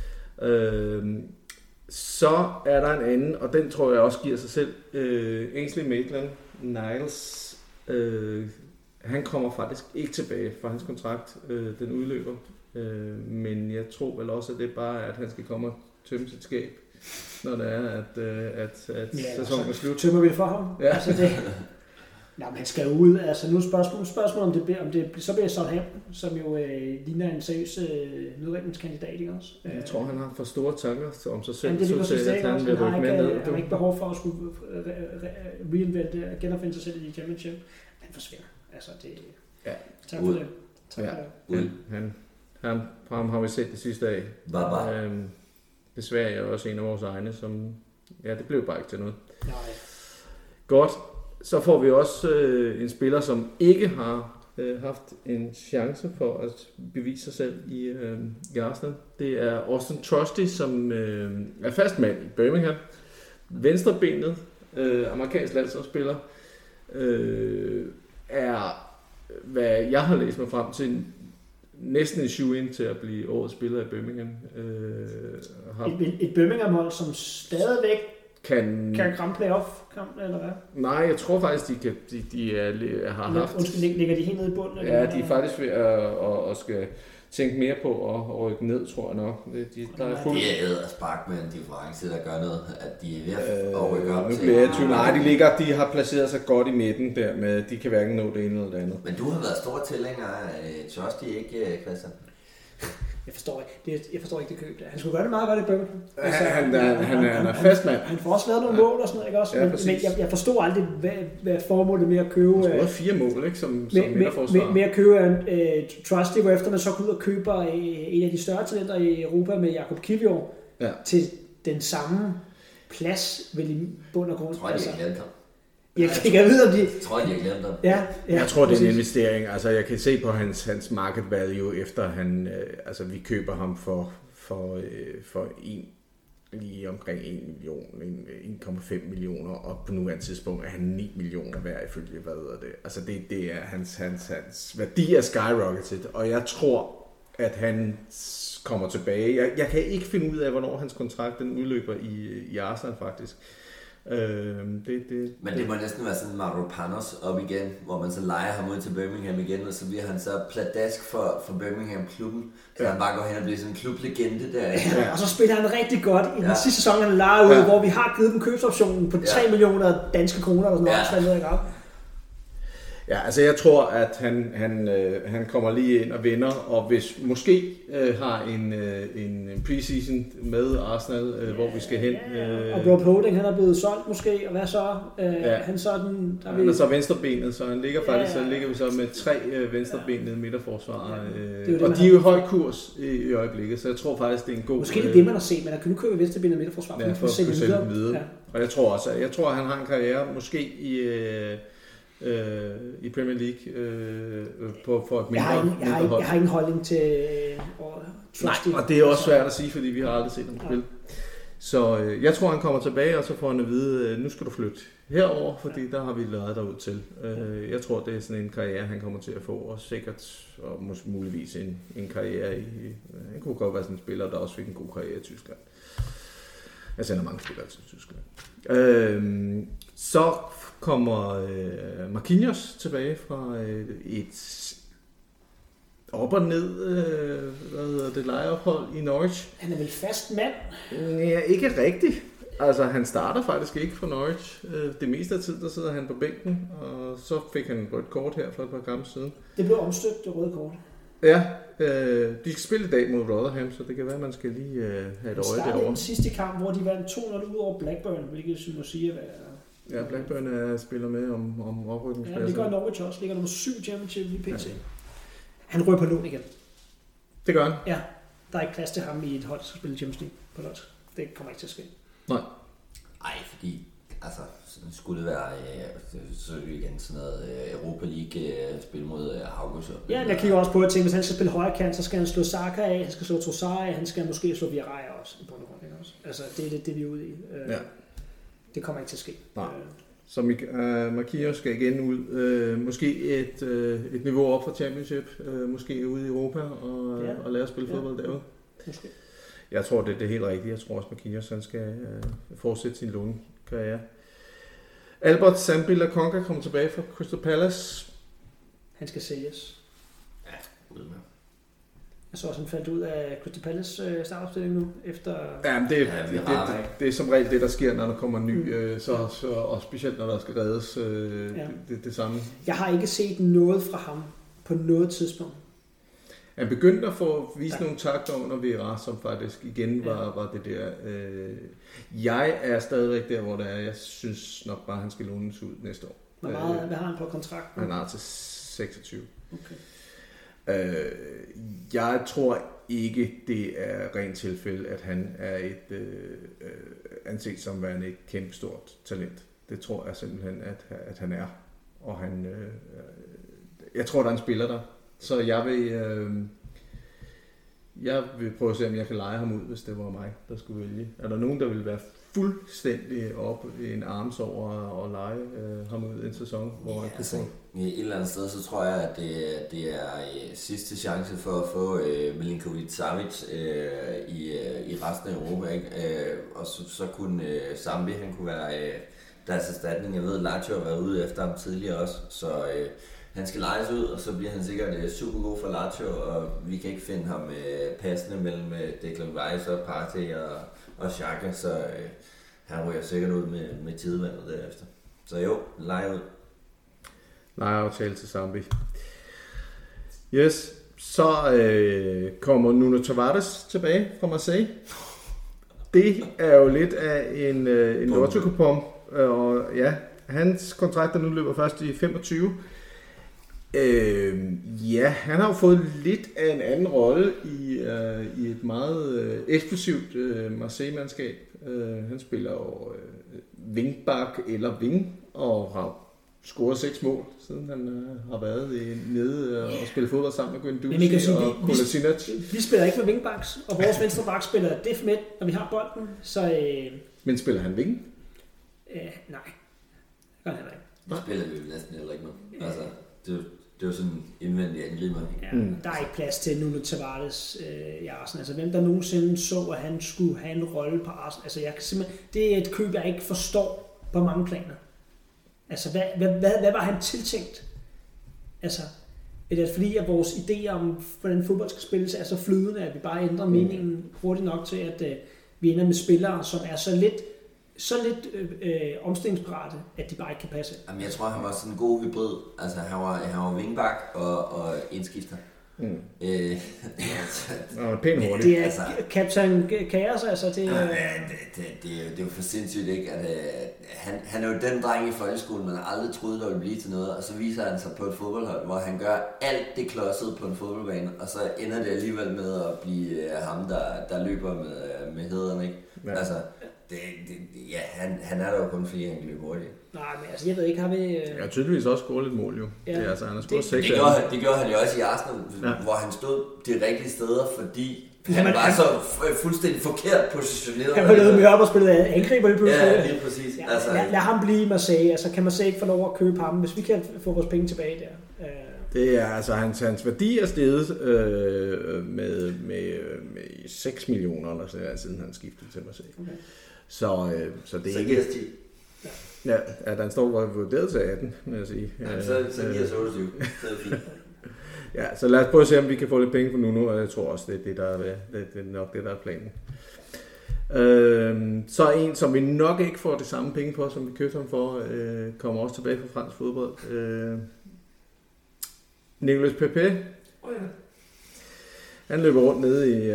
Så er der en anden, og den tror jeg også giver sig selv. Ainsley Maitland-Niles, han kommer faktisk ikke tilbage fra hans kontrakt. Den udløber. Men jeg tror vel også, at det bare er, at han skal komme og tømme sit skab, når det er, at sæsonen er slut. Tømmer vi det for ham? Ja. Altså det... Nej, men han skal ud. Altså nu er spørgsmålet, om det så bliver Southampton, som jo ligner en seriøs nedrykningskandidat, ikke også? Jeg tror, han har for store tanker om sig selv, at han vil rykke med ned. Han har ikke behov for at skulle genopfinde sig selv i Championship. Han forsvinder. Altså det... Ja. Tak for det. Tak for det. Han har vi set det sidste af. Desværre er også en af vores egne, som... Ja, det blev bare ikke til noget. Nej. Godt. Så får vi også en spiller, som ikke har haft en chance for at bevise sig selv i Arsenal. Det er Austin Trusty, som er fastmand i Birmingham. Venstrebenet, amerikansk landsholdsspiller, er, hvad jeg har læst mig frem til, næsten en shoe-in til at blive årets spiller i Birmingham. Et Birmingham-hold, som stadigvæk kan ramme playoff-kampen, eller hvad? Nej, jeg tror faktisk, de har haft... Undskyld, ligger de helt nede i bunden? Ja, de er faktisk ved at skal tænke mere på at rykke ned, tror jeg nok. Der er fuldt... Det er spark med en difference, der gør noget, at de er ved at rykke op til. Nej, de har placeret sig godt i midten der med, de kan hverken nå det ene eller det andet. Men du har været stor tilhænger af Trusty, ikke, Christian? Jeg forstår ikke det køb der. Han skulle gøre det meget godt i Birmingham. Han er fast mand. Han får også lavet nogle mål og sådan noget, ikke også? Ja, men jeg forstod aldrig, hvad formålet med at købe... Han skulle 4 mål, ikke? Som midterforsvar. Med at købe Trusty, hvor efter man så går ud og køber en af de større talenter i Europa med Jakob Kivior til den samme plads, vel i bund og grund. Jeg tror, de har glemt ham. Jeg ved, om de... Jeg tror, de har glemt ham. Ja, jeg tror, det er en investering. Altså, jeg kan se på hans market value, efter han... altså, vi køber ham for lige omkring 1 million, 1,5 millioner, og på nuværende tidspunkt er han 9 millioner værd ifølge, hvad hedder det. Altså, det er hans værdi er skyrocketed, og jeg tror, at han kommer tilbage. Jeg kan ikke finde ud af, hvornår hans kontrakt den udløber i Arsenal, faktisk. Men det må næsten være sådan Mavropanos op igen, hvor man så leger ham ud til Birmingham igen, og så bliver han så pladask for Birmingham-klubben, så han bare går hen og bliver sådan en klublegende der. Ja. Og så spiller han rigtig godt i den sidste sæson, han leger ud, hvor vi har givet dem købsoptionen på 3 millioner danske kroner, eller sådan noget. Ja, altså jeg tror, at han kommer lige ind og vinder, og hvis måske har en preseason med Arsenal, hvor vi skal hen. Og Rob Holding, han er blevet solgt måske, og hvad så? Han er så venstrebenet, så han ligger faktisk, så ligger vi så med 3 venstrebenede midterforsvarer, og de er jo i høj kurs i øjeblikket, så jeg tror faktisk, det er en god... Måske det er det, man har set, men der kan købe venstrebenede midterforsvarer, for at sælge videre. Ja. Og jeg tror, at han har en karriere, måske i Premier League for et mindre hold. Jeg har ingen holdning til Trusty. Nej, og det er også svært at sige, fordi vi har aldrig set ham spille. Så jeg tror, han kommer tilbage, og så får han at vide, nu skal du flytte herover, fordi der har vi lavet dig ud til. Jeg tror, det er sådan en karriere, han kommer til at få, og sikkert, og muligvis en karriere i... Han kunne godt være sådan en spiller, der også fik en god karriere i Tyskland. Jeg sender mange spillere til Tyskland. Så kommer Marquinhos tilbage fra et op og ned, lejeophold i Norwich. Han er vel fast mand? Ja, ikke rigtigt. Altså, han starter faktisk ikke for Norwich. Det meste af tiden, der sidder han på bænken, og så fik han et rødt kort her for et par kampe siden. Det blev omstødt, det røde kort. Ja, de skal spille i dag mod Rotherham, så det kan være, at man skal lige have et øje derovre. Han den sidste kamp, hvor de vandt 2-0 ud over Blackburn, hvilket synes må sige at være... Ja, Blackburn spiller med om oprykningspladser. Ja, det gør Norwich også. Ligger nummer 7 i Championship i PT. Ja. Han rører på lån igen. Det gør han? Ja, der er ikke plads til ham i et hold, der skal spille Champions League på låt. Det kommer ikke til at ske. Nej. Ej, fordi altså, skulle det være så igen sådan noget Europa League-spil mod Haugesund. Ja, jeg kigger også på at tænke, hvis han skal spille højre kant, så skal han slå Saka af, han skal slå Trossard af, han skal måske slå Villarreal også i bund og grund. Også. Altså, det er det, vi er ude i. Ja. Det kommer ikke til at ske. Nej. Så Marquinhos skal igen ud. Måske et niveau op fra Championship. Måske ude i Europa og lære at spille fodbold derude. Måske. Jeg tror, det er helt rigtigt. Jeg tror også, Marquinhos han skal fortsætte sin lånekarriere. Albert Sambi-Lakonga kommer tilbage fra Crystal Palace. Han skal sælges. Ja, ud med. Jeg så også, han faldt ud af Crystal Palace startopstilling nu, efter... Ja, det er som regel det, der sker, når der kommer ny, og specielt når der skal reddes det samme. Jeg har ikke set noget fra ham på noget tidspunkt. Han begyndte at få vist nogle takter under Vera, som faktisk igen var det der. Jeg er stadigvæk der, hvor det er. Jeg synes nok bare, han skal lånes ud næste år. Hvad har han på kontrakten? Han har til 26. Okay. Jeg tror ikke, det er rent tilfælde, at han er et anset som værende et kæmpe stort talent. Det tror jeg simpelthen, at han er. Og jeg tror, der er en spiller der. Så jeg vil prøve at se, om jeg kan lege ham ud, hvis det var mig, der skulle vælge. Er der nogen, der vil være fuldstændig op i en arms over og lege ham ud? den sæson, hvor han kunne få. Et eller andet sted, så tror jeg, at det er sidste chance for at få Milinkovic-Savic i resten af Europa. Ikke? Og så kunne Zambi, han kunne være deres erstatning. Jeg ved, Lazio har været ude efter ham tidligere også, så han skal lejes ud, og så bliver han sikkert super god for Lazio, og vi kan ikke finde ham passende mellem Declan Rice og Partey og Xhaka, så han ryger sikkert ud med tidevandet derefter. Så jo, leje ud. Lejeaftale til Zambi. Yes, så kommer Nuno Tavares tilbage fra Marseille. Det er jo lidt af en lotto-kupon, og ja, hans kontrakt der nu løber først i 25. Ja, han har jo fået lidt af en anden rolle i et meget eksplosivt Marseille-mandskab. Han spiller jo wingback eller wing, og har scoret 6 mål, siden han har været nede og spillet fodbold sammen med Guendouzi og Kolasinac. Vi spiller ikke med wingbacks, og vores venstre bak spiller def midt, når vi har bolden. Så, men spiller han wing? Nej, det gør han ikke. Det spiller vi jo næsten heller ikke med. Altså, det er jo sådan indvendig angriber. Ja, der er ikke plads til Nuno Tavares i Arsenal. Altså, hvem der nogensinde så, at han skulle have en rolle på Arsenal. Altså, jeg kan simpelthen, det er et køb, jeg ikke forstår på mange planer. Altså, hvad var han tiltænkt? Altså, er det fordi, at vores idéer om, hvordan fodbold skal spilles, er så flydende, at vi bare ændrer meningen hurtigt nok til, at vi ender med spillere, som er så lidt omstillingsparate, at de bare ikke kan passe. Jamen, jeg tror, han var sådan en god hybrid. Altså, han var wingback og indskifter. Og pænt hurtigt. Det er Captain Chaos, altså. Det er jo for sindssygt, ikke? At, han er jo den dreng i folkeskolen, man aldrig troede, der ville blive til noget, og så viser han sig på et fodboldhold, hvor han gør alt det klodsede på en fodboldbane, og så ender det alligevel med at blive ham, der løber med hæderne, ikke? Ja. Altså, han er der jo kun fordi han kan løbe hurtigt. Nej, men altså, jeg ved ikke, har vi... Jeg har tydeligvis også scoret lidt mål, jo. Ja. Det er altså, han har scoret 6. Det gjorde han jo også i Arsenal, hvor han stod de rigtige steder, fordi han var så fuldstændig forkert positioneret. Han var løbet med op og spillet angriber lige pludselig. Ja, lige præcis. Ja, altså, lad ham blive i Marseille. Altså, kan Marseille ikke få lov at købe ham, hvis vi kan få vores penge tilbage der? Det er altså, hans værdi er steget med 6 millioner, eller sådan, siden han skiftede til Marseille. Okay. Så det er ikke... Ja, den står vurderet til 18, vil jeg sige. Ja, så giver så 28. Så er det fint. Ja, så lad os prøve at se, om vi kan få lidt penge for Nuno, og jeg tror også, det er nok det, der er planen. Så en, som vi nok ikke får det samme penge på, som vi købte ham for, kommer også tilbage fra fransk fodbold. Nicolas Pepe. Han løber rundt nede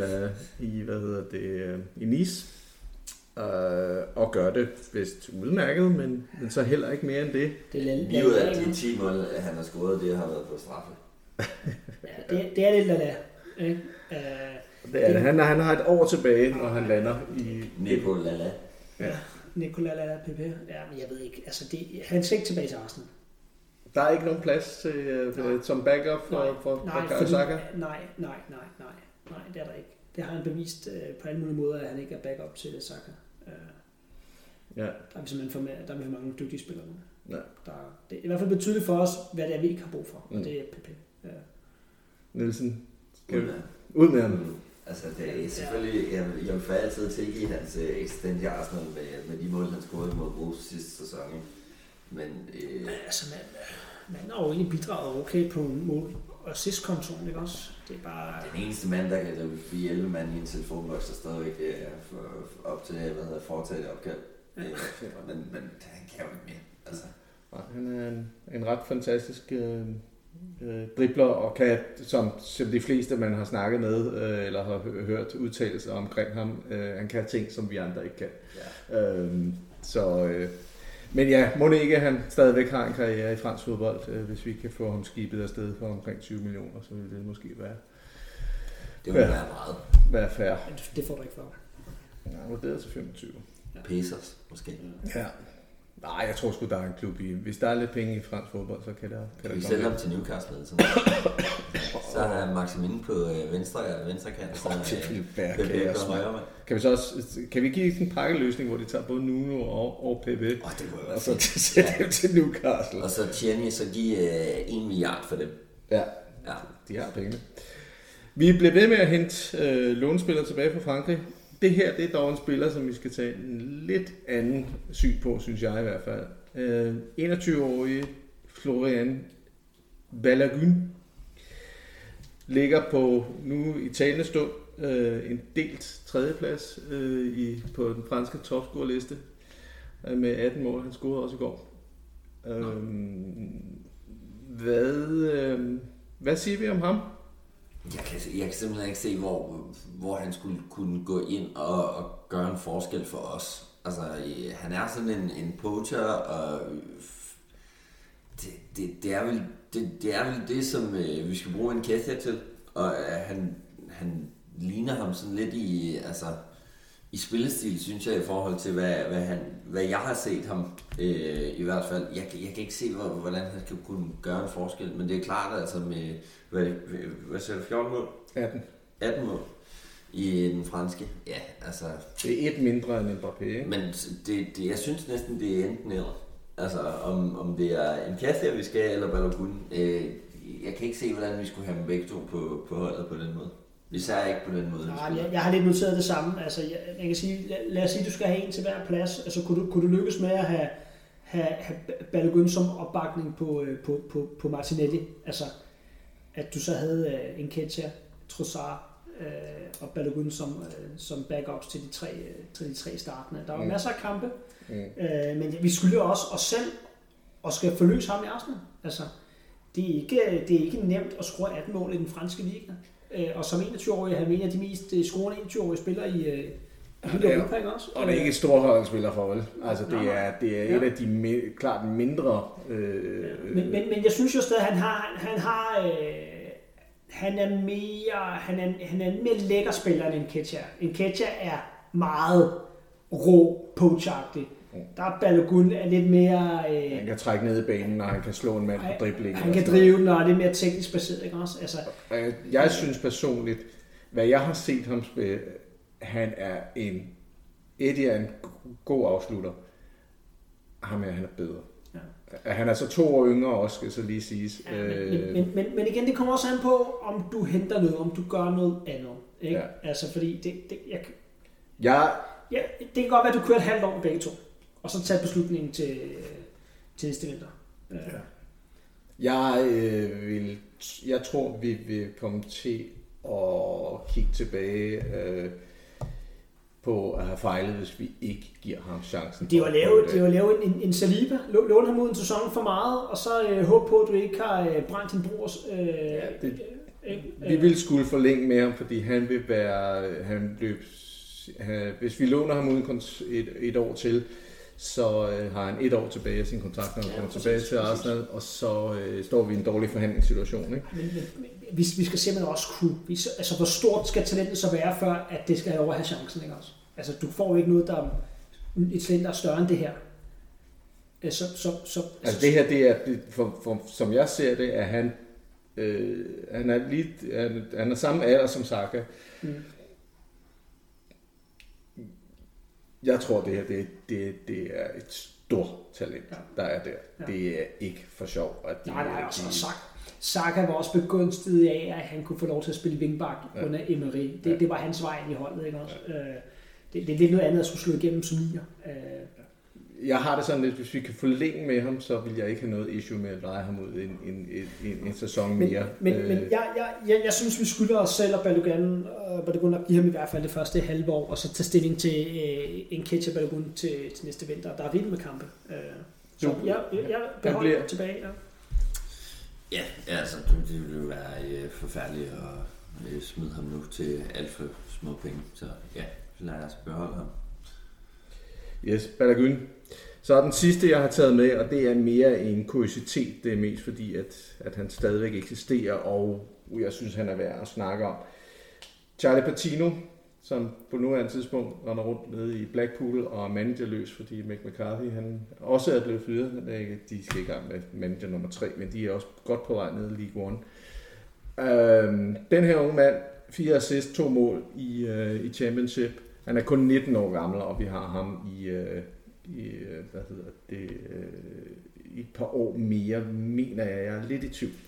i Nice. Og gør det vist udmærket, men så heller ikke mere end det. Lige ud af de 10 mål, han har scoret, det har været på straffe. Ja, det er lidt lala. Han har et år tilbage, når han lander i... Nicolala. Ja, Nicolala Pepe. Ja, men jeg ved ikke. Altså, han skal ikke tilbage til Arsenal. Der er ikke nogen plads til, som backup for Saka? Nej, det er der ikke. Det har han bevist på alle mulige måder, at han ikke er backup til Saka. Ja. Der er vi simpelthen for mange dygtige spillere nu. Ja. Det er i hvert fald betydeligt for os, hvad det er, vi ikke har brug for, og det er PP. Ja. Nielsen, ud med ham. Altså, det er selvfølgelig, jeg vil for altid tilgive hans eksistens i Arsenal med de mål, han scorede mod Bruges sidste sæson. Men altså, man har jo egentlig bidraget okay på mål og sidstkontoren, ikke også? Det er bare... Den eneste mand, der kan blive 11 mand i en telefonboks, der stadigvæk op til, foretage det opkald. Ja. Men han kan jo ikke mere. Altså. Han er en ret fantastisk dribler, og kan, som de fleste, man har snakket med, eller har hørt udtalelser omkring ham, han kan ting, som vi andre ikke kan. Ja. Men ja, må det ikke, at han stadigvæk har en karriere i fransk fodbold, hvis vi kan få ham skibet afsted for omkring 20 millioner, så vil det måske være... Det vil være meget. Være fair. Det får du ikke for. Ja, vurderet til 25. Ja. Pesos, måske. Ja. Nej, jeg tror sgu, der er en klub i. Hvis der er lidt penge i fransk fodbold, så kan der vi sælge ham til Newcastle. Så er Maximin på venstre kant. Kan vi give en pakkeløsning, hvor de tager både Nuno og Pepe? Det kunne og så sætte dem til Newcastle. Og så Tierney, så give 1 milliard for dem. Ja, de har penge. Vi bliver ved med at hente lånespillere tilbage fra Frankrig. Det her, det er dog en spiller, som vi skal tage en lidt anden syn på, synes jeg i hvert fald. 21-årige Florian Balogun ligger på nu i talende stund en delt tredjeplads på den franske topscorerliste med 18 mål. Han scorede også i går. Hvad siger vi om ham? Jeg kan simpelthen ikke se, hvor han skulle kunne gå ind og gøre en forskel for os. Altså, han er sådan en poacher, og det er vel det, som vi skal bruge en Nketiah til. Og han ligner ham sådan lidt i spillestil, synes jeg, i forhold til, hvad jeg har set ham i hvert fald. Jeg kan ikke se, hvordan han skal kunne gøre en forskel, men det er klart, altså med, hvad siger du, 14 mål? 18 mål i den franske. Ja, altså... Det er et mindre end Mbappé, ikke? Men jeg synes næsten, det er enten eller. Altså, om det er Nketiah, vi skal, eller Balogun. Jeg kan ikke se, hvordan vi skulle have dem begge to på holdet på den måde. Især ikke på den måde. Nej, jeg har lidt noteret det samme. Altså, jeg kan sige, lad os sige, at du skal have en til hver plads. Altså, kunne du lykkes med at have Balogun som opbakning på Martinelli? Altså, at du så havde Nketiah, Trossard og Balogun som backups til de tre startende. Der var masser af kampe, men vi skylder også os selv og skal forløse ham i Arsenal. Altså, det er ikke nemt at score 18 mål i den franske liga. Og som 21-årig han mener de mest scorende 21-årige spillere i Europa også. Og det er ikke et storholdsspiller for vel. Altså det er et af de klart mindre. Men jeg synes jo stadig han er en mere lækker spiller end Nketiah. Nketiah er meget rå, poachagtig. Der er Balogun er lidt mere... han kan trække ned i banen, og han kan slå en mand på dribling. Han kan drive den, og det er mere teknisk baseret, ikke også? Altså, jeg synes personligt, hvad jeg har set ham spille, han er en god afslutter. Han er bedre. Ja. Han er så 2 år yngre også, skal så lige siges. Ja, men igen, det kommer også an på, om du henter noget, om du gør noget andet. Ikke? Ja. Altså, fordi det kan godt være, at du kører et halvt år med begge to, og så tage beslutningen til næste vinter. Jeg tror, vi vil komme til at kigge tilbage på at have fejlet, hvis vi ikke giver ham chancen. Det var lavet en Saliba, låne ham ud en sæson for meget, og så håbe på, at du ikke har brændt din brors... vi vil skulle forlænge med ham, fordi han vil være... hvis vi låner ham ud et år til, så har han 1 år tilbage af sin kontrakt, når han kommer tilbage til Arsenal, og så står vi i en dårlig forhandlingssituation. Ikke? Men vi skal simpelthen også kunne... Altså, hvor stort skal talentet så være, før at det skal have over at have chancen, ikke også? Altså, du får ikke noget, der er et talent, der er større end det her. Altså, det her, det er... som jeg ser det, er han... han er samme alder som Saka. Jeg tror, det her det er et stort talent, der er der. Ja. Det er ikke for sjov. Nej, også Saka var også begunstiget af, at han kunne få lov til at spille wingback under Emery. Det var hans vej ind i holdet, ikke også? Det er lidt noget andet at skulle slå igennem som nier. Jeg har det sådan lidt, hvis vi kan forlænge med ham, så vil jeg ikke have noget issue med at dreje ham ud en sæson mere. Men jeg synes, vi skylder os selv og Balogun at give ham i hvert fald det første halve år, og så tage stilling til Nketiah Balogun til næste vinter. Der er vildt med kampe. Så jeg beholder tilbage. Ja, altså det ville være forfærdeligt at smide ham nu til alt for små penge. Så ja, lad os beholde ham. Yes, Balogun. Så den sidste, jeg har taget med, og det er mere en kuriositet. Det er mest fordi, at han stadigvæk eksisterer, og jeg synes, han er værd at snakke om. Charlie Patino, som på nuværende tidspunkt render rundt nede i Blackpool og er managerløs, fordi McCarthy han også er blevet fyret. De skal i gang med manager nummer 3, men de er også godt på vej ned i League One. Den her unge mand, 4 assist, 2 mål i Championship. Han er kun 19 år gammel, og vi har ham i et par år mere, mener jeg. Jeg er lidt i tvivl.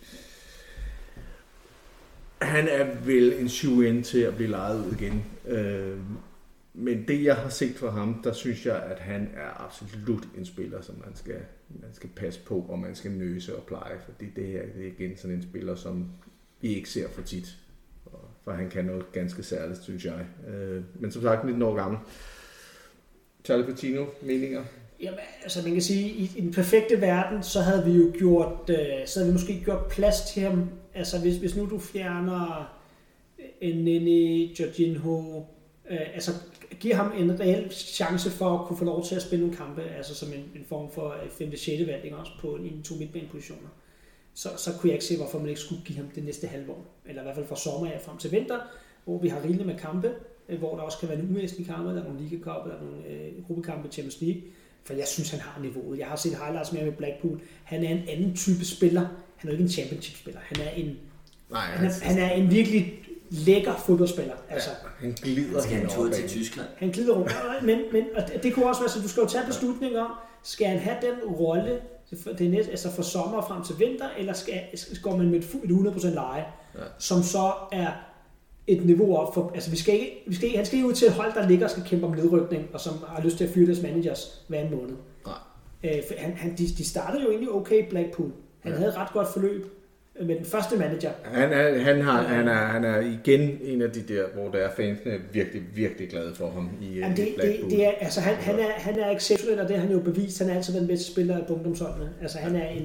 Han er vel en shoe-in til at blive lejet ud igen. Men det, jeg har set for ham, der synes jeg, at han er absolut en spiller, som man skal passe på, og man skal nøse og pleje. Fordi det her det er igen sådan en spiller, som vi ikke ser for tit. For han kan noget ganske særligt, synes jeg. Men som sagt, 19 år gammel. Charlie Patino, meninger? Jamen, altså man kan sige, i den perfekte verden, så havde vi jo måske gjort plads til ham. Altså hvis nu du fjerner Nene, Jorginho, altså giver ham en reel chance for at kunne få lov til at spille nogle kampe, altså som en form for 5. og 6. valg, også på en 2 midtbanepositioner. Så kunne jeg ikke se, hvorfor man ikke skulle give ham det næste halvår, eller i hvert fald fra sommer af frem til vinter, hvor vi har rigeligt med kampe, hvor der også kan være nogle uvæsentlige kampe, der er nogle ligakampe, der er nogle gruppekampe i Champions League, for jeg synes, han har niveauet. Jeg har set highlights med Blackpool. Han er en anden type spiller. Han er jo ikke en championship-spiller. Han er en virkelig lækker fodboldspiller. Altså, han glider skal han tur til Tyskland. Han glider rundt. Men og det kunne også være, så du skal jo tage beslutning om, skal han have den rolle altså fra sommer frem til vinter, eller går man med et 100% leje, som så er et niveau op for, altså han skal ikke ud til et hold, der ligger og skal kæmpe om nedrykning, og som har lyst til at fyre deres managers hver en måned. De startede jo egentlig okay Blackpool. Han havde et ret godt forløb med den første manager. Han er igen en af de der, hvor der er fansene virkelig, virkelig glade for ham i Blackpool. Han er exceptionel, og det har han jo bevist. Han er altid den bedste spiller af ungdomsholdene. Altså han er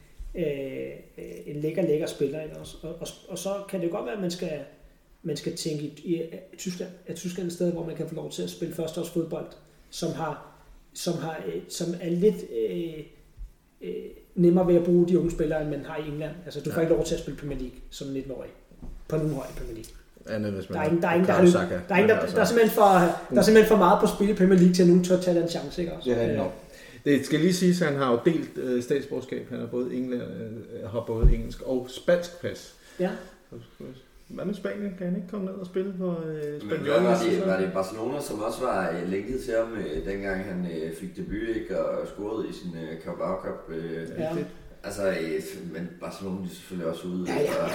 en lækker spiller. Og så kan det godt være, at man skal tænke i Tyskland. At Tyskland er et sted, hvor man kan få lov til at spille førsteårsfodbold, som er lidt nemmere ved at bruge de unge spillere, end man har i England. Altså, du får ikke lov til at spille Premier League som 19-årig. På nogen hold i Premier League. Der er simpelthen for meget på spil i Premier League til at nogen tør tage den chance, ikke også? Ja, det skal lige siges, at han har jo delt statsborgerskab. Han har både engelsk og spansk pas. Ja. Hvad med Spanien? Kan han ikke komme ned og spille på Spanien? Var det Barcelona, som også var lænket til ham, dengang han fik debut, ikke, og scorede i sin Carabao Cup? Altså, men Barcelona er selvfølgelig også ude.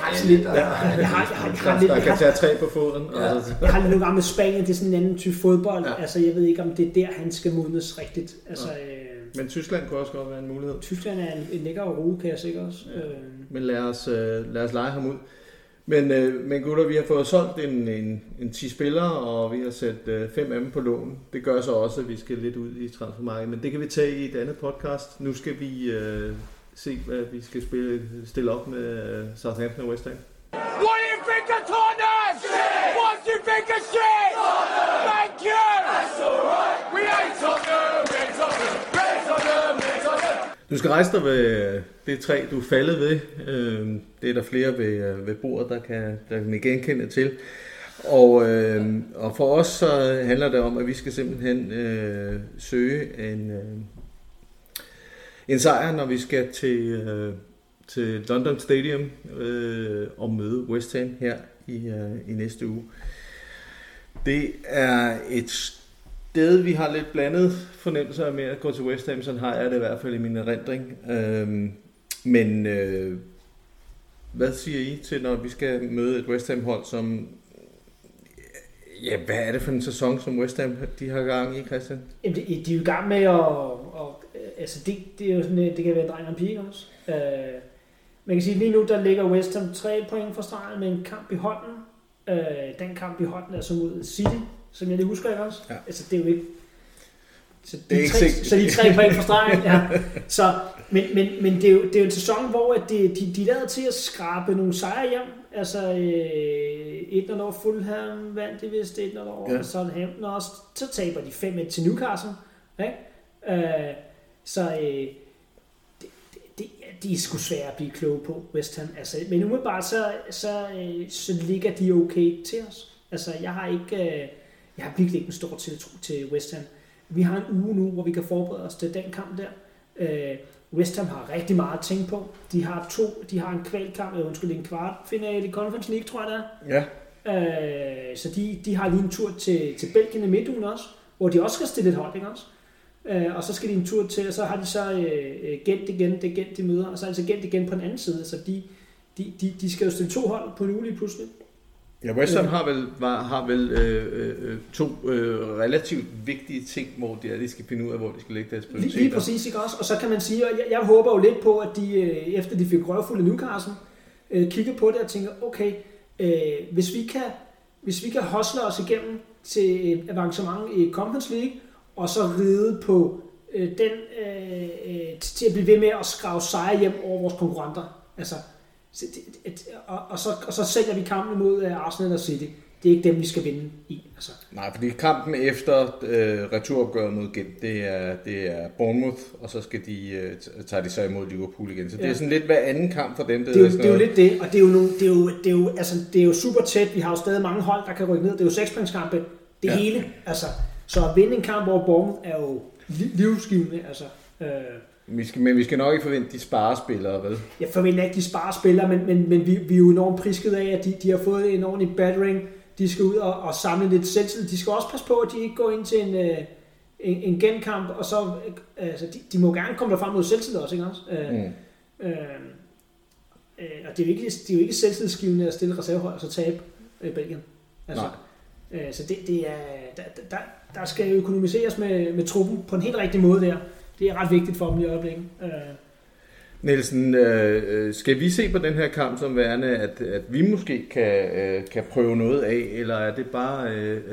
Der kan tage 3 på foden. Jeg har lidt nogle gange med Spanien, det er sådan en anden type fodbold. Ja. Altså, jeg ved ikke, om det er der, han skal modnes rigtigt. Altså, men Tyskland kunne også godt være en mulighed. Tyskland er en lækker rode, kan jeg sikkert også. Men lad os lege ham ud. Men gutter, vi har fået solgt en 10 spillere, og vi har sat 5 af dem på lån. Det gør så også, at vi skal lidt ud i transfermarkedet, men det kan vi tage i et andet podcast. Nu skal vi se, hvad vi skal stille op med Southampton og West Ham. What do you think of Tottenham? What do you think of shit? Thank you! That's alright! We ain't Tottenham! We're Tottenham! We're Tottenham! We're Tottenham! Du skal rejse dig ved det træ, du er faldet ved. Det er der flere ved bordet, der kan genkende til. Og for os så handler det om, at vi skal simpelthen søge en sejr, når vi skal til London Stadium og møde West Ham her i næste uge. Det er et sted, vi har lidt blandet fornemmelser med at gå til West Ham, sådan har jeg det i hvert fald i min erindring. Men hvad siger I til, når vi skal møde et West Ham-hold, som... Ja, hvad er det for en sæson, som West Ham de har gang i, Christian? Jamen, de er jo i gang med altså det er jo sådan, det kan være en dreng og en pige også. Man kan sige, lige nu der ligger West Ham 3 point fra stregen med en kamp i hånden. Den kamp i hånden er så mod City, som jeg lige husker, ikke også? Ja. Altså det er jo ikke... Så de er 3 point fra stregen, ja. Så, men det er jo en sæson, hvor de lader til at skrabe nogle sejre hjem. Altså 1-0 over Fulham, vandt de vist 1-0 over Southampton også. Så taber de 5-1 til Newcastle. Ikke? De er sgu svære at blive kloge på, West Ham. Altså, men umiddelbart så ligger de okay til os. Altså, jeg har ikke... Jeg har virkelig ikke en stor tiltro til West Ham. Vi har en uge nu, hvor vi kan forberede os til den kamp der. West Ham har rigtig meget at tænke på. De har en kvalkamp, en kvartfinale i Conference League, tror jeg det er. Ja. Så de har lige en tur til Belgien i midtugen også, hvor de også skal stille et hold, ikke også? Og så skal de en tur til, og så har de så Gent igen, det er Gent de møder, og så er det Gent igen på den anden side, så de skal jo stille 2 hold på en uge lige pludselig. Ja, West Ham har vel to relativt vigtige ting, hvor de skal finde ud af, hvor de skal lægge deres prioriteter. Lige præcis, ikke også? Og så kan man sige, og jeg håber jo lidt på, at de, efter de fik røvfuld af Newcastle, kigger på det og tænker, okay, hvis vi kan hustle os igennem til et avancement i Conference League, og så ride på til at blive ved med at skrave sejre hjem over vores konkurrenter. Altså, og så sælger vi kampen mod Arsenal og City. Det er ikke dem, vi skal vinde i. Altså. Nej, fordi kampen efter returopgøret mod Gent, det er Bournemouth, og så skal tager de så imod Liverpool igen. Så det er sådan lidt hver anden kamp for dem. Det er jo lidt det, og det er jo super tæt. Vi har jo stadig mange hold, der kan rykke ned. Det er jo 6-pointskampe, det hele. Altså, så at vinde en kamp over Bournemouth er jo livsgivende. Altså, Men vi skal nok ikke forvente de sparespillere, vel? Jeg forventer ikke de sparespillere, men vi er jo enormt prisket af, at de har fået en ordentlig battering. De skal ud og samle lidt selvtillid. De skal også passe på, at de ikke går ind til en genkamp, og så altså, de må gerne komme derfra med selvtillid også, ikke også? Og det er jo ikke selvtillidsgivende at stille reservehold og så tabe Belgien. Altså, så det er der skal økonomiseres med truppen på en helt rigtig måde der. Det er ret vigtigt for dem i øjeblikket. Nielsen, skal vi se på den her kamp som værende, at vi måske kan prøve noget af, eller er det bare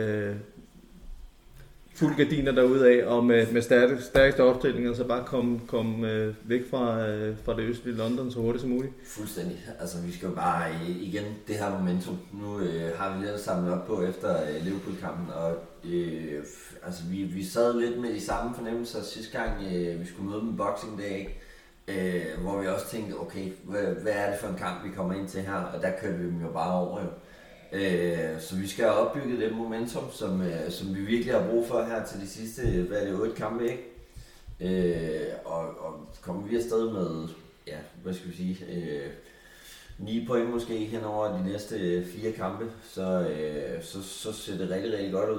fuld gardiner derude af, og med stærkeste opstillinger, så bare komme væk fra det østlige London så hurtigt som muligt? Fuldstændig. Altså vi skal jo bare igen det her momentum. Nu har vi lidt samlet op på efter Liverpool-kampen, og altså vi sad lidt med de samme fornemmelser sidste gang vi skulle møde dem Boxing Day, hvor vi også tænkte, okay, hvad er det for en kamp vi kommer ind til her, og der kørte vi dem jo bare over jo. Så vi skal have opbygget det momentum, som vi virkelig har brug for her til de sidste 8 kampe, ikke? Og kommer vi afsted med, ja, hvad skal vi sige, 9 point måske hen over de næste 4 kampe, så ser det rigtig, rigtig godt ud.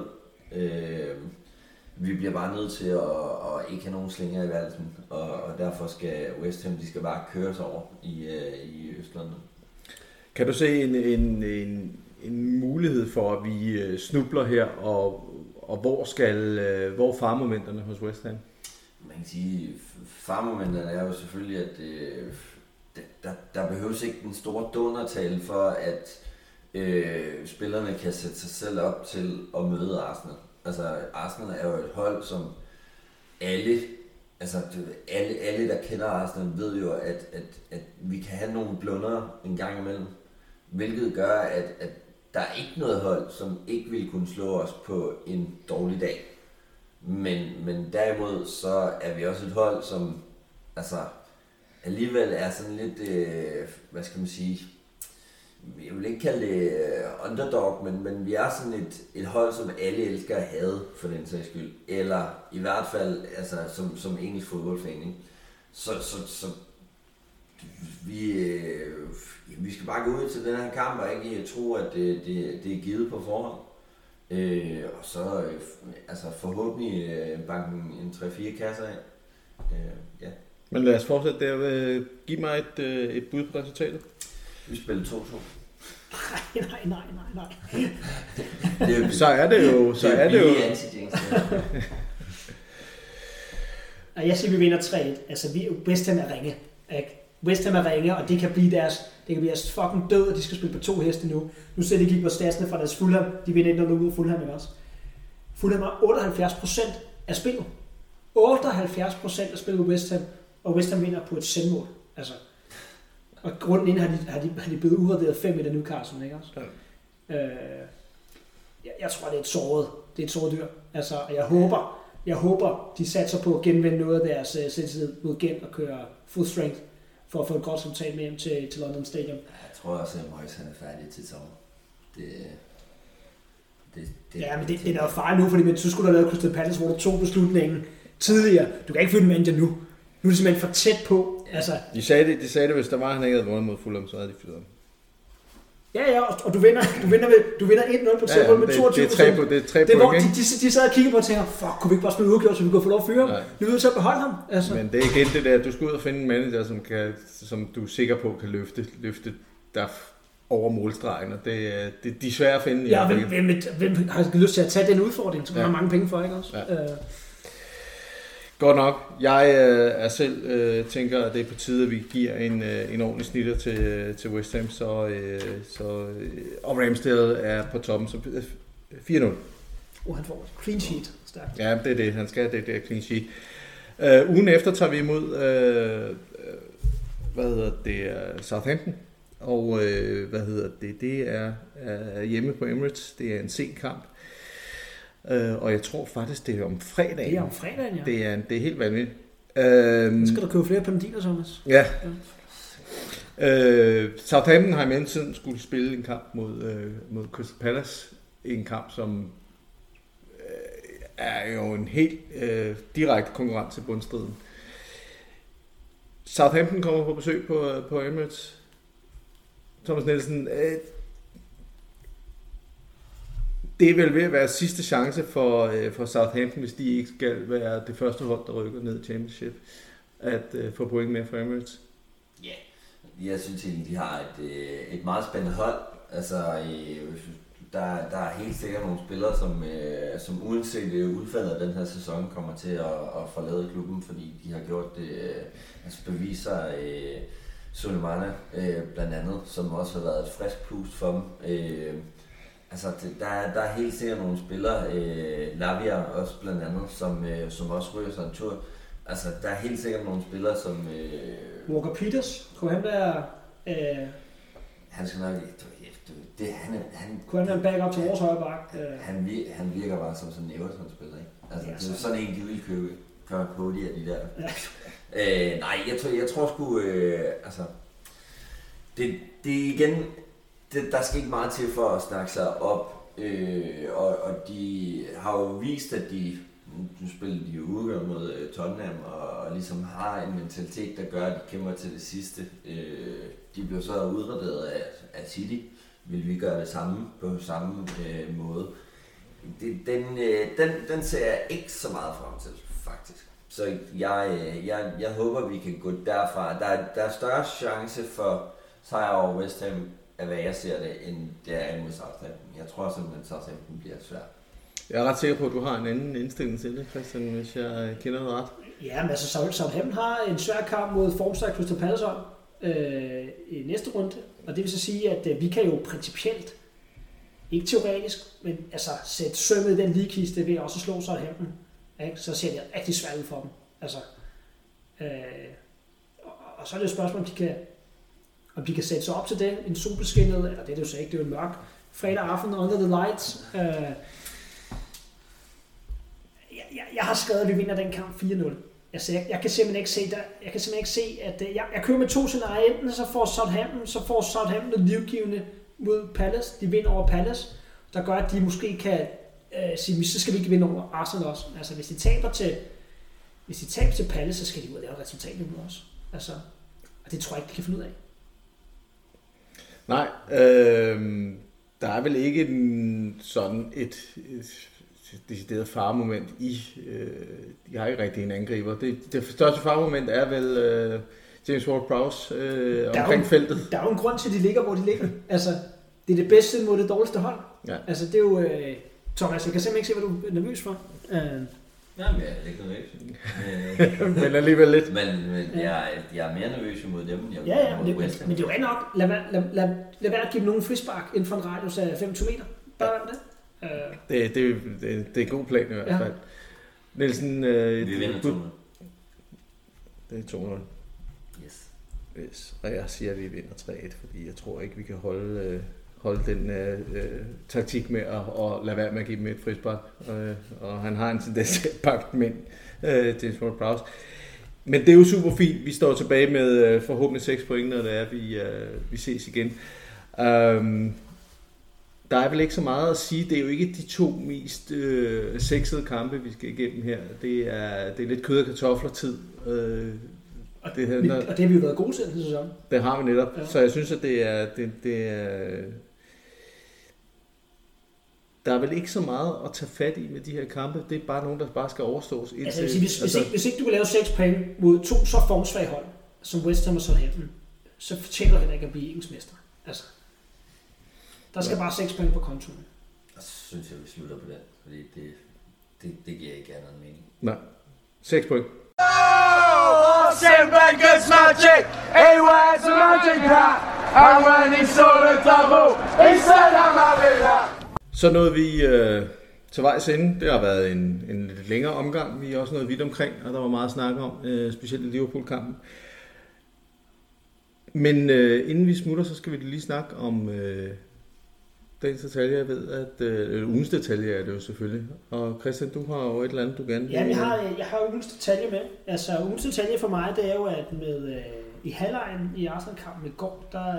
Vi bliver bare nødt til at ikke have nogen slinger i valsen, og derfor skal West Ham, de skal bare køre sig over i Østlanden. Kan du se en mulighed for, at vi snubler her, og hvor farmomenterne hos West Ham? Man kan sige, farmomenterne er jo selvfølgelig, at der behøves ikke den store donortale for, at spillerne kan sætte sig selv op til at møde Arsenal. Altså Arsenal er jo et hold, som alle, der kender Arsenal, ved jo, at vi kan have nogle blunder en gang imellem. Hvilket gør, at der er ikke noget hold, som ikke vil kunne slå os på en dårlig dag. Men derimod så er vi også et hold, som altså alligevel er sådan lidt, hvad skal man sige, jeg vil ikke kalde det underdog, men vi er sådan et hold, som alle elsker at hade for den sags skyld. Eller i hvert fald altså, som engelsk fodboldfan. Ikke? Så vi skal bare gå ud til den her kamp og ikke tro, at det er givet på forhånd. Og så altså forhåbentlig banke en 3-4 kasser af. Ja. Men lad os fortsætte der. Giv mig et bud på resultatet. Vi spiller 2-2. Nej. Så er det jo. Jeg siger, vi vinder 3-1. Altså, West Ham er ringe. West Ham er ringe, og det kan blive deres fucking død, og de skal spille på 2 heste nu. Nu ser de kigge på statsene fra deres Fulham. De vinder 1-0 ud af Fulham, ikke også? Fulham har 78% af spillet. 78% af spillet på West Ham, og West Ham vinder på et selvmål. Altså, og grunden inden har de blevet udraderet 5 af Newcastle, ikke også? Ja. Jeg tror, det er et såret dyr. Altså, jeg håber, de satser på at genvinde noget af deres selvtillid mod Gent og køre full strength for at få et godt resultat med hjem til London Stadium. Jeg tror også, at Moyes er færdig til sommer. Ja, men det er jo farligt nu, fordi man så skulle der lave Crystal Palace, hvor du tog beslutningen tidligere. Du kan ikke fyre en manager nu. Nu er det simpelthen for tæt på. Altså. De sagde det, hvis der var, han ikke havde vundet mod Fulham, så havde de fyret ham. Ja, og du vinder 1-0 på Seville med 22%. Det er 3 point, ikke? De sad og kiggede på og tænker, fuck, kunne vi ikke bare spille udgjort, så vi kunne få lov at fyre ham? Nu er vi så beholde ham. Altså. Men det er igen det der, du skal ud og finde en manager, som du er sikker på kan løfte der over målstregen, og de er svære at finde. Ja, hvem har lyst til at tage den udfordring, som man har mange penge for, ikke også? Ja. Godt nok. Jeg er selv tænker, at det er på tide, at vi giver en ordentlig snitter til West Ham, og Ramsdale er på toppen, så 4-0. Han får clean sheet. Stærkt. Ja, det er det. Han skal det clean sheet. Ugen efter tager vi imod Southampton, og det er hjemme på Emirates. Det er en sen kamp. Og jeg tror faktisk, det er om fredagen. Det er om fredagen, ja. Det er helt vanvittigt. Så skal du købe flere pandiner, Thomas. Ja. Southampton har i mellemtiden skulle spille en kamp mod Crystal Palace. En kamp, som er jo en helt direkte konkurrent til bundstriden. Southampton kommer på besøg på Emirates. Thomas Nielsen, det er vel ved at være sidste chance for Southampton, hvis de ikke skal være det første hold, der rykker ned i Championship, at få point med for Emirates. Ja, jeg synes egentlig, de har et meget spændende hold. Altså, der er helt sikkert nogle spillere, som uanset udfaldet af den her sæson kommer til at forlade klubben, fordi de har gjort det, beviser Sulemana blandt andet, som også har været et frisk pust for dem. Der er helt sikkert nogle spillere, Lavia også blandt andet, som også ryger sig en tur. Altså, der er helt sikkert nogle spillere, som... Walker Peters, kunne han være... Han skal nok... Kunne han være en backup til vores højre bak? Han virker bare som sådan en Everton-spiller, ikke? Altså, det er sådan en, de vil købe før Cody af de der. Ja. Nej, jeg tror sgu... det igen... Der skal ikke meget til for at snakke sig op, og de har jo vist, at nu spiller de jo udgør mod Tottenham, og ligesom har en mentalitet, der gør, at de kæmper til det sidste. De bliver så udraderet af City. Vil vi gøre det samme på samme måde? Den ser jeg ikke så meget frem til, faktisk. Så jeg håber, vi kan gå derfra. Der er større chance for sejr over West Ham, af hvad jeg ser det, end det er imod Southampton. Jeg tror simpelthen, at Southampton bliver svært. Jeg er ret sikker på, at du har en anden indstilling til det, Christian, hvis jeg kender det ret. Ja, men altså Southampton har en svær kamp mod formstærk Crystal Palace i næste runde, og det vil så sige, at vi kan jo principielt, ikke teoretisk, men altså sætte sømmet i den ligekiste ved også at slå Southampton. Ikke? Så ser det rigtig svært ud for dem. Altså, og så er det jo et spørgsmål, om de kan sætte sig op til det, en solbeskinnet, eller det er det jo så ikke, det er jo mørk fredag aften under the lights. Jeg har skrevet, at vi vinder den kamp 4-0. Jeg kan simpelthen ikke se, at jeg kører med 2 scenarier. Enten så får Southampton det livgivende mod Palace, de vinder over Palace, der gør, at de måske kan sige, så skal vi ikke vinde over Arsenal også. Altså hvis de taber til Palace, så skal de ud og lave et resultat imod os. Altså, og det tror jeg ikke, de kan finde ud af. Nej, der er vel ikke sådan et decideret faremoment i. De har ikke rigtig en angriber. Det største faremoment er vel James Ward-Prowse omkring feltet. Der er jo en grund til, at de ligger, hvor de ligger. Altså, det er det bedste mod det dårligste hold. Ja. Altså, det er jo... Thomas, jeg kan simpelthen ikke se, hvad du er nervøs for. Jamen, jeg er ikke nervøs. Men alligevel lidt. Men jeg er mere nervøs mod dem, end jeg mod West Ham. Men det er jo nok. Lad være at give dem nogen frispark inden for en radius af 25 meter. Bare det. Det er en god plan i hvert fald. Nielsen... vi vinder 2-0. Det er 2-0. Yes. Og jeg siger, at vi vinder 3-1, fordi jeg tror ikke, vi kan holde den taktik med at lade være med at give dem et frispark. Og han har en tendens til at pakke dem ind, James Ward-Prowse. Men det er jo super fint. Vi står tilbage med forhåbentlig 6 point, når det er, vi ses igen. Der er vel ikke så meget at sige. Det er jo ikke de 2 mest sexede kampe, vi skal igennem her. Det er lidt kød og kartofler-tid. Og det har vi jo været gode til den sæson. Det har vi netop. Ja. Så jeg synes, at det er... Der er vel ikke så meget at tage fat i med de her kampe. Det er bare nogen, der bare skal overstås. Altså, hvis ikke du vil lave 6 point mod 2 så formsvage hold, som West Ham og Southampton, så fortjener du heller ikke at blive engelskmester. Altså, der skal bare 6 point på kontoen. Og så synes jeg, vi slutter på den, fordi det giver ikke andet mening. Nej. 6 point. Arsene Wenger's magic, he wears a magic hat, and when he saw the double, he said I'm having that. Så nåede vi til vejs ende. Det har været en lidt længere omgang. Vi er også nået vidt omkring, og der var meget at snakke om, specielt i Liverpool-kampen. Men inden vi smutter, så skal vi lige snakke om dagens detaljer. Jeg ved, at ugens detaljer er det jo selvfølgelig. Og Christian, du har jo et eller andet, du gerne vil... Ja, jeg har ugens detaljer med. Altså, ugens detaljer for mig, det er jo, at i halvlejen i Arsenal-kampen i går, der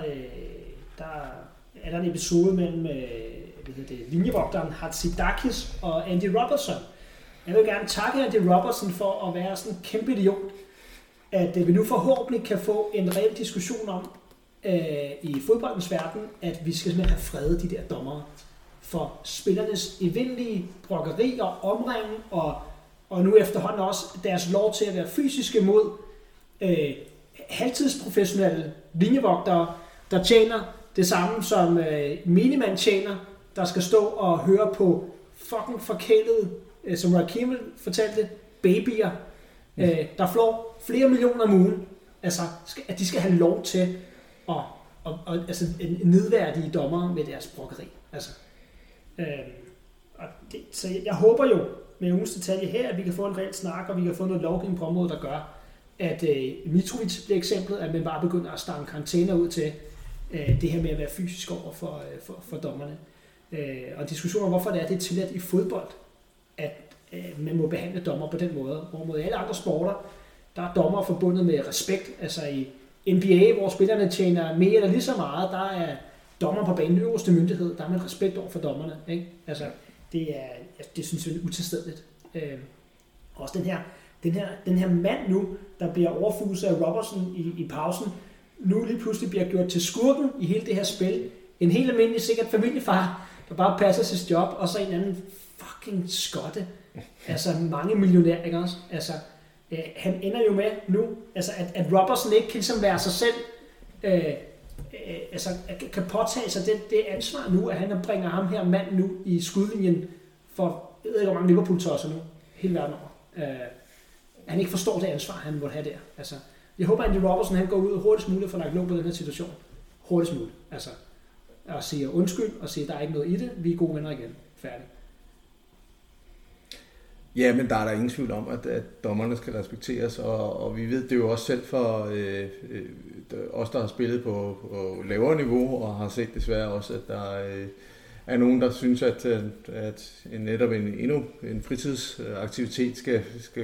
er der en episode mellem linjevogteren Hatzidakis og Andy Robertson. Jeg vil gerne takke Andy Robertson for at være sådan en kæmpe idiot, at vi nu forhåbentlig kan få en reel diskussion om i fodboldens verden, at vi skal simpelthen have fredet de der dommere for spillernes evindelige brokkeri og omringen, og nu efterhånden også deres lov til at være fysiske mod halvtidsprofessionelle linjevogtere, der tjener det samme som minimand tjener, der skal stå og høre på fucking forkælede, som Rakim fortalte, babyer, der flår flere millioner om ugen. Altså, at de skal have lov til at altså, nedværdige dommere med deres brokkeri. Altså, så jeg håber jo med ugens detalje her, at vi kan få en reel snak, og vi kan få noget lovgivning på området, der gør, at Mitrovic bliver eksemplet, at man bare begynder at stange karantæner ud til det her med at være fysisk over for dommerne. Og diskussioner om, hvorfor det er tilladt i fodbold, at man må behandle dommer på den måde. Hvorimod i alle andre sporter, der er dommer forbundet med respekt. Altså i NBA, hvor spillerne tjener mere eller lige så meget, der er dommer på banen øverste myndighed. Der er man respekt over for dommerne. Ikke? Altså, det synes jeg er utilstedeligt. Også den her mand nu, der bliver overfuset af Robertson i pausen, nu lige pludselig bliver gjort til skurken i hele det her spil. En helt almindelig, sikkert familiefar, der bare passer sit job, og så en anden fucking skotte. Altså mange millionær, ikke også? Altså, han ender jo med nu, altså at Robertson ikke kan ligesom være sig selv, altså kan påtage sig det ansvar nu, at han bringer ham her mand nu i skudlinjen for, jeg ved ikke, hvor mange Liverpool-tosser nu, hele verden over. Han ikke forstår det ansvar, han måtte have der. Altså, jeg håber, at Andy Robertson han går ud hurtigst muligt for at lagt låg på den her situation. Hurtigst muligt. Altså, og siger undskyld, og siger, at der er ikke noget i det. Vi er gode venner igen. Færdig. Ja, men der er der ingen tvivl om, at dommerne skal respekteres, og vi ved det jo også selv for os, der har spillet på lavere niveau, og har set desværre også, at der er nogen, der synes, at netop endnu en fritidsaktivitet skal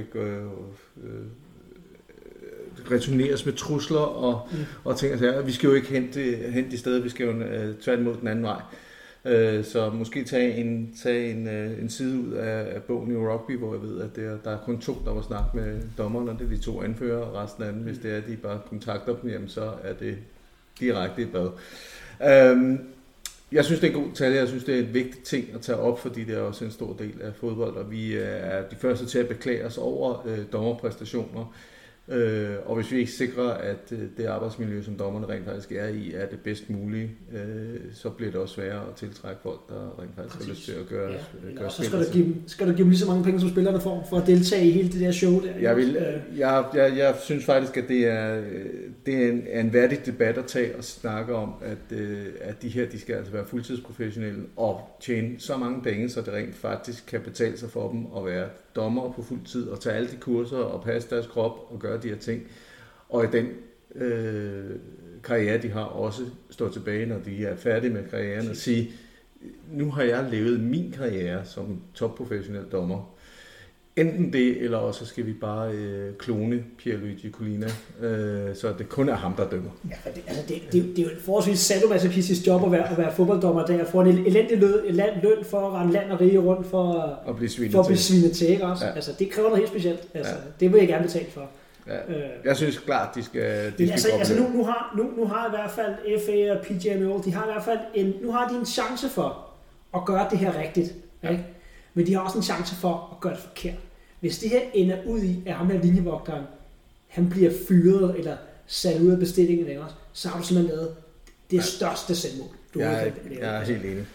returneres med trusler og ting og sager. Vi skal jo ikke hente i stedet, vi skal jo tværtimod den anden vej. Så måske tage en side ud af bogen i rugby, hvor jeg ved, at der er kun 2, der var snak med dommerne, og det er de 2 anfører, og resten af dem, hvis det er, at de bare kontakter dem, jamen, så er det direkte et bad. Jeg synes, det er en god detalje. Jeg synes, det er et vigtigt ting at tage op, fordi det er også en stor del af fodbold, og vi er de første til at beklage os over dommerpræstationer. Og hvis vi ikke sikrer, at det arbejdsmiljø, som dommerne rent faktisk er i, er det bedst mulige, så bliver det også sværere at tiltrække folk, der rent faktisk har lyst til at gøre så skal du give dem lige så mange penge, som spillerne får, for at deltage i hele det der show der. Jeg synes faktisk, at det er en værdig debat at tage og snakke om, at de her, de skal altså være fuldtidsprofessionelle og tjene så mange penge, så det rent faktisk kan betale sig for dem at være dommer på fuld tid og tage alle de kurser og passe deres krop og gøre de her ting. Og i den karriere, de har, også stå tilbage, når de er færdige med karrieren, og sige, nu har jeg levet min karriere som topprofessionel dommer. enten det, eller også skal vi bare klone Pierluigi Collina, så det kun er ham, der dømmer. Ja, det er jo en forholdsvis sadomasochistisk job at være fodbolddommer, der får en elendig løn for at rende land og rige rundt for at blive svinet til, ikke også? Ja. Altså, det kræver noget helt specielt. Altså, det vil jeg gerne betale for. Ja. Jeg synes klart, de skal nu har i hvert fald FA og PGMOL, de har i hvert fald nu har de en chance for at gøre det her rigtigt, ikke? Men de har også en chance for at gøre det forkert. Hvis det her ender ud i, at ham her linjevogteren, han bliver fyret eller sat ud af bestillingen, også, så har du simpelthen lavet det største selvmål. Jeg er helt enig.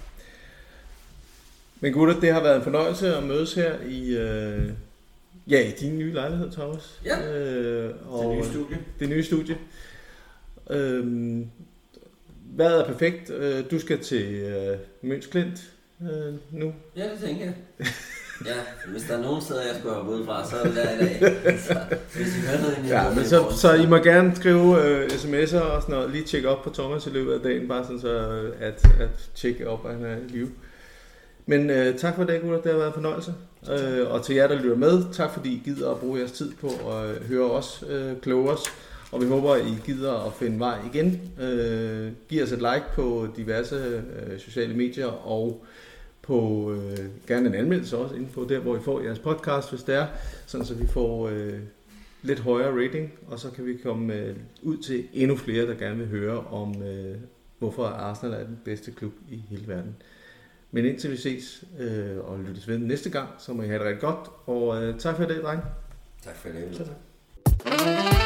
Men gutter, det har været en fornøjelse at mødes her i din nye lejlighed, Thomas. Ja, det nye studie. Hvad er perfekt? Du skal til Møns Klint nu. Ja, det tænker jeg. Ja, hvis der er nogen steder, jeg skulle have ude fra, så er det der i dag. Men så I må gerne skrive sms'er og sådan noget. Lige tjekke op på Thomas i løbet af dagen, bare sådan så at tjekke op, at han er i live. Men tak for det, gutter. Det har været en fornøjelse. Og til jer, der lytter med, tak fordi I gider at bruge jeres tid på at høre os kloge os. Og vi håber, at I gider at finde vej igen. Giv os et like på diverse sociale medier og på gerne en anmeldelse også inde på der, hvor I får jeres podcast, hvis det er, sådan så vi får lidt højere rating, og så kan vi komme ud til endnu flere, der gerne vil høre om, hvorfor Arsenal er den bedste klub i hele verden. Men indtil vi ses og lyttes ved næste gang, så må I have det rigtig godt, og tak for det, dreng. Tak for det.